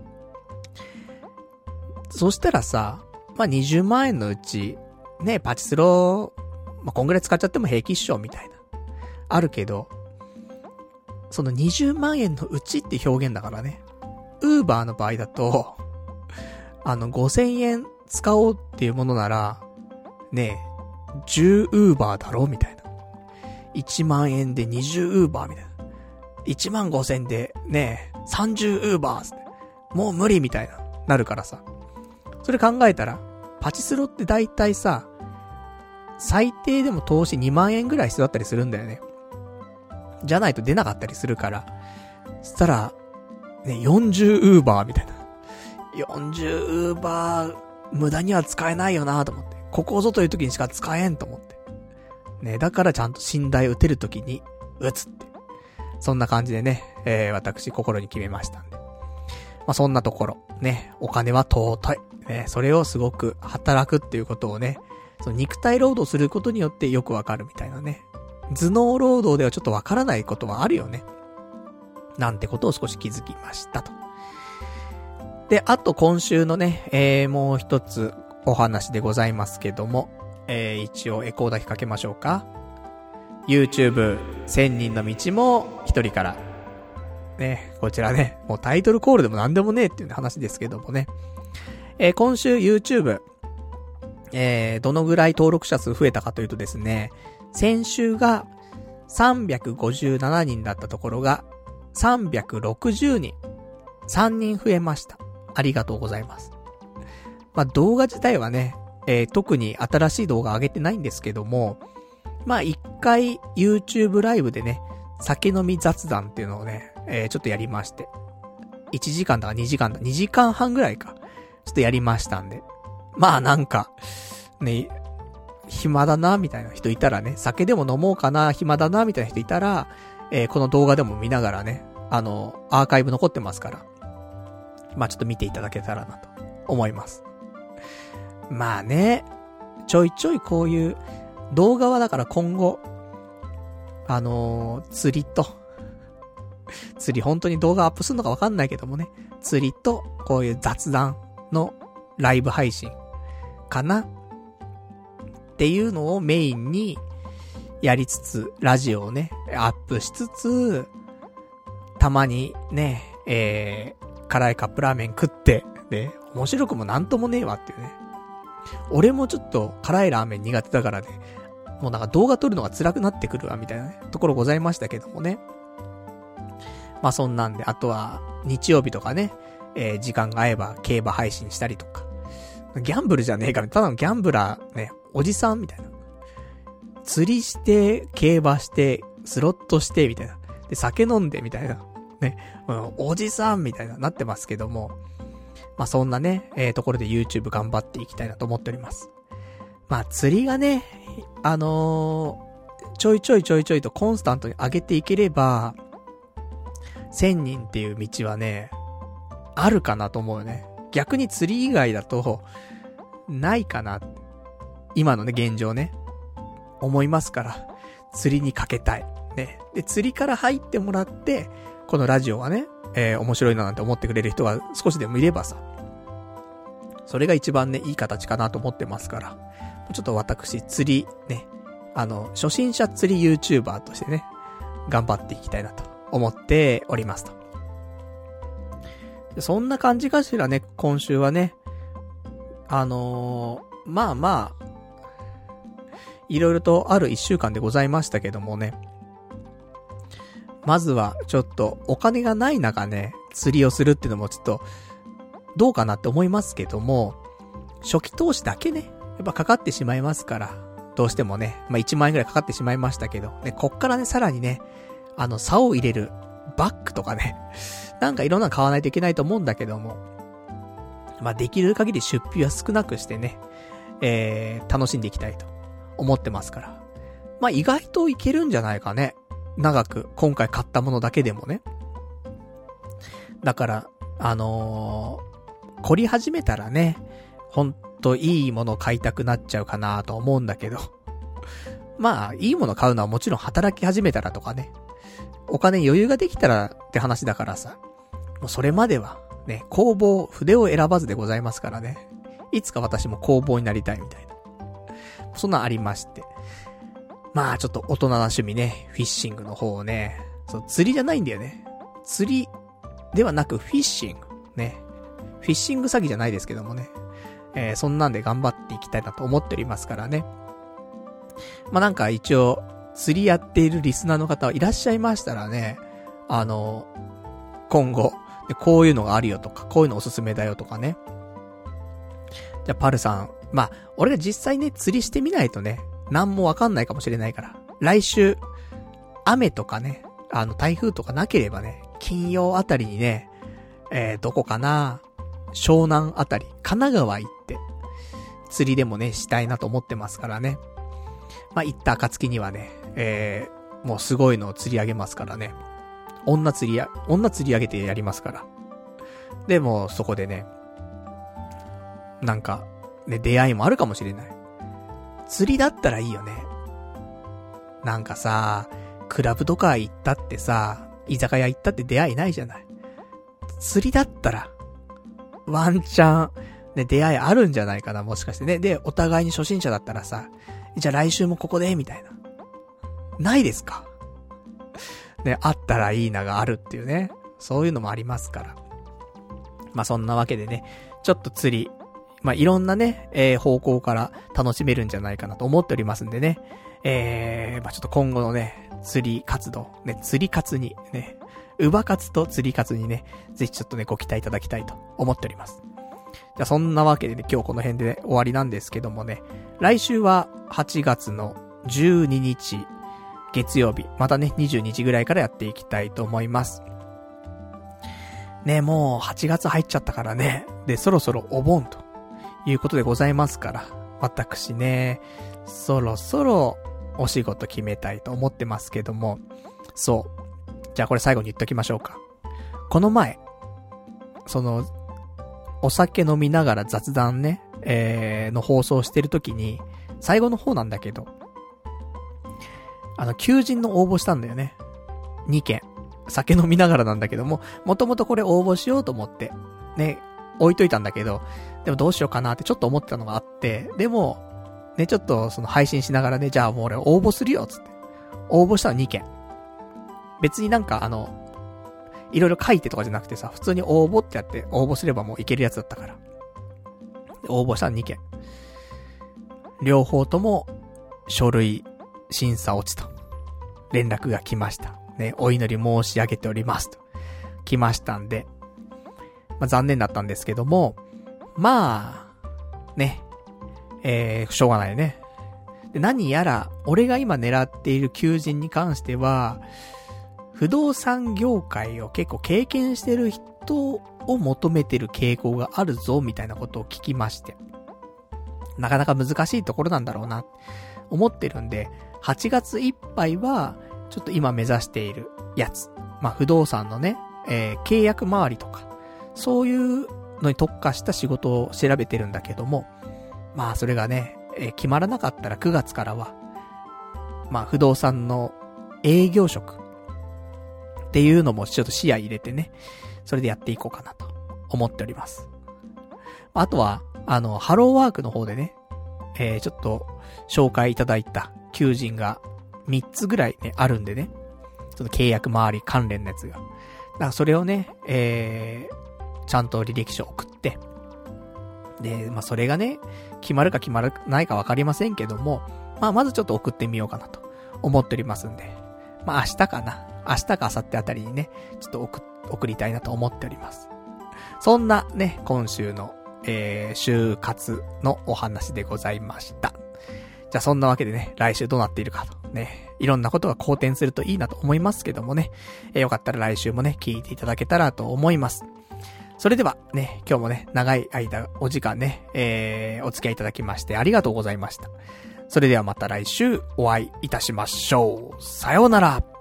Speaker 1: そしたらさ、まあにじゅうまんえんのうち、ね、パチスロ、まあこんぐらい使っちゃっても平気っしょ、みたいな。あるけど、そのにじゅうまんえんのうちって表現だからね。ウーバーの場合だと、あのごせんえん使おうっていうものなら、ねえ、じゅうウーバーだろみたいな。いちまんえんでにじゅうウーバーみたいな。いちまんごせんでねえ、さんじゅうウーバーって。もう無理みたいな、なるからさ。それ考えたら、パチスロって大体さ、 最低でも投資にまんえんぐらい必要だったりするんだよね。じゃないと出なかったりするから。そしたら、ね、よんじゅうウーバーみたいな。よんじゅうウーバー、無駄には使えないよなと思って。ここぞという時にしか使えんと思って。ね、だからちゃんと信頼打てる時に打つって。そんな感じでね、えー、私心に決めましたんで。まあ、そんなところ、ね、お金は尊い。ね、それをすごく働くっていうことをね、その肉体労働することによってよくわかるみたいなね。頭脳労働ではちょっとわからないことはあるよね。なんてことを少し気づきましたと。で、あと今週のね、えー、もう一つお話でございますけども、えー、一応エコーだけかけましょうか。YouTube せんにんの道も一人から。ね、こちらね、もうタイトルコールでもなんでもねえっていう話ですけどもね。えー、今週 YouTube、えー、どのぐらい登録者数増えたかというとですね、先週がさんびゃくごじゅうななにんだったところがさんびゃくろくじゅうにん、さんにん増えました。ありがとうございます。まあ、動画自体はね、えー、特に新しい動画上げてないんですけども、まあ、一回 YouTube ライブでね、酒飲み雑談っていうのをね、えー、ちょっとやりまして。いちじかんだかにじかんだ、にじかんはんぐらいか。ちょっとやりましたんで。まあなんか、ね、暇だな、みたいな人いたらね、酒でも飲もうかな、暇だな、みたいな人いたら、えー、この動画でも見ながらね、あの、アーカイブ残ってますから、まあちょっと見ていただけたらなと思います。まあね、ちょいちょいこういう動画はだから今後、あのー、釣りと、釣り本当に動画アップするのかわかんないけどもね、釣りとこういう雑談のライブ配信かなっていうのをメインにやりつつ、ラジオをね、アップしつつ、たまにね、えー、辛いカップラーメン食って、ね、面白くもなんともねえわっていうね。俺もちょっと辛いラーメン苦手だからね、もうなんか動画撮るのが辛くなってくるわみたいなね、ところございましたけどもね。まあそんなんで、あとは日曜日とかね、えー、時間が合えば競馬配信したりとか。ギャンブルじゃねえから、ただのギャンブラーね、おじさんみたいな。釣りして、競馬して、スロットして、みたいな。で、酒飲んで、みたいな。ね、うん、おじさんみたいな、なってますけども。まあそんなね、えー、ところで YouTube 頑張っていきたいなと思っております。まあ釣りがね、あのー、ちょいちょいちょいちょいとコンスタントに上げていければ、せんにんっていう道はね、あるかなと思うよね。逆に釣り以外だと、ないかな。今のね、現状ね。思いますから、釣りにかけたい。ね。で、釣りから入ってもらって、このラジオはね、えー、面白いななんて思ってくれる人が少しでもいればさ、それが一番ね、いい形かなと思ってますから、ちょっと私、釣り、ね、あの、初心者釣り YouTuber としてね、頑張っていきたいなと思っておりますと。そんな感じかしらね、今週はね。あのー、まあまあ、いろいろとある一週間でございましたけどもね。まずは、ちょっと、お金がない中ね、釣りをするっていうのもちょっと、どうかなって思いますけども、初期投資だけね、やっぱかかってしまいますから、どうしてもね、まあいちまんえんくらいかかってしまいましたけど、ね、こっからね、さらにね、あの、竿を入れる、バッグとかね、なんかいろんなの買わないといけないと思うんだけども、まあできる限り出費は少なくしてね、えー、楽しんでいきたいと思ってますから。まあ意外といけるんじゃないかね。長く、今回買ったものだけでもね。だから、あのー、凝り始めたらね、ほんといいものを買いたくなっちゃうかなと思うんだけど。まあ、いいもの買うのはもちろん働き始めたらとかね。お金余裕ができたらって話だからさ。もうそれまでは、ね、工房、筆を選ばずでございますからね。いつか私も工房になりたいみたいな。そんなありまして。まあちょっと大人な趣味ね、フィッシングの方をね、そう、釣りじゃないんだよね。釣りではなくフィッシング。ね。フィッシング詐欺じゃないですけどもね。えー、そんなんで頑張っていきたいなと思っておりますからね。まあなんか一応、釣りやっているリスナーの方はいらっしゃいましたらね、あの、今後、こういうのがあるよとか、こういうのおすすめだよとかね。じゃあパルさん、まあ、俺が実際ね、釣りしてみないとね、 なんもわかんないかもしれないから、来週、雨とかね、あの台風とかなければね、金曜あたりにね、えー、どこかな、湘南あたり、神奈川行って、釣りでもね、したいなと思ってますからね。まあ、行った暁にはね、えー、もうすごいのを釣り上げますからね。女釣りや、女釣り上げてやりますから。でも、そこでね、なんか、ね、出会いもあるかもしれない。釣りだったらいいよね。なんかさ、クラブとか行ったってさ、居酒屋行ったって出会いないじゃない。釣りだったら、ワンチャン、ね、出会いあるんじゃないかな、もしかしてね。で、お互いに初心者だったらさ、じゃあ来週もここで、みたいな。ないですか？ね、あったらいいながあるっていうね。そういうのもありますから。まあ、そんなわけでね、ちょっと釣り、まあ、いろんなね、えー、方向から楽しめるんじゃないかなと思っておりますんでね。えー、まあ、ちょっと今後のね、釣り活動、ね、釣り活にね、ウバ活と釣り活にね、ぜひちょっとね、ご期待いただきたいと思っております。じゃあそんなわけでね、今日この辺で、ね、終わりなんですけどもね、来週ははちがつのじゅうににち、月曜日、またね、にじゅうにじぐらいからやっていきたいと思います。ね、もうはちがつ入っちゃったからね、で、そろそろお盆ということでございますから、私ね、そろそろお仕事決めたいと思ってますけども、そう。じゃあこれ最後に言っときましょうか。この前、その、お酒飲みながら雑談ね、えー、の放送してるときに、最後の方なんだけど、あの、求人の応募したんだよね。にけん。酒飲みながらなんだけども、もともとこれ応募しようと思って、ね、置いといたんだけど、でもどうしようかなってちょっと思ってたのがあって、でも、ね、ちょっとその配信しながらね、じゃあもう俺応募するよ、つって。応募したのにけん。別になんかあの、いろいろ書いてとかじゃなくてさ、普通に応募ってやって、応募すればもういけるやつだったから。応募したのにけん。両方とも、書類、審査落ちと。連絡が来ました。ね、お祈り申し上げておりますと。来ましたんで。まあ、残念だったんですけども、まあ、ね、えー、しょうがないね。で、何やら、俺が今狙っている求人に関しては、不動産業界を結構経験してる人を求めてる傾向があるぞ、みたいなことを聞きまして。なかなか難しいところなんだろうな、思ってるんで、はちがついっぱいは、ちょっと今目指しているやつ。まあ、不動産のね、えー、契約周りとか、そういうのに特化した仕事を調べてるんだけども、まあ、それがね、えー、決まらなかったらくがつからは、まあ、不動産の営業職っていうのもちょっと視野入れてね、それでやっていこうかなと思っております。あとは、あの、ハローワークの方でね、えー、ちょっと紹介いただいた求人がみっつぐらいね、あるんでね、その契約周り関連のやつが。だからそれをね、えー、ちゃんと履歴書送って、で、まあ、それがね、決まるか決まらないかわかりませんけども、まあ、まずちょっと送ってみようかなと思っておりますんで、まあ、明日かな。明日か明後日あたりにね、ちょっと送、送りたいなと思っております。そんなね、今週の、えー、就活のお話でございました。じゃあそんなわけでね、来週どうなっているかとね、いろんなことが好転するといいなと思いますけどもね、えー、よかったら来週もね、聞いていただけたらと思います。それではね、今日もね、長い間お時間ね、えー、お付き合いいただきましてありがとうございました。それではまた来週お会いいたしましょう。さようなら。